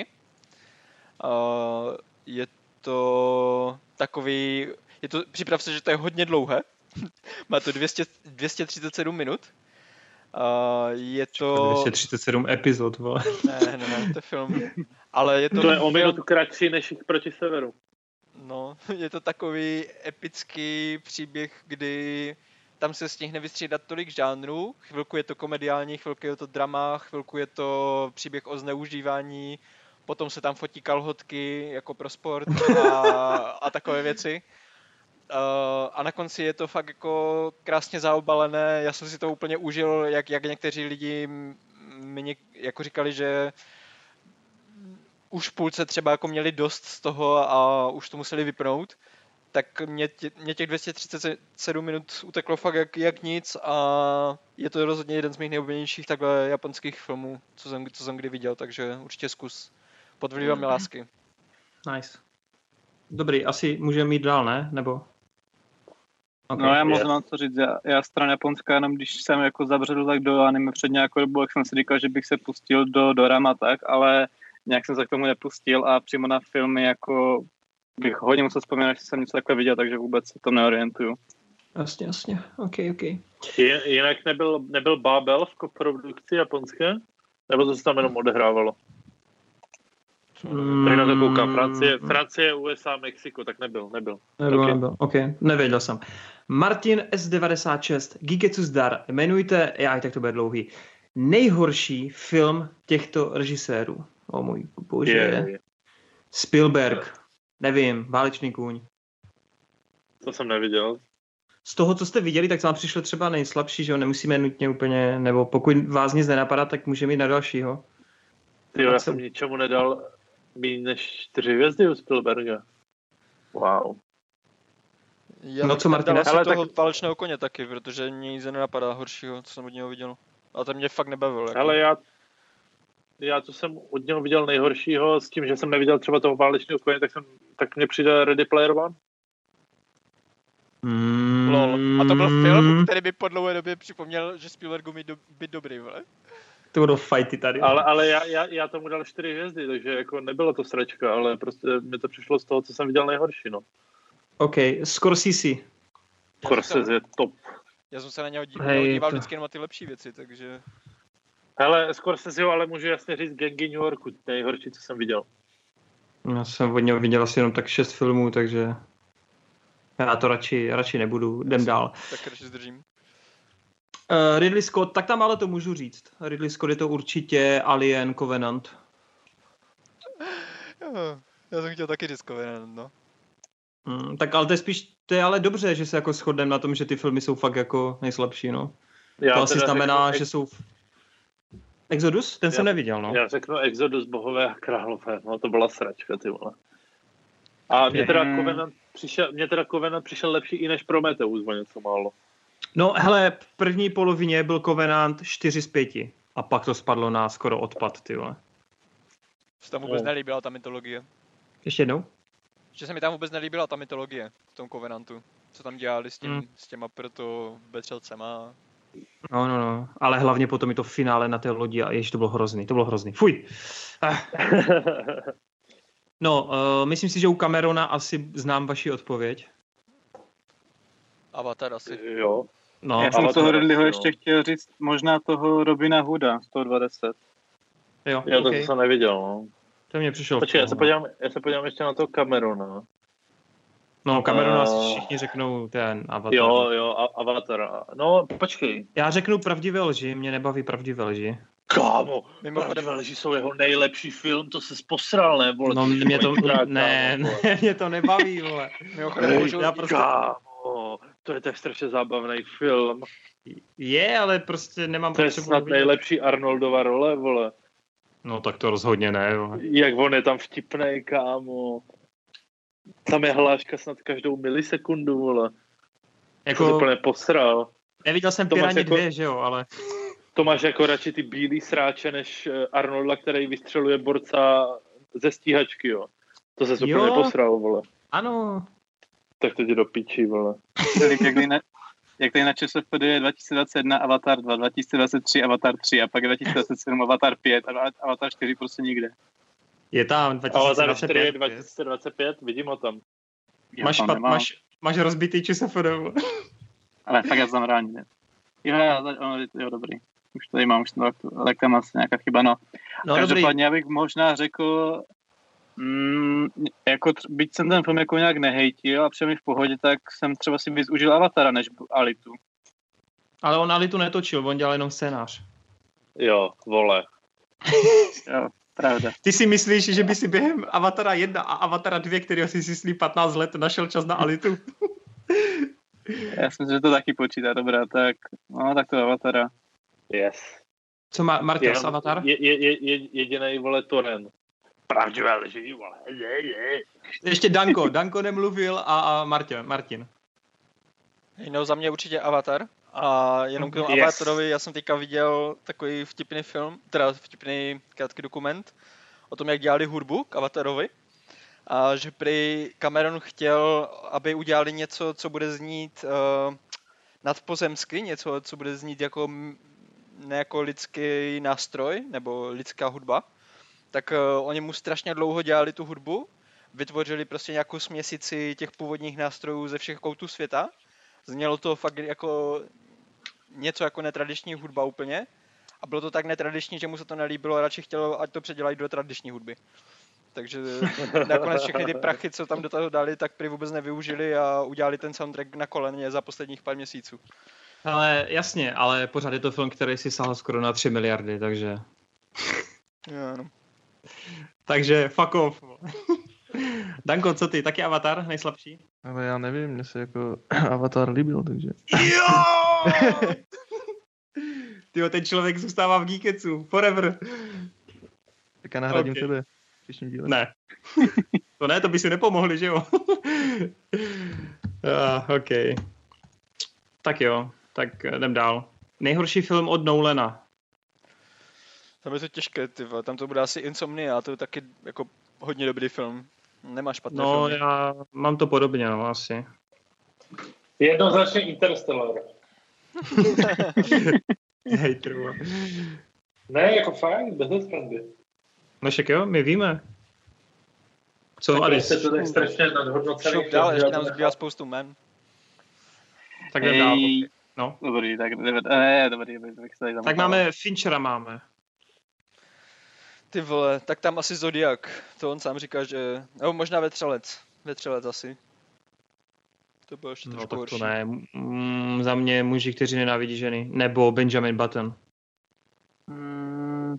Je to takový, je to, připrav se, že to je hodně dlouhé, má to dvě stě, dvě stě třicet sedm minut. Je to... dvě stě třicet sedm epizod, vole. Ne, ne, ne, to je film. Ale je to... To je o minutu kratší než Jich proti severu. No, je to takový epický příběh, kdy tam se stihne vystřídat tolik žánrů. Chvilku je to komediální, chvilku je to drama, chvilku je to příběh o zneužívání, potom se tam fotí kalhotky jako pro sport a, a takové věci. Uh, a na konci je to fakt jako krásně zaobalené. Já jsem si to úplně užil, jak, jak někteří lidi mi něk, jako říkali, že už v půlce třeba jako měli dost z toho a už to museli vypnout. Tak mě, tě, mě těch dvě stě třicet sedm minut uteklo fakt jak, jak nic a je to rozhodně jeden z mých nejoblíbenějších takhle japonských filmů, co jsem, co jsem kdy viděl, takže určitě zkus. Pod vlivem lásky. Nice. Dobrý, asi můžeme jít dál, ne? Nebo... Okay. No já moc mám co říct, já, já stran Japonska, jenom když jsem jako zabředl tak do anime před nějakou dobu, jak jsem si říkal, že bych se pustil do dorama tak, ale nějak jsem se k tomu nepustil a přímo na filmy jako bych hodně musel vzpomínat, že jsem něco takové viděl, takže vůbec se to neorientuju. Jasně, jasně, ok, ok. Jinak nebyl, nebyl Babel v koprodukci japonské? Nebo to se tam jenom odehrávalo? Mm. Tak na to koukám. Francie, Francie, U S A, Mexiko, tak nebyl, nebyl. Nebyl, okay. nebyl, ok, nevěděl jsem. Martin S devadesát šest, Gigetsu zdar, jmenujte, já tak to bude dlouhý, nejhorší film těchto režisérů. O můj bože. Je, je. Spielberg, nevím, Válečný kůň. To jsem neviděl. Z toho, co jste viděli, tak vám přišlo třeba nejslabší, že jo, nemusíme nutně úplně, nebo pokud vás nic nenapadá, tak můžeme jít na dalšího. Jo, já jsem ničemu nedal méně než čtyři hvězdy u Spielberga. Wow. Já no co, Martina? Dal asi toho tak... Válečného koně taky, protože mě nic nenapadá horšího, co jsem od něho viděl. A ten mě fakt nebavil. Jako. Ale já, já co jsem od něho viděl nejhoršího, s tím, že jsem neviděl třeba toho Válečného koně, tak, jsem, tak mě přijde Ready Player One. Mm. Lol. A to byl film, který by po dlouhé době připomněl, že Spielbergu mi do, být dobrý, vole. To budou fighty tady. Ale, ale já, já, já tomu dal čtyři hvězdy, takže jako nebylo to sračka, ale prostě mi to přišlo z toho, co jsem viděl nejhorší, no. OK, Scorsese. Scorsese je top. Já jsem se na něho díval, hey, díval to... vždycky jenom na ty lepší věci, takže... Hele, Scorsese, ale můžu jasně říct Gangy New Yorku, nejhorší, co jsem viděl. Já jsem od něho viděl asi jenom tak šest filmů, takže... Já to radši, radši nebudu, jdem dál. Tak radši zdržím. Uh, Ridley Scott, tak tam ale to můžu říct. Ridley Scott je to určitě Alien, Covenant. Jo, já jsem chtěl taky říct Covenant, no. Mm, tak ale to je spíš, to je ale dobře, že se jako shodneme na tom, že ty filmy jsou fakt jako nejslabší, no. Já to asi znamená, řeknu, že jsou... Exodus? Ten já, jsem neviděl, no. Já řeknu Exodus, bohové a králové, no to byla sračka, ty vole. A mě teda Covenant přišel, mě teda Covenant přišel lepší i než Prometheus, o něco málo. No hele, v první polovině byl Covenant čtyři z pěti. A pak to spadlo na skoro odpad, ty vole. Se tam vůbec no. nelíbila ta mytologie. Ještě jednou? Že se mi tam vůbec nelíbila ta mytologie v tom Covenantu. Co tam dělali s, tím, hmm. s těma proto betřelcema. No, no, no. Ale hlavně potom i to finále na té lodi a jež to bylo hrozný. To bylo hrozný. Fuj. No, uh, myslím si, že u Camerona asi znám vaši odpověď. Avatar asi. Jo. No, já jsem toho Ridleyho ještě chtěl říct, možná toho Robina Hooda, sto dvacet. Jo, jo okay. To jsem neviděl, no. To mě přišlo. Počkej, já se podívám, já se podívám ještě na toho Camerona. No, Camerona asi uh, všichni řeknou ten Avatar. Jo, jo, a, Avatar. No, počkej. Já řeknu Pravdivé lži, mě nebaví Pravdivé lži. Kámo, Pravdivé lži jsou jeho nejlepší film, to se posral, ne, vole. No, mě to, krát, ne, kámo, ne, mě to nebaví, vole. Ej, já prostě... Kámo, to je tak strašně zábavný film. Je, ale prostě nemám to potřebu. To je snad nejlepší Arnoldova role, vole. No tak to rozhodně ne, vole. Jak on je tam vtipnej, kámo. Tam je hláška snad každou milisekundu, vole. Jako... To úplně posral. Neviděl jsem Piráně jako... dvě, že jo, ale... To máš jako radši ty bílý sráče, než Arnolda, který vystřeluje borca ze stíhačky, jo. To se úplně posral, vole. Ano. Tak to jde do piči, vole. Jak tady na ČSFD je dva tisíce dvacet jedna Avatar dva, dva tisíce dvacet tři Avatar tři a pak dva tisíce dvacet sedm Avatar pět a Avatar čtyři prostě nikde. Je tam dva tisíce dvacet pět. Avatar čtyři je dva tisíce dvacet pět, vidím ho tam. Máš, pat, máš, máš rozbitý ČSFD. Ale fakt já to tam reálně ne. Jo, jo, jo, dobrý. Už tady mám, už to, ale tam asi nějaká chyba, no. no Každopádně já bych možná řekl, mm, jako tr- byť jsem ten film jako nějak nehejtil a přijel mi v pohodě, tak jsem třeba si víc užil Avatara než Alitu. Ale on Alitu netočil, on dělal jenom scénář. Jo, vole. Jo, pravda. Ty si myslíš, že by si během Avatara jedna a Avatara dva, kterého si myslí patnáct let, našel čas na Alitu? Já si myslím, že to taky počítá, dobrá, tak no, tak to Avatara. Yes. Co má Martin z Avatar? Je, je, je, je, jedinej, vole, Torrent. Pravdivé lži, vole. Je, je. Ještě Danko, Danko nemluvil a, a Martin. Martin. No, za mě určitě Avatar. A jenom k tomu yes. Avatarovi, já jsem teďka viděl takový vtipný film, teda vtipný krátký dokument o tom, jak dělali hudbu k Avatarovi. A že prý Cameron chtěl, aby udělali něco, co bude znít uh, nadpozemsky, něco, co bude znít jako ne jako lidský nástroj nebo lidská hudba. Tak uh, oni mu strašně dlouho dělali tu hudbu, vytvořili prostě nějakou směsici těch původních nástrojů ze všech koutů světa. Znělo to fakt jako něco jako netradiční hudba úplně. A bylo to tak netradiční, že mu se to nelíbilo a radši chtělo, ať to předělají do tradiční hudby. Takže nakonec všechny ty prachy, co tam do toho dali, tak prý vůbec nevyužili a udělali ten soundtrack na koleně za posledních pár měsíců. Ale jasně, ale pořád je to film, který si sahal skoro na tři miliardy, takže... Jo, no. Takže fuck off. Danko, co ty? Taky Avatar nejslabší? Ale já nevím, mně se jako Avatar líbil, takže... Jo! Tyjo, ten člověk zůstává v Geeketsu, forever. Tak já nahradím okay. tebe. Ne. To ne, to by si nepomohli, že jo? uh, OK. Tak jo, tak jdem dál. Nejhorší film od Nolana. Tam je to těžké, ty vole. Tam to bude asi Insomnia, to je taky jako hodně dobrý film. Nemá špatné no, filmy. No, já mám to podobně, no, asi. Jednoznačně Interstellar. Hej, trvo. Ne, jako fajn, bez srandy. No však jo, my víme. Co, Adis? To je strašně nadhodnocený. Šup dál, ještě nám zbývá spoustu men. Tak jdem dál. No. Dobrý, tak ne, dobrý, dobrý, dobrý, dobrý. Tak máme, Finchera máme. Ty vole, tak tam asi Zodiac. To on sám říká, že... No, možná Vetřelec. Vetřelec asi. To bylo ještě no, trošku tak horší. to ne. Mm, za mě muži, kteří nenávidí ženy. Nebo Benjamin Button. Mm.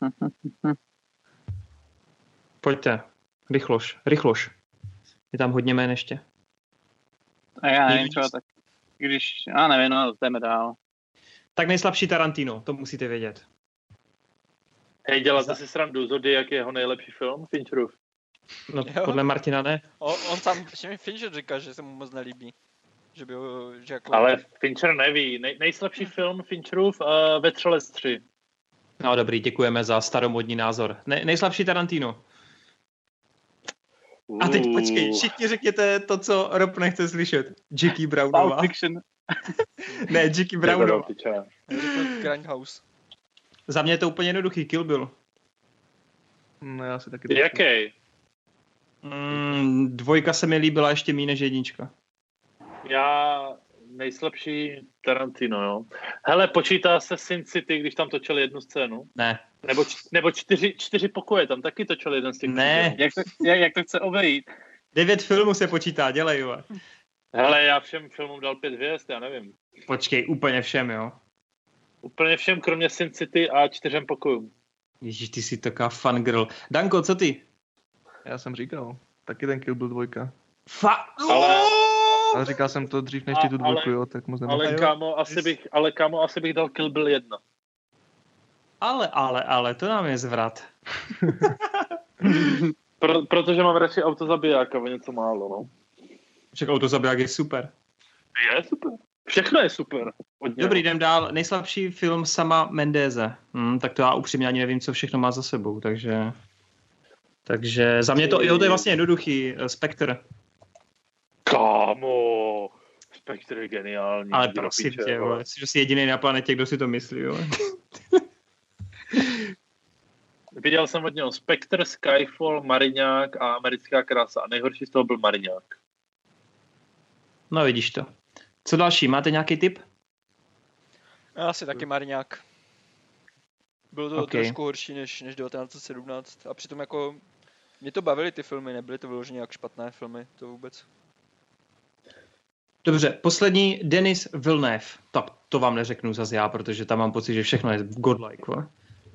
Pojďte. Rychloš. Rychloš. Je tam hodně jmén ještě. A já nevím, čo, tak když... Já nevím, no, jdeme dál. Tak nejslabší Tarantino, to musíte vědět. Hej, děláte si srandu, Zodiac je jeho nejlepší film, Fincherův. No, jo. Podle Martina ne. O, on tam, že mi Fincher říká, že se mu moc nelíbí. Že by ho, že jako... Ale Fincher neví. Nej, nejslabší film Fincherův uh, Vetřelec tři. No dobrý, děkujeme za staromodní názor. Ne, nejslabší Tarantino. Uh. A teď počkej, všichni řekněte to, co Rob nechce slyšet. Jackie Brownová. Ne, Jackie Brownová. Grindhouse. Za mě je to úplně jednoduchý, Kill Bill. No já si taky... Jaký? Mm, dvojka se mi líbila ještě méně než jednička. Já nejslabší Tarantino, jo. Hele, počítá se Sin City, když tam točili jednu scénu? Ne, Nebo, č, nebo čtyři, čtyři pokoje, tam taky točil jeden z těch. Ne. Jak to, jak, jak to chce obejít? Devět filmů se počítá, dělej, jo. Hele, já všem filmům dal pět hvězd, já nevím. Počkej, úplně všem, jo. Úplně všem, kromě Sin City a čtyřem pokojům. Ježíš, ty jsi taková fangirl. Danko, co ty? Já jsem říkal, taky ten Kill Bill dvojka. Fa... Ale... Ale říkal jsem to dřív než ty tu dvojku, jo, tak moc ale, kámo, asi bych, ale kámo, asi bych dal Kill Bill jedna. Ale, ale, ale, to nám je zvrat. Pro, protože mám radši autozabijáka o něco málo, no. Však autozabiják je super. Je super. Všechno je super. Hodně. Dobrý, jdem dál. Nejslabší film Sama Mendeze. Hmm, tak to já upřímně ani nevím, co všechno má za sebou, takže... Takže za mě to, jo, to je vlastně jednoduchý. Spectre. Kámo, Spectre je geniální. Ale prosím tě, vole, jsi jsi jediný na planetě, kdo si to myslí, jo. Viděl jsem od něho Spectre, Skyfall, Mariňák a Americká krása. A nejhorší z toho byl Mariňák. No vidíš to. Co další? Máte nějaký tip? Asi taky Mariňák. Bylo to Okay. trošku horší než, než devatenáct set sedmnáct. A přitom jako... Mě to bavily ty filmy, nebyly to vyloženě jak špatné filmy, to vůbec. Dobře, poslední, Denis Villeneuve. Tak to vám neřeknu zase já, protože tam mám pocit, že všechno je godlike. Va?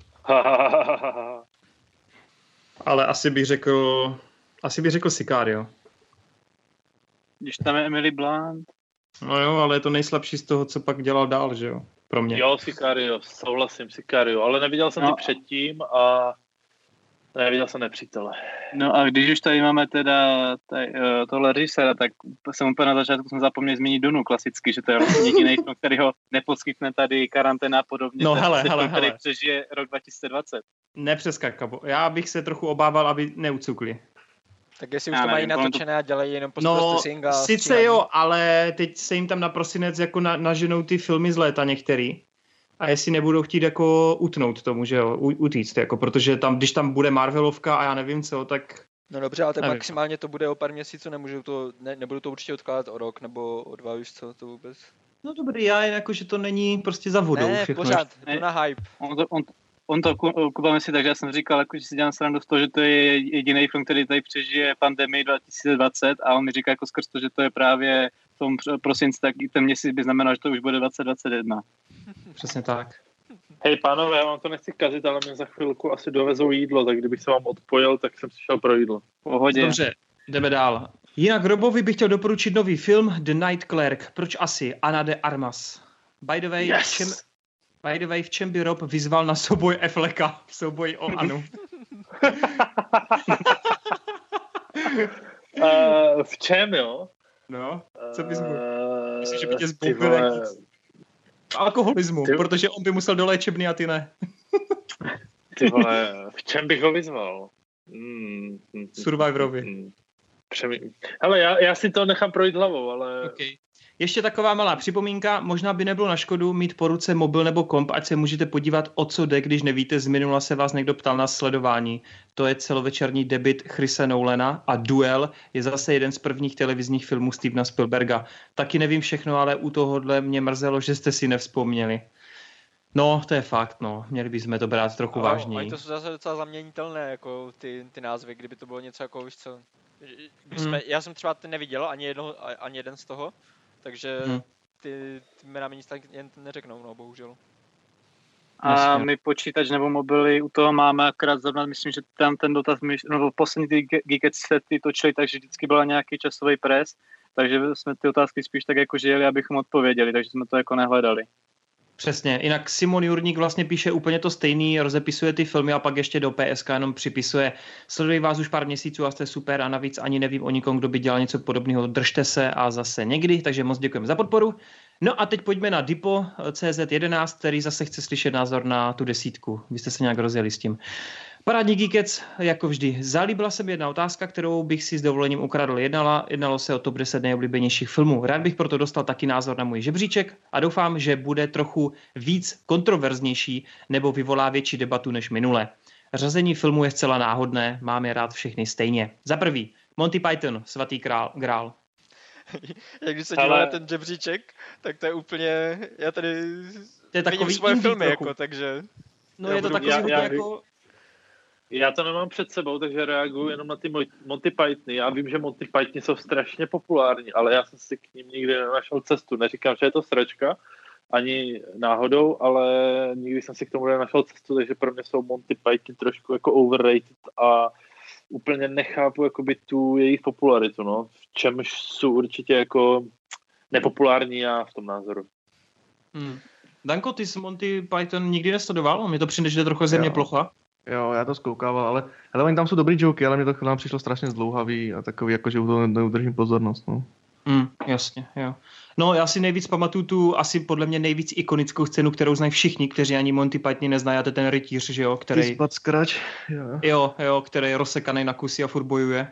Ale asi bych řekl, asi bych řekl Sicario. Když tam je Emily Blunt. No jo, ale je to nejslabší z toho, co pak dělal dál, že jo? Pro mě. Jo, Sicario, souhlasím, Sicario, ale neviděl jsem no. ty předtím a neviděl jsem Nepřítele. No a když už tady máme teda tady, uh, tohle režiséra, tak jsem úplně na začátku jsem zapomněl zmínit Dunu klasicky, že to je vlastně jediný film, který ho neposkytne tady karanténa a podobně. No ten, hele, ten hele, film, který hele. přežije rok dva tisíce dvacet. Nepřeskakavo. Já bych se trochu obával, aby neucukli. Tak jestli už Já to mají nevím, natočené a dělají jenom post No, processing a sice stíhání. jo, ale teď se jim tam na prosinec jako na, naženou ty filmy z léta některý. A jestli nebudou chtít jako utnout tomu, že jo, u, utíct, jako, protože tam, když tam bude Marvelovka a já nevím co, tak... No dobře, ale tak nevím. maximálně to bude o pár měsíců, nemůžu to, ne, nebudu to určitě odkládat o rok nebo o dva, už co, to vůbec. No dobrý, já jen jako, že to není prostě za vodou. Ne, všechno. pořád, jdu na hype. On to, on, on to Kuba myslí, takže já jsem říkal, jako, že si dělám srandu z toho, že to je jediný film, který tady přežije pandemii dva tisíce dvacet a on mi říká jako skrz to, že to je právě v tom prosinci, tak i ten měsíc by znamenal, že to už bude dvacet dvacet jedna. Přesně tak. Hej, pánové, já vám to nechci kazit, ale mě za chvilku asi dovezou jídlo, tak kdybych se vám odpojil, tak jsem si šel pro jídlo. Pohodě. Dobře, jdeme dál. Jinak Robovi bych chtěl doporučit nový film The Night Clerk. Proč asi? Ana de Armas. By the way, Yes. v čem, by the way, v čem by Rob vyzval na souboj Afflecka? V souboji o Anu. uh, v čem, jo? No, co bys mu... Uh, Myslím, že by tě ty zboubil vole, jak nic. Alkoholismu, Ty- protože on by musel do léčebny a ty ne. Ty vole, v čem bych ho vyzval? Hmm, hmm, Survivorovi. hmm. Přemý... Hele, já, já si to nechám projít hlavou, ale... Okay. Ještě taková malá připomínka, možná by nebylo na škodu mít po ruce mobil nebo komp, ať se můžete podívat, o co jde, když nevíte, z minula se vás někdo ptal na sledování. To je celovečerní debut Chrise Nolana a Duel je zase jeden z prvních televizních filmů Stevena Spielberga. Taky nevím všechno, ale u tohohle mě mrzelo, že jste si nevzpomněli. No, to je fakt, no. Měli bychom to brát trochu vážněji. Oni to jsou zase docela zaměnitelné, jako ty, ty názvy, kdyby to bylo něco jako, víš co... Když jsme, Hmm. Já jsem třeba ten neviděl, ani, jedno, ani jeden z toho, takže Hmm. ty, ty jména mi nic tak jen neřeknou, no, bohužel. A Jasně. my počítač nebo mobily u toho máme, akorát zrovna myslím, že tam ten dotaz, nebo poslední ty Geekets se ty točili, takže vždycky byl nějaký časový pres, takže jsme ty otázky spíš tak jako žili, abychom odpověděli, takže jsme to jako nehledali. Přesně. Jinak Simon Jurník vlastně píše úplně to stejný, rozepisuje ty filmy a pak ještě do P S K jenom připisuje. Sleduji vás už pár měsíců a jste super a navíc ani nevím o nikom, kdo by dělal něco podobného. Držte se a zase někdy, takže moc děkujeme za podporu. No a teď pojďme na Dipo C Z jedenáct, který zase chce slyšet názor na tu desítku. Vy jste se nějak rozjeli s tím. Parádní Geekec, jako vždy. Zalíbila se mi jedna otázka, kterou bych si s dovolením ukradl. Jednala, jednalo se o top deset nejoblíbenějších filmů. Rád bych proto dostal taky názor na můj žebříček a doufám, že bude trochu víc kontroverznější nebo vyvolá větší debatu než minule. Řazení filmů je zcela náhodné, mám je rád všechny stejně. Za prvý, Monty Python, svatý král, grál. Jak když se Ale- dívám na ten žebříček, tak to je úplně, já tady To je takový vidím svoje indie filmy, trochu. jako, takže... No já je to budu, takový já, hodně já, jako... Já to nemám před sebou, takže reaguju jenom na ty Monty Pythony. Já vím, že Monty Pythony jsou strašně populární, ale já jsem si k ním nikdy nenašel cestu. Neříkám, že je to sračka, ani náhodou, ale nikdy jsem si k tomu nenašel cestu, takže pro mě jsou Monty Python trošku jako overrated a úplně nechápu jakoby tu jejich popularitu, no. V čemž jsou určitě jako nepopulární já v tom názoru. Hmm. Danko, ty jsi Monty Python nikdy nesledoval? Mně to přijde, že je trochu země plocha. Jo, já to zkoukával, ale hele, oni tam jsou dobrý joky, ale mě to chvíli přišlo strašně zdlouhavý a takový, jako že u toho neudržím pozornost, no. Mm, jasně, jo. No, já si nejvíc pamatuju tu asi podle mě nejvíc ikonickou scénu, kterou znají všichni, kteří ani Monty Python neznají, a to je ten rytíř, že jo, který... Ty spad scratch, jo. Jo, jo, který je rozsekaný na kusy a furt bojuje.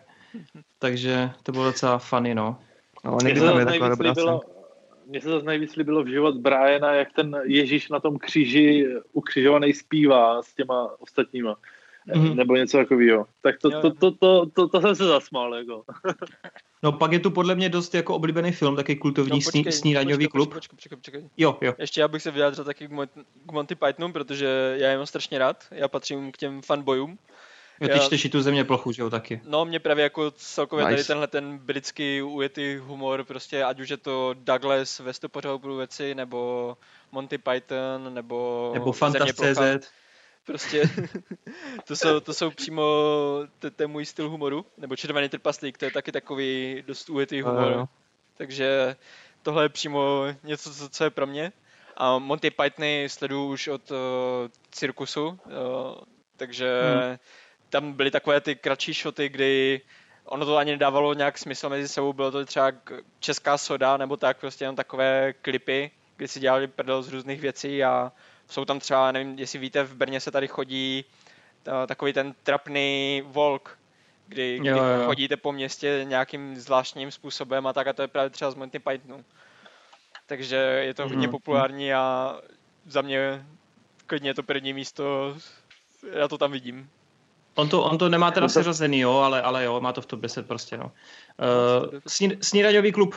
Takže to bylo docela funny, no. No, někdy tam je taková dobrá scénka. Mně se zase nejvíc líbilo v život Briana, jak ten Ježíš na tom kříži ukřižovaný zpívá s těma ostatníma. Mm-hmm. Nebo něco takového. Tak to, to, to, to, to, to jsem se zasmál. Jako. No pak je tu podle mě dost jako oblíbený film, taky kultovní no, počkej, snídaňový počkej, klub. Počkej, počkej, počkej. Jo, jo. Ještě já bych se vyjádřil taky k Monty Pythonu, protože já je mám strašně rád. Já patřím k těm fanboyům. Jo, ty čteš i tu země plochu, že jo, taky. No, mě právě jako celkově nice. Tady tenhle ten britský ujetý humor, prostě ať už je to Douglas ve Stopořovou průvodci, nebo Monty Python, nebo... Nebo Fantas tečka cé zet. Prostě to jsou, to jsou přímo, to, to je můj styl humoru, nebo Červený trpaslík, to je taky takový dost ujetý humor. Uh, Takže tohle je přímo něco, co, co je pro mě. A Monty Pythony sleduju už od uh, cirkusu, uh, takže... Hmm. Tam byly takové ty kratší shoty, kdy ono to ani nedávalo nějak smysl mezi sebou, bylo to třeba česká soda nebo tak, prostě jenom takové klipy, kdy si dělali prdel z různých věcí a jsou tam třeba, nevím, jestli víte, v Brně se tady chodí takový ten trapný walk, kdy, kdy jo, jo. chodíte po městě nějakým zvláštním způsobem a tak a to je právě třeba z Monty Pythonu. Takže je to hodně mm-hmm. populární a za mě klidně to první místo, já to tam vidím. On to, on to nemá teda seřazený, jo, ale, ale jo, má to v top deset prostě, no. Uh, sní, snídaňový klub.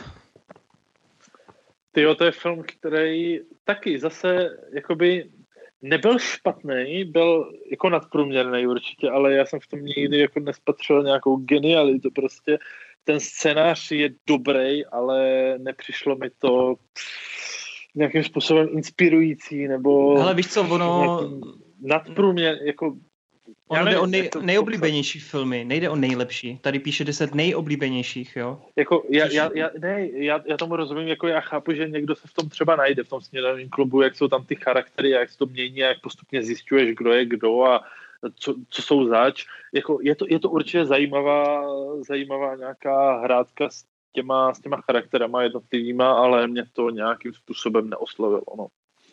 Tyjo, to je film, který taky zase jakoby nebyl špatný, byl jako nadprůměrný určitě, ale já jsem v tom nikdy jako nespatřil nějakou genialitu, prostě ten scénář je dobrý, ale nepřišlo mi to nějakým způsobem inspirující, nebo... Hele, víš co, ono... Nadprůměr, jako... Ono jde o nej, nejoblíbenější filmy, nejde o nejlepší. Tady píše deset nejoblíbenějších, jo? Jako, já, já, já, ne, já, já tomu rozumím, jako já chápu, že někdo se v tom třeba najde, v tom snídaňovém klubu, jak jsou tam ty charaktery, jak se to mění, jak postupně zjišťuješ, kdo je kdo a co, co jsou zač. Jako, je, to, je to určitě zajímavá, zajímavá nějaká hrádka s těma, s těma charakterama jednotlivýma, ale mě to nějakým způsobem neoslovilo, no.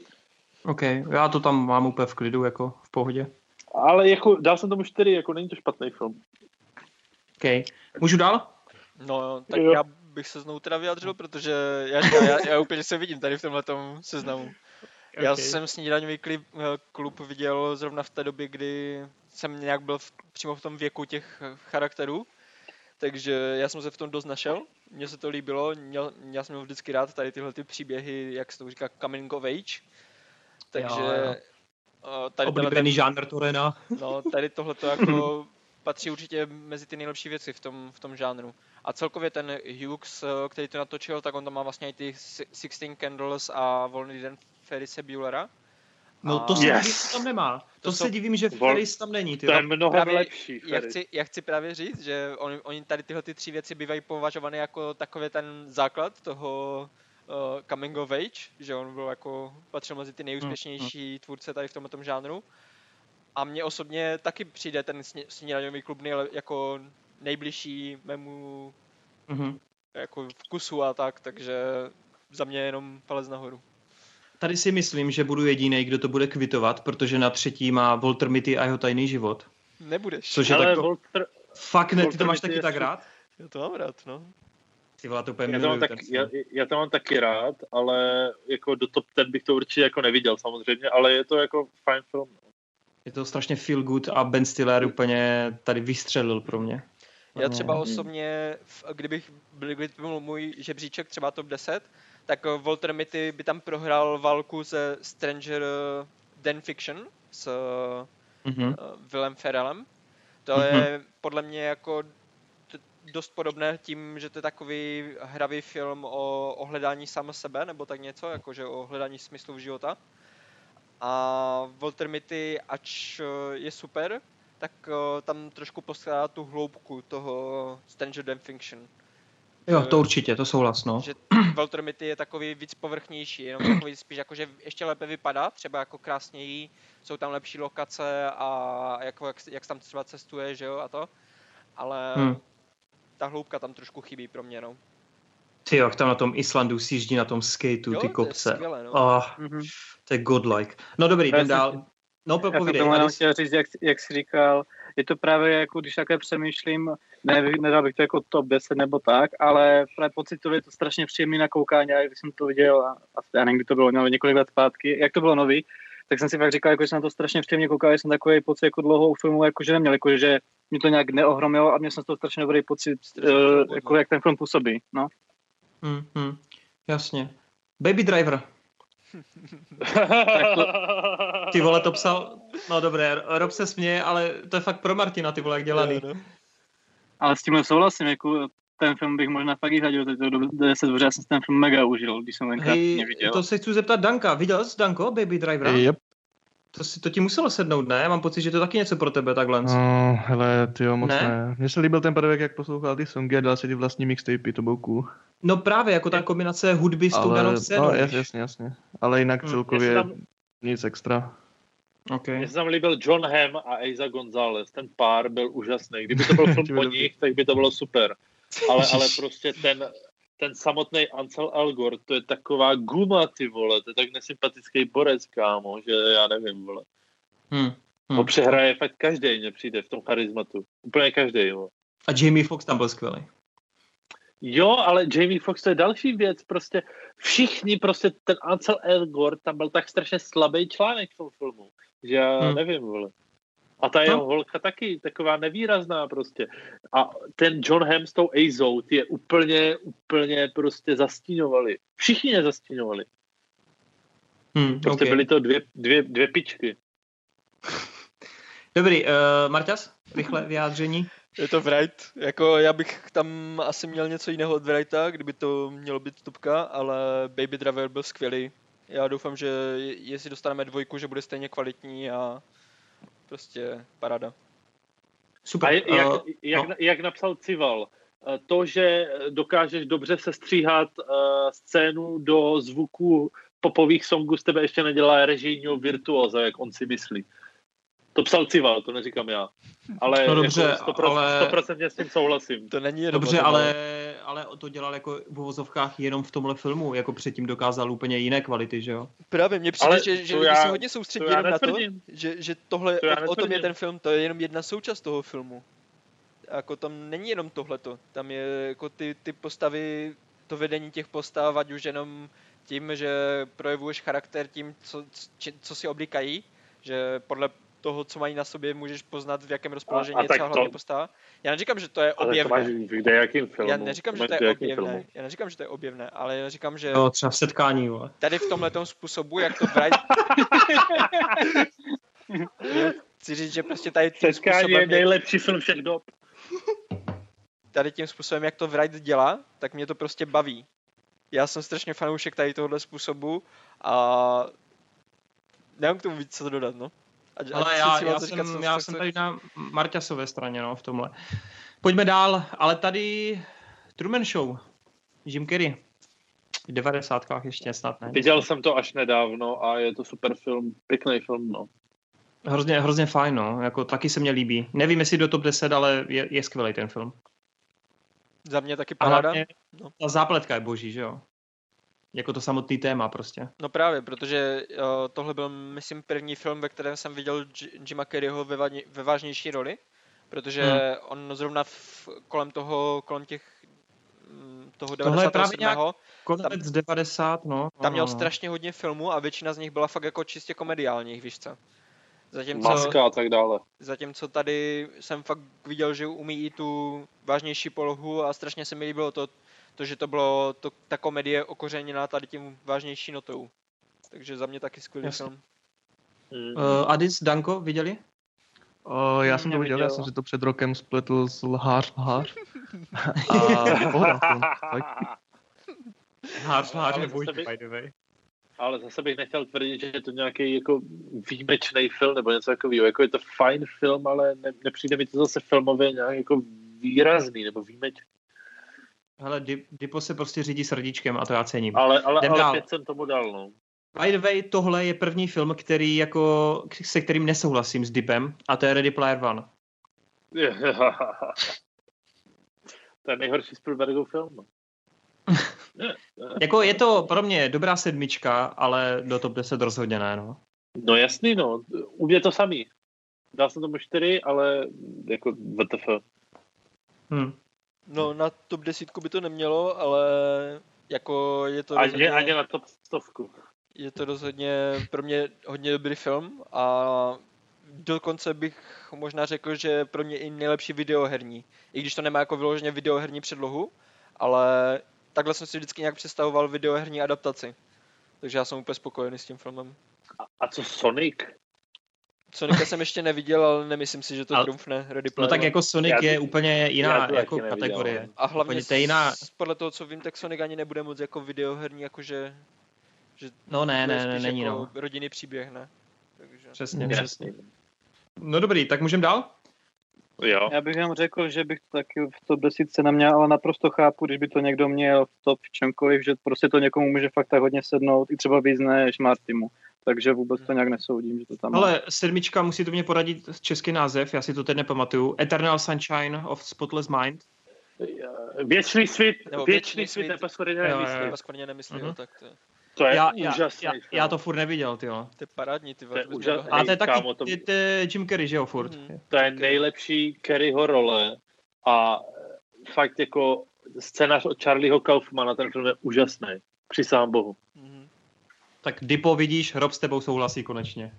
OK, já to tam mám úplně v klidu, jako v pohodě. Ale jako dal jsem tomu čtyři, jako není to špatný film. OK. Můžu dál? No, tak jo. Já bych se znovu teda vyjádřil, protože já, já, já úplně se vidím tady v tomhletom seznamu. Okay. Já jsem snídaňový klub, klub viděl zrovna v té době, kdy jsem nějak byl v, přímo v tom věku těch charakterů, takže já jsem se v tom dost našel, mně se to líbilo, měl, já jsem měl vždycky rád tady tyhle ty příběhy, jak se to říká, coming of age, takže... Jo, jo. Tady oblíbený ten, žánr Torena. No, tady tohleto jako patří určitě mezi ty nejlepší věci v tom, v tom žánru. A celkově ten Hughes, který to natočil, tak on tam má vlastně i ty Sixteen Candles a Volný den Ferrise Buellera. No to se yes. divím, že tam nemá. To, to se jsou... divím, že Ferris tam není. Ty to je mnohem právě, lepší. Já chci, já chci právě říct, že on, oni tady tyhle ty tři věci bývají považovány jako takový ten základ toho Uh, coming of age, že on byl jako, patřil mezi ty nejúspěšnější mm. tvůrce tady v tomto žánru. A mně osobně taky přijde ten snídaňový klub nejle, jako nejbližší mému mm-hmm. jako vkusu a tak, takže za mě jenom palec nahoru. Tady si myslím, že budu jediný, kdo to bude kvitovat, protože na třetí má Walter Mitty a jeho tajný život. Nebudeš. Což je ale tako... Walter... Fakt ne, ty to máš taky tak rád? Já to mám rád, no. Ty vole, to úplně já, to mám tak, já, já to mám taky rád, ale jako do top ten bych to určitě jako neviděl samozřejmě, ale je to jako fajn film. Je to strašně feel good a Ben Stiller úplně tady vystřelil pro mě. Já třeba osobně, kdybych byl, kdyby byl můj žebříček třeba top deset, tak Walter Mitty by tam prohrál válku se Stranger Dan Fiction s mm-hmm. Willem Ferrellem. To mm-hmm. je podle mě jako dost podobné tím, že to je takový hravý film o, o hledání sama sebe, nebo tak něco, jakože o hledání smyslu života. A Walter Mitty, ač je super, tak uh, tam trošku poskládá tu hloubku toho Stranger Than Fiction. Jo, to určitě, to souhlas, no. Že Walter Mitty je takový víc povrchnější, jenom takový spíš jakože ještě lépe vypadá, třeba jako krásněji, jsou tam lepší lokace a jako jak, jak tam třeba cestuje, že jo, a to. Ale hmm. ta hloubka tam trošku chybí pro mě, no. Ty jak tam na tom Islandu sjíždí na tom skateu, ty kopce. To je skvělé, no. Oh, mm-hmm. To je godlike. No dobrý, jdem dál. No, povídej. Já jsem chtěl říct, jak, jak jsi říkal, je to právě jako, když také přemýšlím, ne, nedal bych to jako top deset nebo tak, ale právě pocitově je to strašně příjemný na koukání, a když jsem to viděl, a, a já nevím, kdy to bylo, no, několik let zpátky, jak to bylo nový, tak jsem si fakt říkal, jako, že jsem na to strašně příjemně koukal, že jsem takový pocit jako dlouhou filmu, jako, že neměl, jako, že mě to nějak neohromilo a měl jsem z toho strašně dobrý pocit, uh, jako, jak ten film působí, no. Hmm, hmm, jasně. Baby Driver. Ty vole, to psal, no dobré, Rob se směje, ale to je fakt pro Martina, ty vole, jak dělaný. No, no. Ale s tímhle souhlasím, jako ten film bych možná fakt i řadil, teď to do deset, protože já jsem ten film mega užil, když jsem tenkrát hey, neviděl. To se chci zeptat Danka, viděl jsi, Danko, Baby Driver? Yep. To, si, to ti muselo sednout, ne? Mám pocit, že to je taky něco pro tebe takhle. No, hele, tyjo, moc ne. ne. Mně se líbil ten prvek, jak poslouchal ty songy a dal si ty vlastní mixtapy, to bylo cool. No právě, jako ta kombinace hudby s tou danou scénou. No, jasně, jasně. Ale jinak hmm. celkově tam... nic extra. Okay. Mně se tam líbil John Hamm a Eiza González. Ten pár byl úžasný. Kdyby to byl film o nich, tak by to bylo super. Ale, ale prostě ten, ten samotný Ansel Elgort, to je taková guma, ty vole. To je tak nesympatický borec, kámo, že já nevím, vole. Hmm. Hmm. Ho přehraje fakt každej, mně přijde v tom charizmatu. Úplně každej, vole. A Jamie Foxx tam byl skvělý. Jo, ale Jamie Foxx to je další věc, prostě všichni, prostě ten Ansel Elgort, tam byl tak strašně slabý článek v tom filmu, že já hmm. nevím, vole. A ta jeho no. holka taky taková nevýrazná prostě. A ten John Hamm s tou Eizou, ty je úplně, úplně prostě zastíňovali. Všichni je zastíňovali. Hmm, prostě okay. byly to dvě, dvě, dvě pičky. Dobrý, uh, Marťas, rychle vyjádření. Je to Wright, jako já bych tam asi měl něco jiného od Wrighta, kdyby to mělo být topka, ale Baby Driver byl skvělý. Já doufám, že jestli dostaneme dvojku, že bude stejně kvalitní a prostě paráda. Super. A jak, uh, jak, no. jak napsal Cival, to, že dokážeš dobře sestříhat uh, scénu do zvuku popových songů, z tebe ještě nedělá režijního virtuóza, jak on si myslí. To psal Cival, to neříkám já. Ale no dobře, jako sto procent, ale... sto procent s tím souhlasím. To není dobře, ale, ale to dělal jako v uvozovkách jenom v tomhle filmu, jako předtím dokázal úplně jiné kvality, že jo? Právě, mně přijde, ale že, že lidi se hodně soustředí jenom na to, že, že tohle, to o, o tom je ten film, to je jenom jedna součást toho filmu. Jako tam není jenom tohleto, tam je jako ty, ty postavy, to vedení těch postav, ať už jenom tím, že projevuješ charakter tím, co, či, co si oblíkají, že podle toho, co mají na sobě, můžeš poznat, v jakém rozpoložení je třeba hlavně postava. Já neříkám, že to je objevné. Ale to máš kde, jakým filmu? Já neříkám, že to je objevné. Já neříkám, že to je objevné, ale já říkám, že... No, třeba v setkání, vole. Tady v tomhletom způsobu, jak to Wright... Chci říct, že prostě tady tím setkání způsobem... je nejlepší film všech dob. Tady tím způsobem, jak to Wright dělá, tak mě to prostě baví. Já jsem strašně fanoušek tady tohohle způsobu a nemám k tomu víc co dodat, no. Ať, ale ať já, si já, říkat, jsem, co, já co jsem chceš. tady na Marťasové straně, no, v tomhle. Pojďme dál, ale tady Truman Show, Jim Carrey, v devadesátkách ještě snad, ne? Viděl jsem to až nedávno a je to super film, pěkný film, no. Hrozně, hrozně fajn, no, jako taky se mně líbí. Nevím, jestli do top deset, ale je, je skvělý ten film. Za mě taky paráda. No. Ta zápletka je boží, že jo? Jako to samotný téma prostě. No právě, protože uh, tohle byl, myslím, první film, ve kterém jsem viděl J- Jima Carreyho ve, va- ve vážnější roli, protože hmm. on zrovna v, kolem toho, kolem těch toho devadesátého sedmého konec devadesát, no. Tam měl strašně hodně filmů a většina z nich byla fakt jako čistě komediálních, víš co? Zatímco, Maska a tak dále. Zatímco tady jsem fakt viděl, že umí i tu vážnější polohu a strašně se mi líbilo to, to že to bylo to, ta komedie okořeněná tady tím vážnější notou. Takže za mě taky skvělý Jasně. film. Mm. Uh, Adis, Danko, viděli? O, já jsem to viděl, já jsem si to před rokem spletl s lhář, lhář. A pohoda. Lhář, lhář je bojky, by the way. Ale zase bych nechtěl tvrdit, že je to nějaký jako výjimečný film nebo něco takového. Jako je to fajn film, ale ne, nepřijde mi to zase filmově nějak jako výrazný nebo výjimečný. Hele, Dipo se prostě řídí srdíčkem a to já cením. Ale, ale, ale pět jsem tomu dal, no. By the way, tohle je první film, který jako, se kterým nesouhlasím s Dipem, a to je Ready Player One. To je nejhorší Spielbergův film. Jako je to pro mě dobrá sedmička, ale do top deset rozhodně ne, no. No jasný, no. U mě to samý. Dal jsem tomu čtyři, ale jako W T F. Hmm. No na top desítku by to nemělo, ale jako je to ani, rozhodně... Ani na top stovku. Je to rozhodně pro mě hodně dobrý film a dokonce bych možná řekl, že pro mě i nejlepší videoherní. I když to nemá jako vyloženě videoherní předlohu, ale takhle jsem si vždycky nějak představoval videoherní adaptaci. Takže já jsem úplně spokojený s tím filmem. A, a co Sonic? Sonika jsem ještě neviděl, ale nemyslím si, že to trumfne Ready Player. No tak jako Sonic já, je úplně jiná jako neviděl, kategorie. A hlavně jiná... podle toho, co vím, tak Sonic ani nebude moc jako videoherní, jakože... Že no ne, ne, ne, není jako no. rodinný příběh, ne? Takže... Přesně, mm. přesně. No dobrý, tak můžeme dál? Jo. Já bych vám řekl, že bych to taky v top desítce neměl, ale naprosto chápu, když by to někdo měl v top v čemkoliv, že prostě to někomu může fakt tak hodně sednout, i třeba víc než Martimu. Takže vůbec to nějak nesoudím, že to tam ale má. Sedmička, musí to mě poradit český název, já si to teď nepamatuju. Eternal Sunshine of Spotless Mind. Věčný svět, Nebo věčný svět, nepaskorně nemyslí, jo, tak to je. To je já, úžasný já, já, já to furt neviděl, tyjo. To je parádní, ty. To je úžas... A to je taky kámo, to... to je Jim Carrey, že jo, furt. Mm. To je nejlepší Carreyho role a fakt jako scénář od Charlieho Kaufmana, ten film je úžasný. Přisám bohu. Mm. Tak Dipo, vidíš, Rob s tebou souhlasí konečně.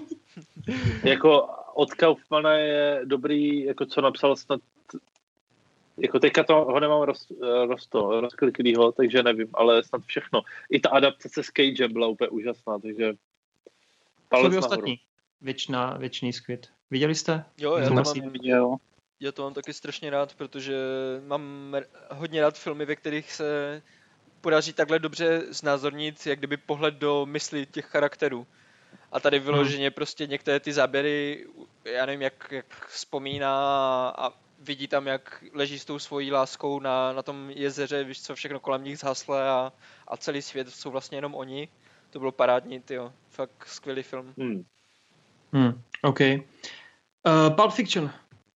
Jako od Kaufmana je dobrý, jako co napsal snad, jako teďka to ho nemám roz, roz to, rozkliklýho, takže nevím, ale snad všechno. I ta adaptace s Cagem byla úplně úžasná, takže palec nahoru. Ostatní? Věčná, věčný skvět. Viděli jste? Jo, já to mám viděl. Já to mám taky strašně rád, protože mám hodně rád filmy, ve kterých se podaří takhle dobře znázornit, jak kdyby pohled do mysli těch charakterů. A tady vyloženě hmm. prostě některé ty záběry, já nevím, jak, jak vzpomíná a vidí tam, jak leží s tou svojí láskou na, na tom jezeře, víš co, všechno kolem nich zhasle a, a celý svět jsou vlastně jenom oni. To bylo parádní, tyjo. Fakt skvělý film. Hmm. Hmm, OK. Uh, Pulp Fiction.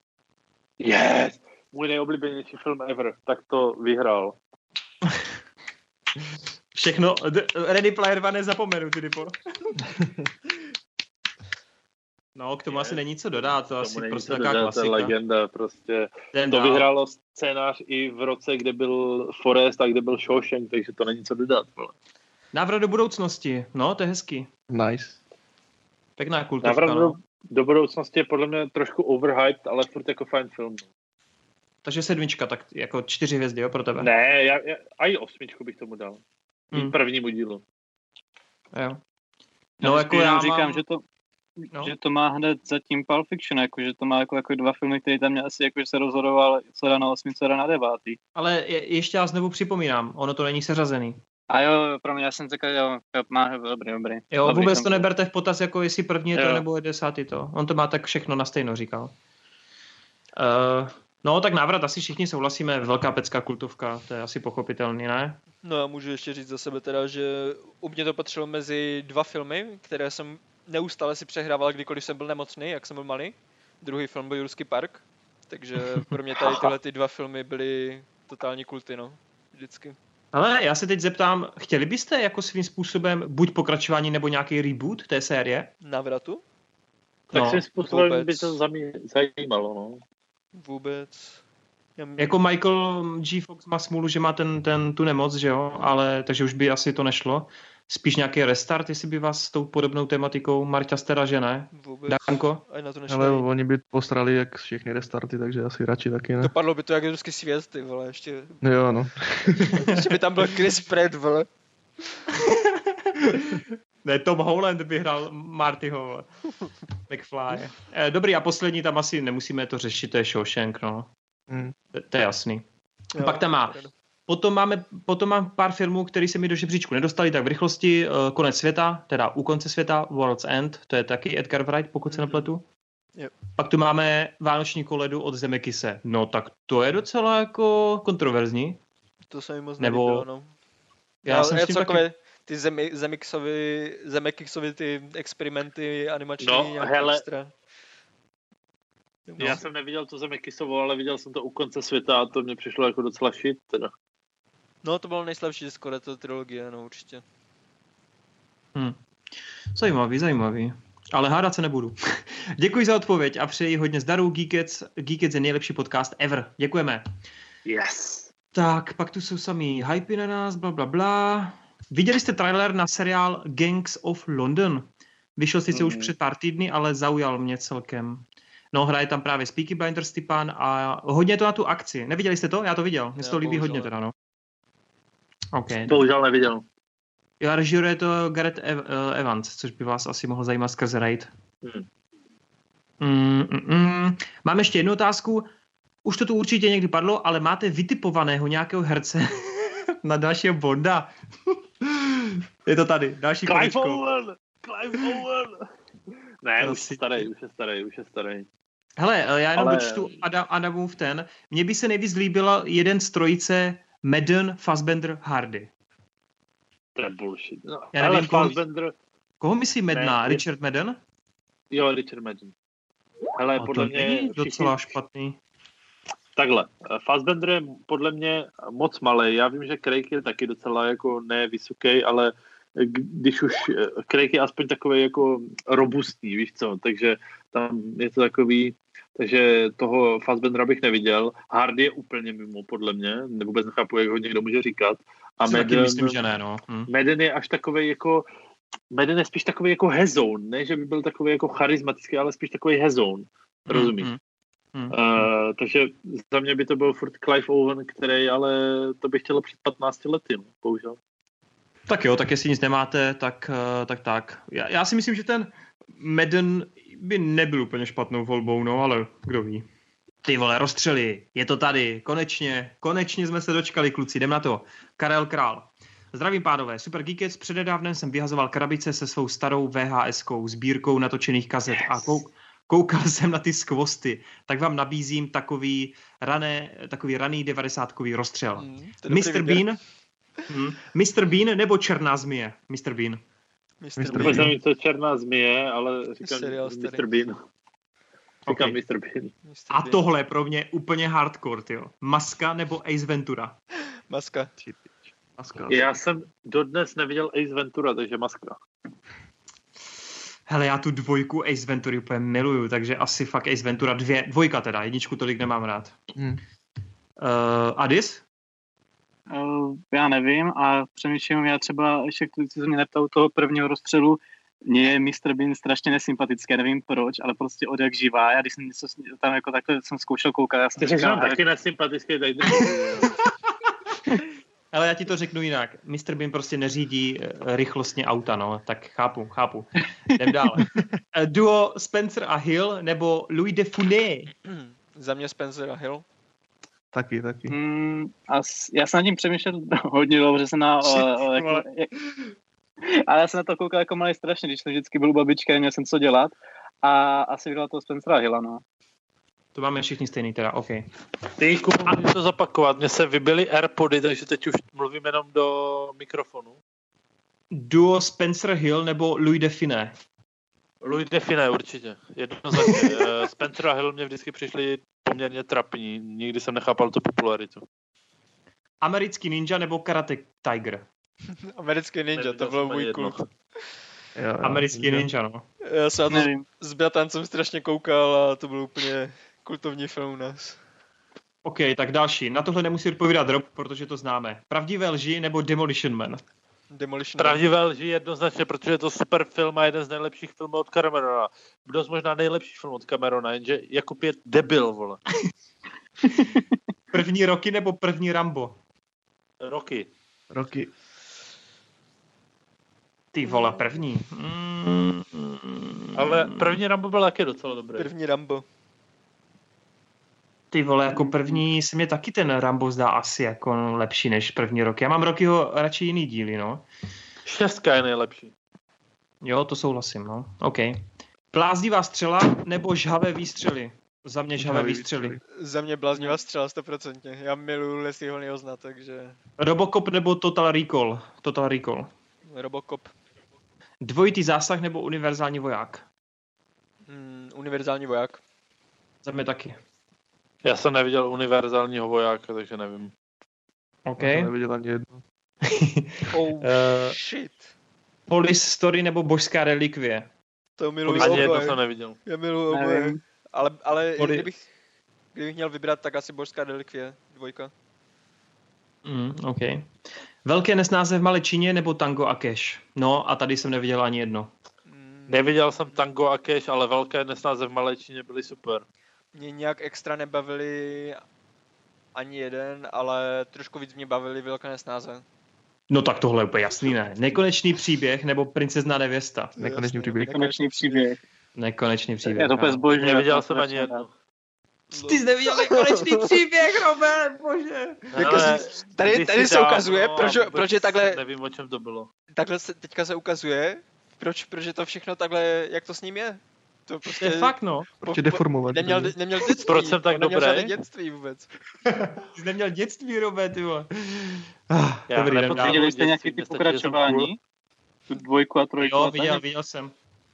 Yes! Můj nejoblíbenější film ever. Tak to vyhrál. Všechno, Ready Player One nezapomenu, ty Dipo. No, k tomu je, asi není co dodat, to asi prostě taková klasika. To je legenda, prostě. Ten to dál. Vyhrálo scénář i v roce, kde byl Forrest a kde byl Shawshank, takže to není co dodat. Vole. Návrat do budoucnosti, no, to je hezký. Nice. Pěkná kulturka, Návrat no. do, do budoucnosti je podle mě trošku overhyped, ale furt jako fajn film. Takže sedmička, tak jako čtyři hvězdy, jo, pro tebe? Ne, já, já, a i osmičku bych tomu dal. Hmm. Prvnímu dílu. Jo. No, no jako já mám... říkám, že to, no. že to má hned zatím Pulp Fiction, jako, že to má jako, jako dva filmy, které tam mě asi jako, že se rozhodoval, co dá na osmi, co dá na devátý. Ale je, ještě já znovu připomínám, ono to není seřazený. A jo, pro mě, já jsem řekl, jo, má dobrý, dobrý. Jo, dobrý vůbec to neberte v potaz, jako jestli první je jo. to, nebo je desátý to. On to má tak všechno na stejno, říkal. Uh, no, tak návrat, asi všichni souhlasíme, velká pecká kultovka, to je asi pochopitelný, ne? No, já můžu ještě říct za sebe teda, že u mě to patřilo mezi dva filmy, které jsem neustále si přehrával, kdykoliv jsem byl nemocný, jak jsem byl malý. Druhý film byl Jurský park, takže pro mě tady tyhle ty dva filmy byly totální kulty, no, vždycky. Ale já se teď zeptám, chtěli byste jako svým způsobem buď pokračování nebo nějaký reboot té série? Návratu? Tak no, svým způsobem vůbec. By to zajímalo, no. Vůbec. Jako Michael G. Fox má smůlu, že má ten, ten, tu nemoc, že jo, ale takže už by asi to nešlo. Spíš nějaký restart, jestli by vás s tou podobnou tematikou, Marťa Stera, že ne? Vůbec. Danko? Ale oni by postrali jak všechny restarty, takže asi radši taky ne. Dopadlo by to jak ruský svět, ty vole, ještě. Jo, no. Ještě by tam byl Chris Pratt, vole. Ne, Tom Holland by hrál Martyho McFly. Eh, dobrý, a poslední tam asi nemusíme to řešit, to je Shawshank, no. Hmm. To, to je jasný. Jo, pak tam má. Potom máme, potom mám pár filmů, které se mi do žebříčku nedostali tak v rychlosti. Uh, Konec světa, teda U konce světa, World's End, to je taky Edgar Wright, pokud se nepletu. Yep. Pak tu máme Vánoční koledu od Zemeckise. No tak to je docela jako kontroverzní. To se mi moc Nebo... nelíbilo, no. Já, Já jsem s tím taky... ty Zemi, Zemeckisovy, Zemeckisovy ty experimenty animační no, hele, extra. No. Já jsem neviděl to Zemeckisovou, ale viděl jsem to U konce světa a to mě přišlo jako docela shit, teda. No, to bylo nejslabší skoro to trilogie, no určitě. Hmm. Zajímavý, zajímavý. Ale hádat se nebudu. Děkuji za odpověď a přeji hodně zdaru. Geekets, Geekets je nejlepší podcast ever. Děkujeme. Yes. Tak, pak tu jsou samý hypy na nás, bla, bla, bla. Viděli jste trailer na seriál Gangs of London? Vyšel sice mm. už před pár týdny, ale zaujal mě celkem. No, hraje tam právě Peaky Blinders Stepan a hodně to na tu akci. Neviděli jste to? Já to viděl. Mně se to líbí bohužel. Hodně teda, no. Okay. Bohužel neviděl. Jo, a režíruje to Gareth Evans, což by vás asi mohl zajímat skrze Raid. Hmm. Mm, mm, mm. Mám ještě jednu otázku. Už to tu určitě někdy padlo, ale máte vytipovaného nějakého herce na dalšího Bonda? Je to tady, další Clive Owen! Clive Owen! Ne, to už si... je starý, už je starý, už je starý. Hele, já jenom ale... dočtu Adam, Adamův ten. Mně by se nejvíc líbil jeden z trojice Madden, Fassbender, Hardy. To je bullshit. No, já nevím, koho, Fassbender... koho myslí Madna? Ne, Richard Madden? Jo, Richard Madden. Hele, no, podle to mě... není docela všichni... špatný. Takhle, Fassbender je podle mě moc malý. Já vím, že Craig je taky docela jako nevysoký, ale když už Craig je aspoň takový jako robustní, víš co, takže tam je to takový, takže toho Fassbendera bych neviděl. Hardy je úplně mimo, podle mě, vůbec nechápu, jak ho někdo může říkat. A Madden, myslím, že ne, no. Hm. Madden je až takový jako, Madden je spíš takový jako hezoun, ne, že by byl takový jako charismatický, ale spíš takový hezoun, rozumíš? Hm, hm. Hmm. Uh, takže za mě by to byl furt Clive Owen, který, ale to bych chtělo před patnácti lety, no, bohužel. Tak jo, tak jestli nic nemáte, tak tak. tak. Já, já si myslím, že ten Madden by nebyl úplně špatnou volbou, no, ale kdo ví. Ty vole, rozstřeli, je to tady, konečně, konečně jsme se dočkali, kluci, jdem na to. Karel Král. Zdravím pánové, Super Geekets, přededávnem jsem vyhazoval krabice se svou starou VHSkou, sbírkou natočených kazet yes. a kou- koukal jsem na ty skvosty, tak vám nabízím takový, rané, takový raný devadesátkový rozstřel. Mm, mister Bean, hmm, mister Bean nebo Černá zmije? mister Bean. mister Bean. Nevím, co Černá zmije, ale říkám mister Bean. Říkám okay. mister Bean. A tohle pro mě úplně hardcore, tyjo. Maska nebo Ace Ventura? Maska. Maska. Já jsem dodnes neviděl Ace Ventura, takže Maska. Hele, já tu dvojku Ace Ventury úplně miluju, takže asi fakt Ace Ventura dvě, dvojka teda, jedničku tolik nemám rád. Hmm. Uh, Adis? Uh, já nevím a přemýšlím, já třeba ještě, když se mě neptal toho prvního rozstřelu, mně je mister Bean strašně nesympatický, nevím proč, ale prostě od jak živá. Já když jsem něco tam jako takhle jsem zkoušel koukat, já jsem Ty říkal, taky nesympatický, tady Ale já ti to řeknu jinak. mister Bean prostě neřídí rychlostně auta, no. Tak chápu, chápu. Jdem dále. Duo Spencer a Hill nebo Louis de Funès? Hmm, za mě Spencer a Hill. Taky, taky. Hmm, a já jsem nad tím přemýšlel hodně dlouho, že jsem na... O, jako, jak, ale já jsem na to koukal jako malý strašně, když jsem vždycky byl u babičky, neměl jsem co dělat. A asi vyhrál toho Spencera a Hilla, no. To máme všichni stejný teda, OK. Ty, můžu to zopakovat, mně se vybily AirPody, takže teď už mluvím jenom do mikrofonu. Duo Spencer Hill nebo Louis de Funès? Louis de Funès určitě, jednoznačně. Spencer a Hill mě vždycky přišli poměrně trapní, nikdy jsem nechápal tu popularitu. Americký ninja nebo Karate Tiger? Americký ninja, to byl můj kluk. Jo, Americký ninja, no. Já jsem na to s bratancem strašně koukal a to byl úplně kultovní film u nás. OK, tak další. Na tohle nemusí odpovídat Rob, protože to známe. Pravdivé lži nebo Demolition Man? Demolition Pravdivé lži jednoznačně, protože je to super film a jeden z nejlepších filmů od Camerona. Dost možná nejlepší film od Camerona, jenže Jakub je debil, vole. První Rocky nebo první Rambo? Rocky. Rocky. Ty vole, první. Mm, Ale první Rambo byl taky docela dobrý. První Rambo. Ty vole, jako první se mě taky ten Rambo zdá asi jako lepší než první Rocky. Já mám Rockyho radši jiný díly, no. Šestka je nejlepší. Jo, to souhlasím, no. OK. Bláznivá střela nebo žhavé výstřely? Za mě žhavé výstřely. Za mě bláznivá střela, stoprocentně. Já miluji Leslieho Nielsna, takže... Robocop nebo Total Recall? Total Recall. Robocop. Dvojitý zásah nebo univerzální voják? Hmm, univerzální voják. Za mě taky. Já jsem neviděl univerzálního vojáka, takže nevím. OK. Já jsem neviděl ani jedno. Oh, uh, shit. Police Story nebo Božská relikvie? To miluji Ani jedno oboje. jsem neviděl. Já miluji oboje. Ale, ale Poli... kdybych, kdybych měl vybrat, tak asi Božská relikvie, dvojka. Mm, OK. Velké nesnáze v Malé Číně nebo Tango a Cash? No a tady jsem neviděl ani jedno. Mm. Neviděl jsem Tango a Cash, ale Velké nesnáze v Malé Číně byly super. Mě nějak extra nebavili ani jeden, ale trošku víc mě bavili Velké nesnáze. No tak tohle je úplně jasný, ne? Nekonečný příběh nebo Princezna nevěsta? Nekonečný příběh. Nekonečný příběh. Nekonečný příběh. Je to úplně zbožný. Neviděl jsem ani jedno. Ty jsi neviděl Nekonečný příběh, Robert, bože. Ale tady tady se ukazuje, proč, proč je takhle... Nevím, o čem to bylo. Takhle se teďka se ukazuje, proč, proč je to všechno takhle, jak to s ním je. To prostě... Je fakt, no. Prostě deformovat. Neměl, neměl dětství. Proč jsem tak neměl dobrý? žádné dětství vůbec. Ty jsi neměl dětství, Robert, ty vole. Ah, Já dobrý den. nepotřebuji Viděli jste nějaký dětství, ty mě stačí, že jsem pokračování? cool. Tu dvojku a trojku? Jo, a viděl, tak? viděl jsem.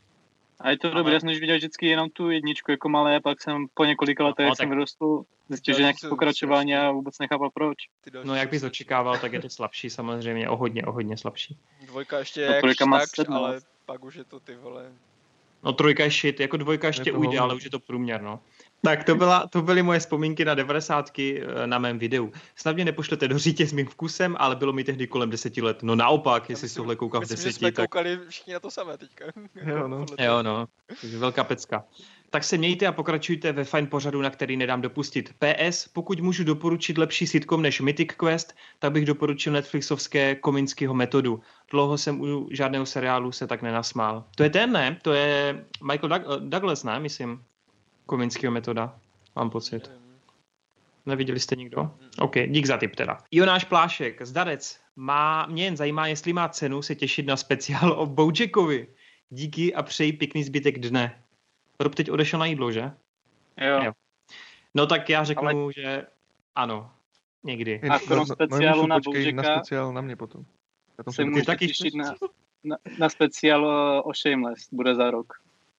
A je to dobré, já jsem už viděl vždycky jenom tu jedničku jako malé, pak jsem po několika letech, No, jak jsem tak- vyrostl, zjistil, že Další nějaké jsou pokračování a vůbec nechápal proč. Ty další No jak jsou bys strašný. očekával, tak je to slabší samozřejmě, o hodně, o hodně slabší. Dvojka ještě No, jak trojka má tak, sedmnáct. ale pak už je to ty vole. No trojka je shit, jako dvojka ještě Je to ujde, hovno. ale už je to průměr, no. Tak to, byla, to byly moje vzpomínky na devadesátky na mém videu. Snad mě nepošlete do řítě s mým vkusem, ale bylo mi tehdy kolem deseti let. No naopak, jestli jsi tohle koukal v myslím, že deseti, jsme tak... koukali všichni na to samé teďka. Jo, no. Podle toho. Jo, no, takže velká pecka. Tak se mějte a pokračujte ve fajn pořadu, na který nedám dopustit. P S, pokud můžu doporučit lepší sitcom než Mythic Quest, tak bych doporučil Netflixovské Kominskyho metodu. Dlouho jsem u žádného seriálu se tak nenasmál. To je ten, ne? To je Michael Doug- Douglas, ne? Myslím. Kominskyho metoda. Mám pocit. Neviděli jste nikdo? OK, dík za tip teda. Jonáš Plášek, zdarec. Má, mě jen zajímá, jestli má cenu se těšit na speciál o Bojackovi. Díky a přeji pěkný zbytek dne. Rob teď odešel na jídlo, že? Jo. Jo. No tak já řeknu, Ale- že ano. Někdy. A krom speciálu na počkej na Bojacka speciál na mě potom. Já tam se se můžete taky těšit chceš? na, na, na speciál o- o Shameless, bude za rok.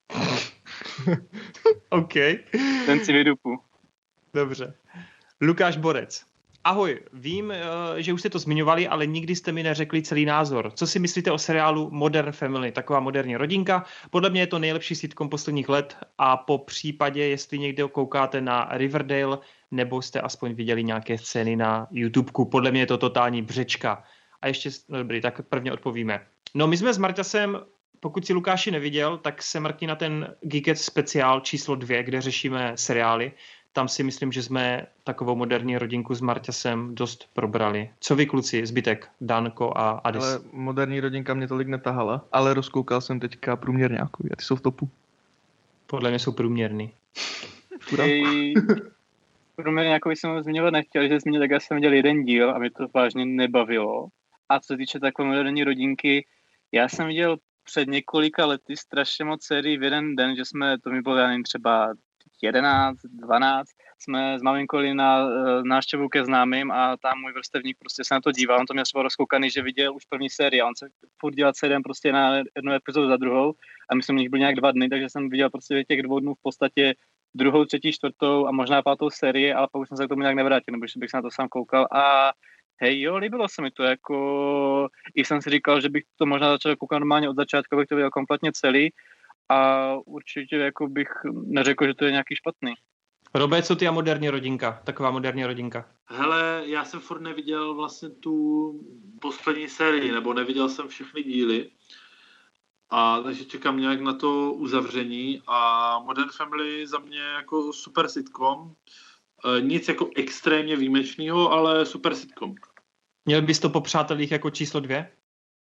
OK. Ten si vydupu. Dobře. Lukáš Borec. Ahoj, vím, eh, že už jste to zmiňovali, ale nikdy jste mi neřekli celý názor. Co si myslíte o seriálu Modern Family, taková moderní rodinka? Podle mě je to nejlepší sitcom posledních let a po případě, jestli někde koukáte na Riverdale, nebo jste aspoň viděli nějaké scény na YouTubeku. Podle mě je to totální břečka. A ještě, no dobrý, tak prvně odpovíme. No my jsme s Marťasem, pokud si Lukáši neviděl, tak se mrkni na ten Geekette speciál číslo dvě, kde řešíme seriály. Tam si myslím, že jsme takovou moderní rodinku s Marťasem dost probrali. Co vy kluci, zbytek, Danko a Adis? Ale moderní rodinka mě tolik netahala, ale rozkoukal jsem teďka průměrňákový a ty jsou v topu. Podle mě jsou průměrný. Ej, průměrně jako jsem zmiňovat nechtěl, že zmínil, tak já jsem viděl jeden díl a mě to vážně nebavilo. A co se týče takové moderní rodinky, já jsem viděl před několika lety strašně moc sérií v jeden den, že jsme, to mi bylo, já nevím, třeba jedenáct, dvanáct, jsme s maminkou jeli na uh, návštěvu ke známým a tam můj vrstevník prostě se na to díval, on to měl třeba rozkoukaný, že viděl už první sérii a on se furt dělal celý den prostě na jednu epizodu za druhou a myslím, že jich byl nějak dva dny, takže jsem viděl prostě těch dvou dnů v podstatě druhou, třetí, čtvrtou a možná pátou sérii, ale pak už jsem se k tomu nějak nevrátil, nebo že bych se na to sám koukal a hej jo, líbilo se mi to, jako i jsem si říkal, že bych to možná začal koukat normálně od začátku, abych to viděl kompletně celý a určitě jako bych neřekl, že to je nějaký špatný. Robe, co ty a moderní rodinka? Taková moderní rodinka. Hele, já jsem furt neviděl vlastně tu poslední sérii, nebo neviděl jsem všechny díly. A takže čekám nějak na to uzavření a Modern Family za mě jako super sitcom. E, nic jako extrémně výjimečného, ale super sitcom. Měl bys to po přátelích jako číslo dvě?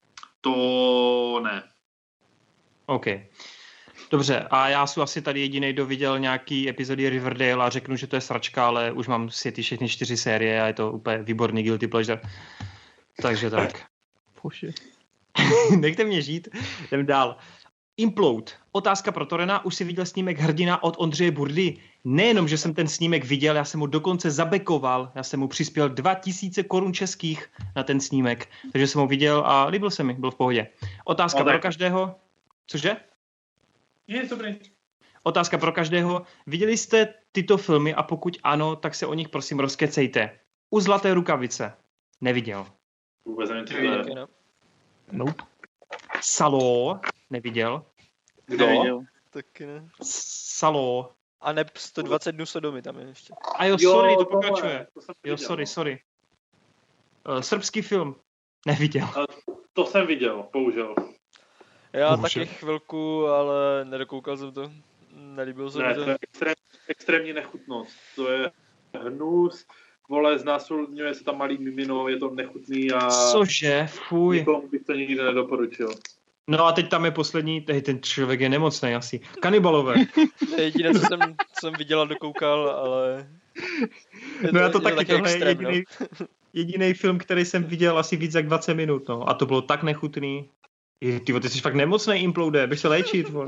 To ne. OK. Dobře, a já jsem asi tady jedinej, kdo viděl nějaký epizody Riverdale a řeknu, že to je sračka, ale už mám si ty všechny čtyři série a je to úplně výborný guilty pleasure. Takže tak. Bože. Nechte mě žít. Jdem dál. Implode. Otázka pro Torena. Už si viděl snímek Hrdina od Ondřeje Burdy? Nejenom, že jsem ten snímek viděl, já jsem mu dokonce zabekoval. Já jsem mu přispěl dva tisíce korun českých na ten snímek. Takže jsem ho viděl a líbil se mi, byl v pohodě. Otázka no, pro každého. Cože? Je dobrý. Otázka pro každého. Viděli jste tyto filmy a pokud ano, tak se o nich prosím rozkecejte. U Zlaté rukavice. Neviděl. Vůbec neviděl. Nope. Salo. Neviděl. Kdo? Neviděl. Taky ne. Salo. A ne sto dvacet dnů Sodomy tam je ještě. A jo, sorry, to pokračuje. Jo, sorry, sorry. Uh, srbský film. Neviděl. To jsem viděl, bohužel. Já Bohužel. taky chvilku, ale nedokoukal jsem to. Nelíbil se mi Ne, to. to je extrém, extrémní nechutnost. To je hnus, vole, znásilňuje se tam malý mimino, je to nechutný a... Cože, fuj. Nikomu bych to nikdy nedoporučil. No a teď tam je poslední, tady ten člověk je nemocný asi. Kanibalové. To je jediné, co jsem, co jsem viděl a dokoukal, ale... Je No já to je taky, tohle je extrém, jediný, no. jediný film, který jsem viděl asi víc jak dvacet minut, no. A to bylo tak nechutný. Je, tyvo, ty jsi fakt nemocný, Implode, běž se léčit, vole.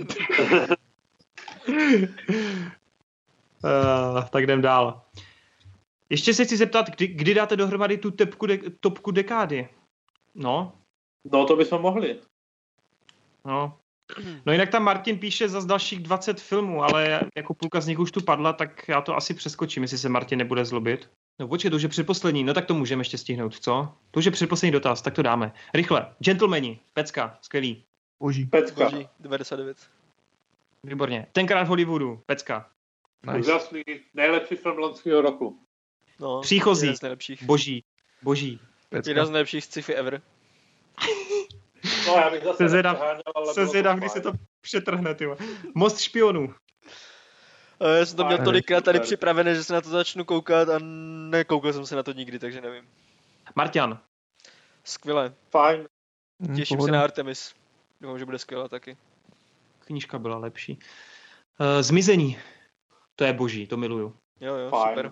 uh, tak jdem dál. Ještě se chci zeptat, kdy, kdy dáte dohromady tu tepku de, topku dekády? No. No to bychom mohli. No. No jinak tam Martin píše za dalších dvacet filmů, ale jako půlka z nich už tu padla, tak já to asi přeskočím, jestli se Martin nebude zlobit. No počkej, to už je předposlední, no tak to můžeme ještě stihnout, co? To už je předposlední dotaz, tak to dáme. Rychle, Gentlemani, pecka, skvělý. Boží. Pecka. Boží, devadesát devět. Výborně. Tenkrát v Hollywoodu, pecka. Nice. Úžasný, nejlepší film loňského roku. No, Příchozí. jeden z nejlepších. Boží, boží. Pecka. Jeden z nejlepších sci-fi ever. No já bych zase Se zvědav, nepřeháněl, ale se bylo to zvědav, kdy fajn. se to přetrhne, tyhle. Most špionů. A já jsem to měl Fajn, tolikrát tady super. připravené, že se na to začnu koukat a nekoukal jsem se na to nikdy, takže nevím. Marťan. Skvělé. Fajn. Hm, Těším pohoda. se na Artemis. Doufám, že bude skvělá taky. Knížka byla lepší. Uh, Zmizení. To je boží, to miluju. Jo, jo, Fajn. super.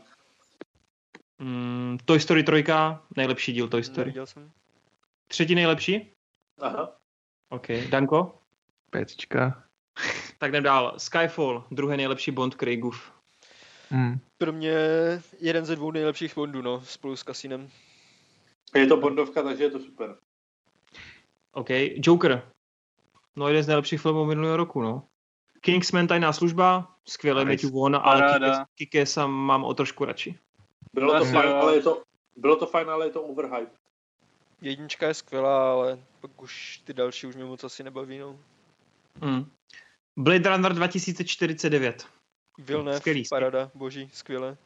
Mm, Toy Story tři, nejlepší díl Toy Story. Neviděl jsem. Třetí nejlepší? Aha. OK. Danko? Pecka. Tak jdem dál. Skyfall, druhý nejlepší Bond Craigův. Hm. Pro mě jeden ze dvou nejlepších Bondů, no, spolu s Casinem. Je to Bondovka, takže je to super. OK. Joker. No, jeden z nejlepších filmů minulého roku, no. Kingsman, tajná služba, skvělé Nice. Matthew Vaughn, ale Paráda. Kikesa mám o trošku radši. Bylo to Asi fajn, jo. ale je to, bylo to fajn, ale je to overhype. Jednička je skvělá, ale pak už ty další už mě moc asi nebaví, no. Mm. Blade Runner dva tisíce čtyřicet devět. Villeneuve, Skvělý. parada, boží, skvělé.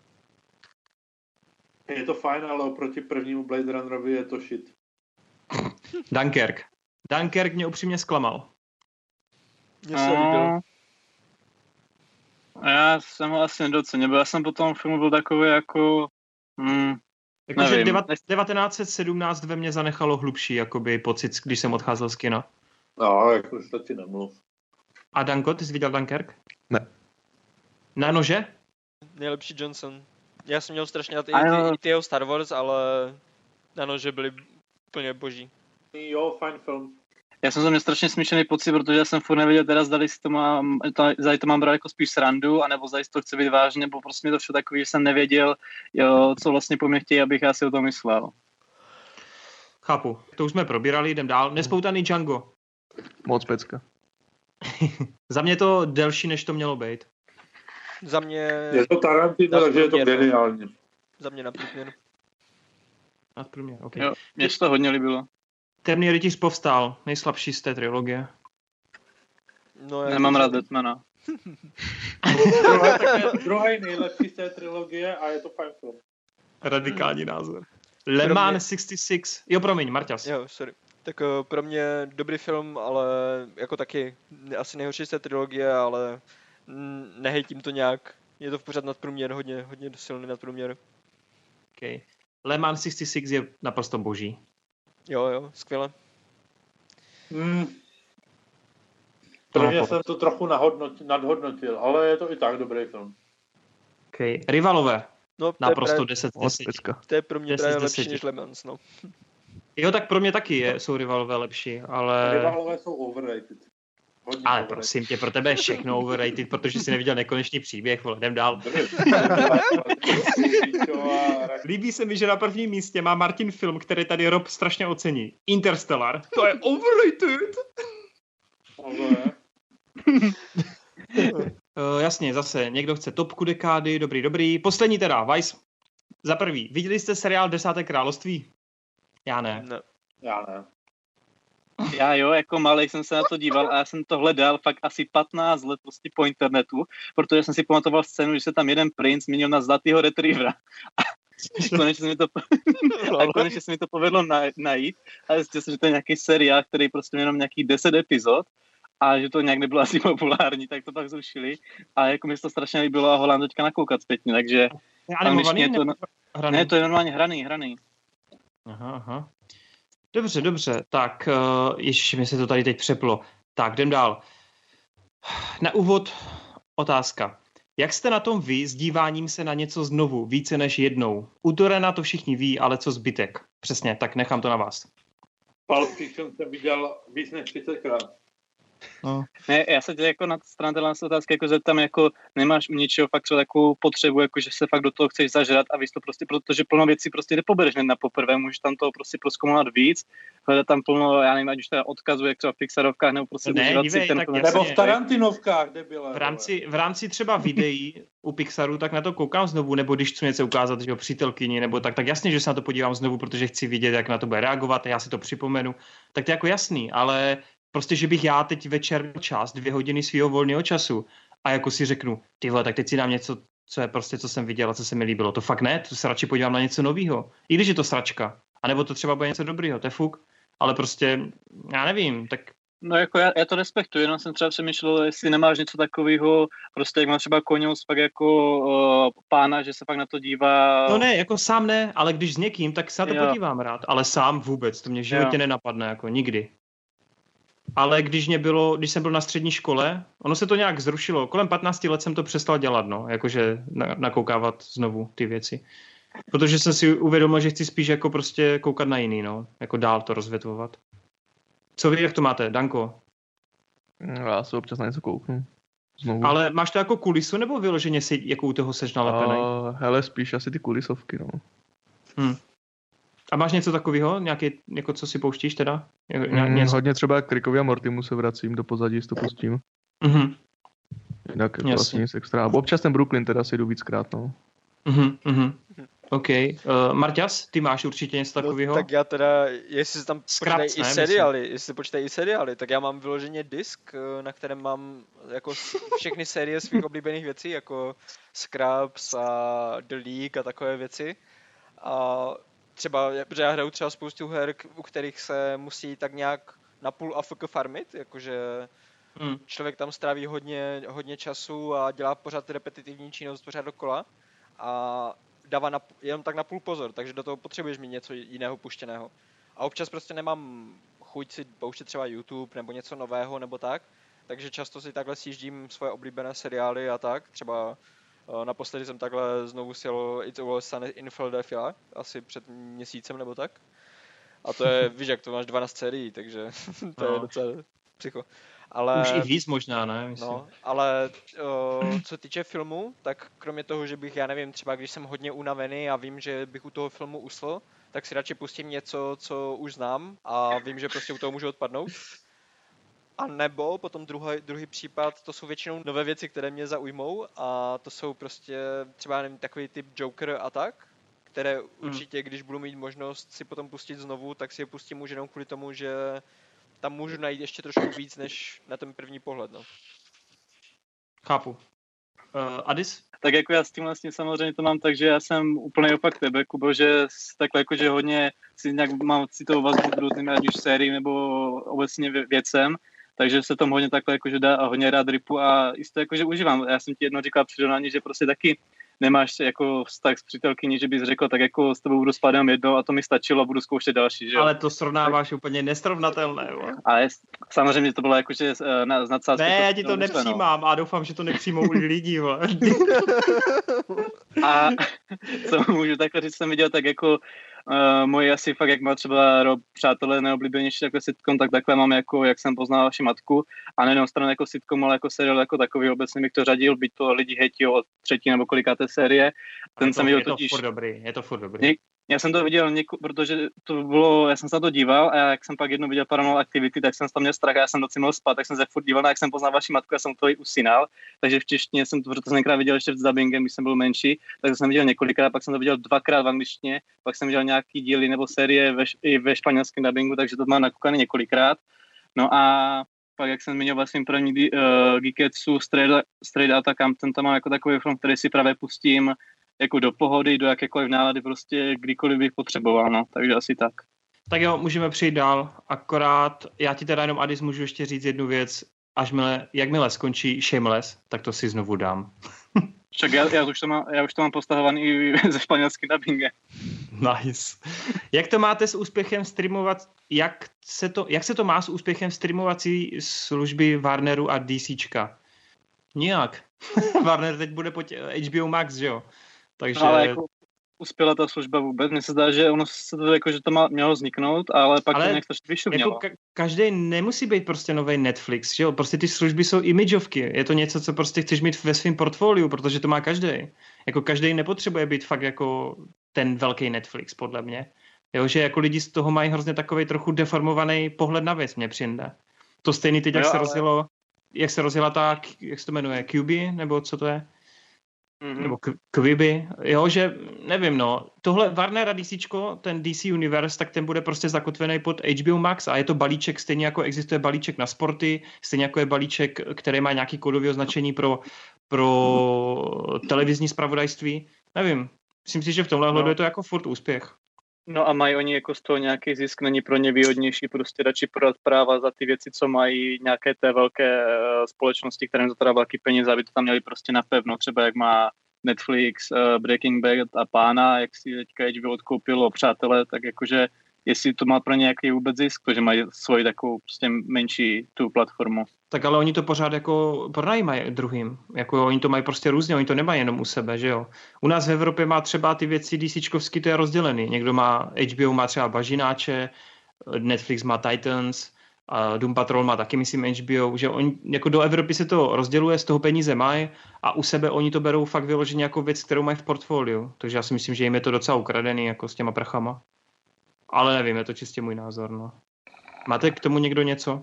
Je to fajn, ale oproti prvnímu Blade Runnerovi je to shit. Dunkirk. Dunkirk mě upřímně zklamal. Mně se líbil. A já jsem ho asi nedocenil, já jsem po tom filmu byl takový jako... Hmm, Jakože Nevím. devatenáct set sedmnáct ve mně zanechalo hlubší jakoby, pocit, když jsem odcházel z kina. No, jak už to ti nemluv. A Danko, ty jsi viděl Dunkirk? Ne. Na nože? Nejlepší Johnson. Já jsem měl strašně na ty, Ano. ty, i ty jeho Star Wars, ale na nože byly úplně boží. Jo, fajn film. já jsem za mě strašně smíšený pocit, protože já jsem furt nevěděl teda, zdali si to mám, zdali to mám brát jako spíš srandu, anebo zdali si to chce být vážně, nebo prostě mi to všechno takový, že jsem nevěděl, jo, co vlastně po mně chtějí, abych já si o tom myslel. Chápu. To už jsme probírali, jdem dál. Nespoutaný Django. Moc pecka. Za mě to delší, než to mělo být. Za mě, Je to Tarantino, Na takže je to průměr, no. geniální. za mě na průměr. Nadprůměr, okay. Jo, mně se to hodně líbilo. Temný rytíř povstal, nejslabší z té trilogie. No, já Nemám rád Batmana. Druhý nejlepší z té trilogie a je to fajn film. Radikální názor. Le Mans šedesát šest. Jo, promiň, Marťas. Jo, sorry. Tak uh, pro mě dobrý film, ale jako taky asi nejhorší z té trilogie, ale mm, nehejtím to nějak. Je to v pořád nadprůměr, hodně, hodně silný nadprůměr. Okay. Le Mans šedesát šest je naprosto boží. Jo, jo, skvěle. Hmm. Pro mě no, jsem to trochu nahodnot, nadhodnotil, ale je to i tak dobrý film. Okay. Rivalové. No, naprosto deset z deseti. To je pro mě právě lepší než Le Mans, no. Jo, tak pro mě taky je, jsou Rivalové lepší, ale... Rivalové jsou overrated. Hodně ale overrated. Prosím tě, pro tebe je všechno overrated, protože jsi neviděl Nekonečný příběh, vole, jdem dál. Líbí se mi, že na prvním místě má Martin film, který tady Rob strašně ocení. Interstellar. To je overrated. Uh, jasně, zase někdo chce topku dekády, dobrý, dobrý. Poslední teda, Vice. Za prvý, viděli jste seriál Desáté království? Já ne. ne. Já ne. Já jo, jako malej jsem se na to díval a já jsem to hledal fakt asi patnáct let prostě po internetu, protože jsem si pamatoval scénu, že se tam jeden princ změnil na zlatýho retrievera. A konečně se mi to, a konečně se mi to povedlo najít a zjistil jsem, že to je nějaký seriál, který prostě měl jenom nějakých deset epizod a že to nějak nebylo asi populární, tak to pak zrušili. A jako mi to strašně líbilo a holám teďka nakoukat zpětně, takže... Animovaný? To, ne, to je normálně hraný, hraný. Aha, aha. Dobře, dobře, tak uh, ještě mi se to tady teď přeplo. Tak, jdem dál. Na úvod otázka. Jak jste na tom vy s díváním se na něco znovu, více než jednou? U Dorena to všichni ví, ale co zbytek? Přesně, tak nechám to na vás. Pulp Fiction jsem viděl víc než třicetkrát. No. Ne, já se tě jako na straně téhle otázky jako zeptám, jako nemáš u něčeho fakt třeba takovou potřebu, jako že se fakt do toho chceš zažrat a víš to prostě, protože plno věcí prostě nepobereš hned na poprvé, můžeš tam toho prostě prozkoumovat víc, hledat tam plno, já nevím, ať už teda odkazu, jak třeba v Pixarovkách, nebo prostě ne, užívat dívej, si ten... Tak nebo v Tarantinovkách, kde byla. V rámci, v rámci třeba videí u Pixaru, tak na to koukám znovu, nebo když chci něco ukázat, že o přítelkyni, nebo tak, tak jasně, že se na to podívám znovu, protože chci vidět, jak na to bude reagovat, a já si to připomenu, tak to je jako jasný, ale prostě, že bych já teď večer čas, dvě hodiny svého volného času a jako si řeknu, ty vole, tak teď si dám něco, co je prostě, co jsem viděl a co se mi líbilo. To fakt ne, to se radši podívám na něco nového. I když je to sračka. A nebo to třeba bude něco dobrýho, to je fuk. Ale prostě, já nevím, tak... No jako já, já to respektuji, jenom jsem třeba přemýšlel, jestli nemáš něco takového, prostě jak má třeba Koňous, pak jako uh, pána, že se pak na to dívá... No ne, jako sám ne, ale když s někým, tak se na to jo. podívám rád. Ale sám vůbec, to mě v životě jo. nenapadne, jako nikdy. Ale když mě bylo, když jsem byl na střední škole, ono se to nějak zrušilo. Kolem patnácti let jsem to přestal dělat, no, jakože nakoukávat znovu ty věci. Protože jsem si uvědomil, že chci spíš jako prostě koukat na jiný, no, jako dál to rozvětvovat. Co vy, jak to máte, Danko? Já se občas na něco kouknu. Znovu. Ale máš to jako kulisu, nebo vyloženě si, jako u toho seš nalepenej? Uh, hele, spíš asi ty kulisovky, no. Hmm. A máš něco takového? Nějaký, jako co si pouštíš teda? Ně, mm, něco? Hodně třeba k Rickovi a Mortimu se vracím do pozadí, si to pustím. Mhm. Jinak je to vlastně nic extra. Občas ten Brooklyn teda si jdu víckrát, no. Mhm, mhm. OK. Uh, Marťas, ty máš určitě něco takového? No, tak já teda, jestli se tam počítají i seriály, myslím. jestli se počítají i seriály, tak já mám vyloženě disk, na kterém mám jako všechny série svých oblíbených věcí, jako Scrubs a The League a takové věci. A třeba, protože já hraju třeba spoustu her, u kterých se musí tak nějak napůl A F K farmit, jakože hmm. člověk tam stráví hodně, hodně času a dělá pořád repetitivní činnost pořád dokola a dává na, jenom tak na půl pozor, takže do toho potřebuješ mít něco jiného puštěného. A občas prostě nemám chuť si pouštět třeba YouTube nebo něco nového nebo tak, takže často si takhle sjíždím svoje oblíbené seriály a tak, třeba naposledy jsem takhle znovu sjel It's Always Sunny in Philadelphia, asi před měsícem nebo tak. A to je, víš jak, to máš dvanáct sérií, takže to no. je docela psycho. Ale, už i víc možná, ne? Myslím. No, ale o, co týče filmu, tak kromě toho, že bych, já nevím, třeba když jsem hodně unavený a vím, že bych u toho filmu usl, tak si radši pustím něco, co už znám a vím, že prostě u toho můžu odpadnout. A nebo potom druhý, druhý případ, to jsou většinou nové věci, které mě zaujmou a to jsou prostě třeba nevím, takový typ Joker a tak, které hmm. určitě, když budu mít možnost si potom pustit znovu, tak si je pustím už jenom kvůli tomu, že tam můžu najít ještě trošku víc, než na ten první pohled. No. Chápu. Uh, Adis? Tak jako já s tím vlastně samozřejmě to mám tak, že já jsem úplný opak tebe, Kubo, že takhle jako, že hodně si nějak mám citovou vazbu k různým, ať už sériím nebo obecně věcem, takže se tam hodně takhle jakože dá a hodně rád ripu a jistě jakože užívám. Já jsem ti jedno říkal přirovnání, že prostě taky nemáš jako vztah s přítelkyní, že bys řekl, tak jako s tebou budu spát jenom jednou a to mi stačilo a budu zkoušet další, že jo? Ale to srovnáváš tak... úplně nesrovnatelné, jo? Ale samozřejmě to bylo jako, že na, z nadsázky... Ne, já ti to nepřijímám a doufám, že to nepřijmou i lidi, vole. A co můžu takhle říct, jsem viděl tak jako Uh, moje asi fakt, jak má třeba Rob, přátelé nejoblíbenější takhle sitcom, tak takhle mám jako, jak jsem poznal vaši matku a nejenom stranu jako sitcom, ale jako seriál jako takový, obecně bych to řadil, byť to lidi hejtí od třetí nebo kolikáté série. Ten je to, jsem viděl je to totiž... furt dobrý, je to furt dobrý. Já jsem to viděl, něko, protože to bylo, já jsem se na to díval a jak jsem pak jednou viděl Paranormal Activity, tak jsem tam měl strach a já jsem noci mohl spát, tak jsem se furt díval, a jak jsem poznal vaši matku, já jsem to i usínal, takže v češtině jsem to, protože jsem některá viděl ještě s dubbingem, když jsem byl menší, tak jsem viděl několikrát, pak jsem to viděl dvakrát v angličtině, pak jsem viděl nějaký díly nebo série ve, i ve španělském dubbingu, takže to mám nakoukané několikrát. No a pak, jak jsem zmiňoval svým první uh, Geeketsu, Straight, Straight Outta Compton, tam mám jako takový film, který si právě pustím jako do pohody, do jakékoliv nálady, prostě kdykoliv bych potřeboval, no, takže asi tak. Tak jo, můžeme přijít dál, akorát já ti teda jenom, Adis, můžu ještě říct jednu věc, až mile, jakmile skončí Shameless, tak to si znovu dám. Však já, já, už to mám, já už to mám postahovaný i ze španělským dubbingem. Nice. Jak to máte s úspěchem streamovat, jak se to, jak se to má s úspěchem streamovací služby Warneru a DCčka? Nijak. Warner teď bude po H B O Max, že jo? Takže... Ale jako uspěla ta služba vůbec. Mně se zdá, že ono se to jako, že to má, mělo vzniknout, ale pak ale to nějak strašně vyšumělo. Jako ka- každý nemusí být prostě nový Netflix, že jo? Prostě ty služby jsou imageovky. Je to něco, co prostě chceš mít ve svém portfoliu, protože to má každý. Jako každý nepotřebuje být fakt jako ten velký Netflix, podle mě. Jo, že jako lidi z toho mají hrozně takový trochu deformovaný pohled na věc, mně přijde. To stejný teď, jak jo, se ale... rozjelo, jak se rozjela ta, jak se to jmenuje, Q B, nebo co to je? Mm-hmm. Nebo Quibi, jo, že nevím, no, tohle Warner a DCčko, ten D C Universe, tak ten bude prostě zakotvený pod H B O Max a je to balíček, stejně jako existuje balíček na sporty, stejně jako je balíček, který má nějaký kódové označení pro, pro televizní zpravodajství, nevím, myslím si, že v tomhle hledu no. je to jako furt úspěch. No a mají oni jako z toho nějaký zisk, není pro ně výhodnější prostě radši prodat práva za ty věci, co mají nějaké té velké uh, společnosti, které jim za teda velký peníze, aby to tam měli prostě napevno, třeba jak má Netflix, uh, Breaking Bad a Pána, jak si teďka H B O odkoupilo Přátelé, tak jakože jestli to má pro ně nějaký vůbec zisk, protože mají svoji takovou prostě menší tu platformu. Tak ale oni to pořád jako pronajímají druhým. Jako oni to mají prostě různě, oni to nemají jenom u sebe, že jo. U nás v Evropě má třeba ty věci DCčkovsky, to je rozdělený. Někdo má, H B O má třeba Bažináče, Netflix má Titans, a Doom Patrol má taky, myslím, H B O, že oni, jako do Evropy se to rozděluje, z toho peníze mají a u sebe oni to berou fakt vyloženě jako věc, kterou mají v portfoliu. Takže já si myslím, že jim je to docela ukradený jako s těma prachama. Ale nevím, je to čistě můj názor, no. Máte k tomu někdo něco?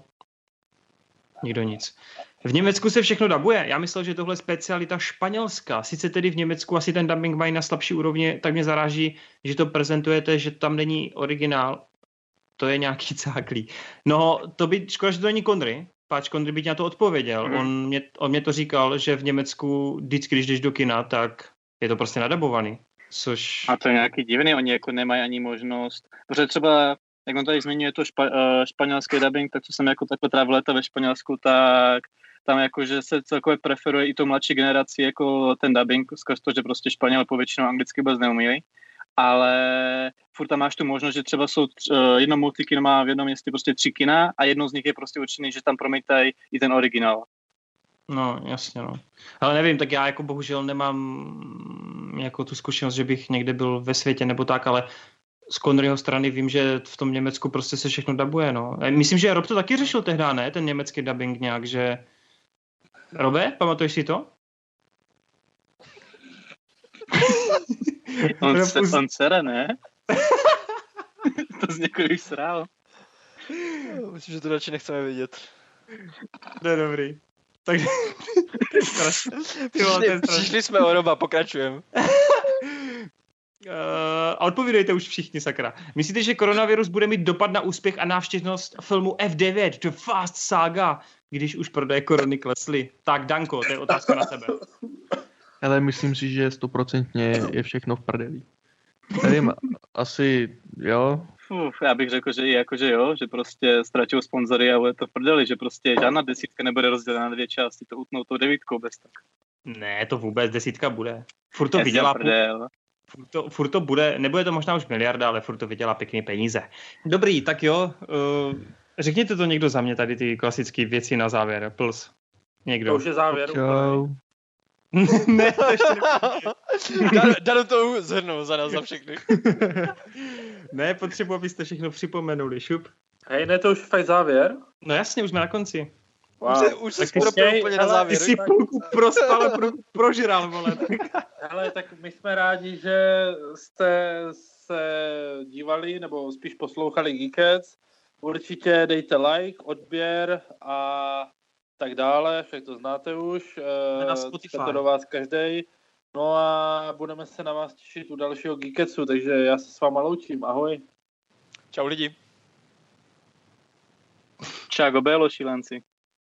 Nikdo nic. V Německu se všechno dabuje. Já myslel, že tohle je specialita španělská. Sice tedy v Německu asi ten dubbing mají na slabší úrovni, tak mě zaráží, že to prezentujete, že tam není originál. To je nějaký cáklý. No, to by, škoda, že to není Kondry. Páč Kondry by na to odpověděl. Mm. On, mě, on mě to říkal, že v Německu vždycky, když jdeš do kina, tak je to prostě nadabovaný. Což... A to je nějaký divný, oni jako nemají ani možnost. Protože třeba, jak on tady zmiňuje to špa, uh, španělský dubbing, tak co jsem jako takhle trávil léta ve Španělsku, tak tam jakože se celkově preferuje i to mladší generaci jako ten dubbing, skrz to, že prostě Španělé povětšinou anglicky vůbec neumí. Ale furt tam máš tu možnost, že třeba jsou uh, jedno multikino má v jednom městě prostě tři kina a jedno z nich je prostě určený, že tam promítají i ten originál. No, jasně, no. Ale nevím, tak já jako bohužel nemám jako tu zkušenost, že bych někde byl ve světě nebo tak, ale z Conneryho strany vím, že v tom Německu prostě se všechno dabuje, no. Myslím, že Rob to taky řešil tehdy, ne? Ten německý dubbing nějak, že... Robe, pamatuješ si to? On, se, on sere, ne? To z někoho srál. Myslím, že to radši nechceme vidět. To je dobrý. Tak... přišli, přišli jsme o Roba, pokračujeme. Uh, a odpovídejte už všichni, sakra. Myslíte, že koronavirus bude mít dopad na úspěch a návštěvnost filmu F devět, The Fast Saga, když už prodeje korony klesly? Tak, Danko, to je otázka na tebe. Ale myslím si, že stoprocentně je všechno v prdeli. Nevím, asi jo. Uf, já bych řekl, že i jako, že jo, že prostě ztratil sponzory a bude to v prdeli, že prostě žádná desítka nebude rozdělena na dvě části, to utnou tou devítkou bez tak. Ne, to vůbec, desítka bude. Furt to vydělá. Furt to, furt to bude, nebude to možná už miliarda, ale furt to vydělá pěkný peníze. Dobrý, tak jo, uh, řekněte to někdo za mě, tady ty klasické věci na závěr. Plus. Někdo. To už je závěr. Čau. Ne, to ještě Danu to zhrnou za nás, za všechny. Ne, potřebuji, abyste všechno připomenuli. Šup. Hej, ne, to už je fakt závěr? No jasně, už jsme na konci. Wow. Už, už jsi propil úplně na závěr. Ty jsi půlku prospal, pro, prožral, vole. Hele, tak my jsme rádi, že jste se dívali, nebo spíš poslouchali Geekets. Určitě dejte like, odběr a tak dále, však to znáte už. Na Spotify. To do vás každej. No a budeme se na vás těšit u dalšího Geeketsu, takže já se s váma loučím. Ahoj. Čau lidi. Čau, gobelo, šílenci.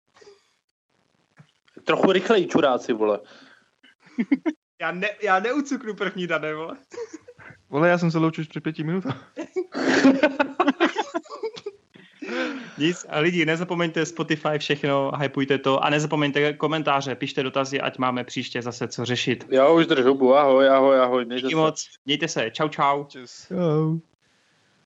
Trochu rychleji, čuráci, vole. Já, ne, já neucuknu první, Dane, vole. Vole, já jsem se loučil už před pěti minutami. Nic, a lidi, nezapomeňte Spotify, všechno, hypujte to a nezapomeňte komentáře, pište dotazy, ať máme příště zase co řešit. Já už držu hubu, ahoj, ahoj, ahoj. Díky moc, mějte se, čau, čau. Čus. Čau.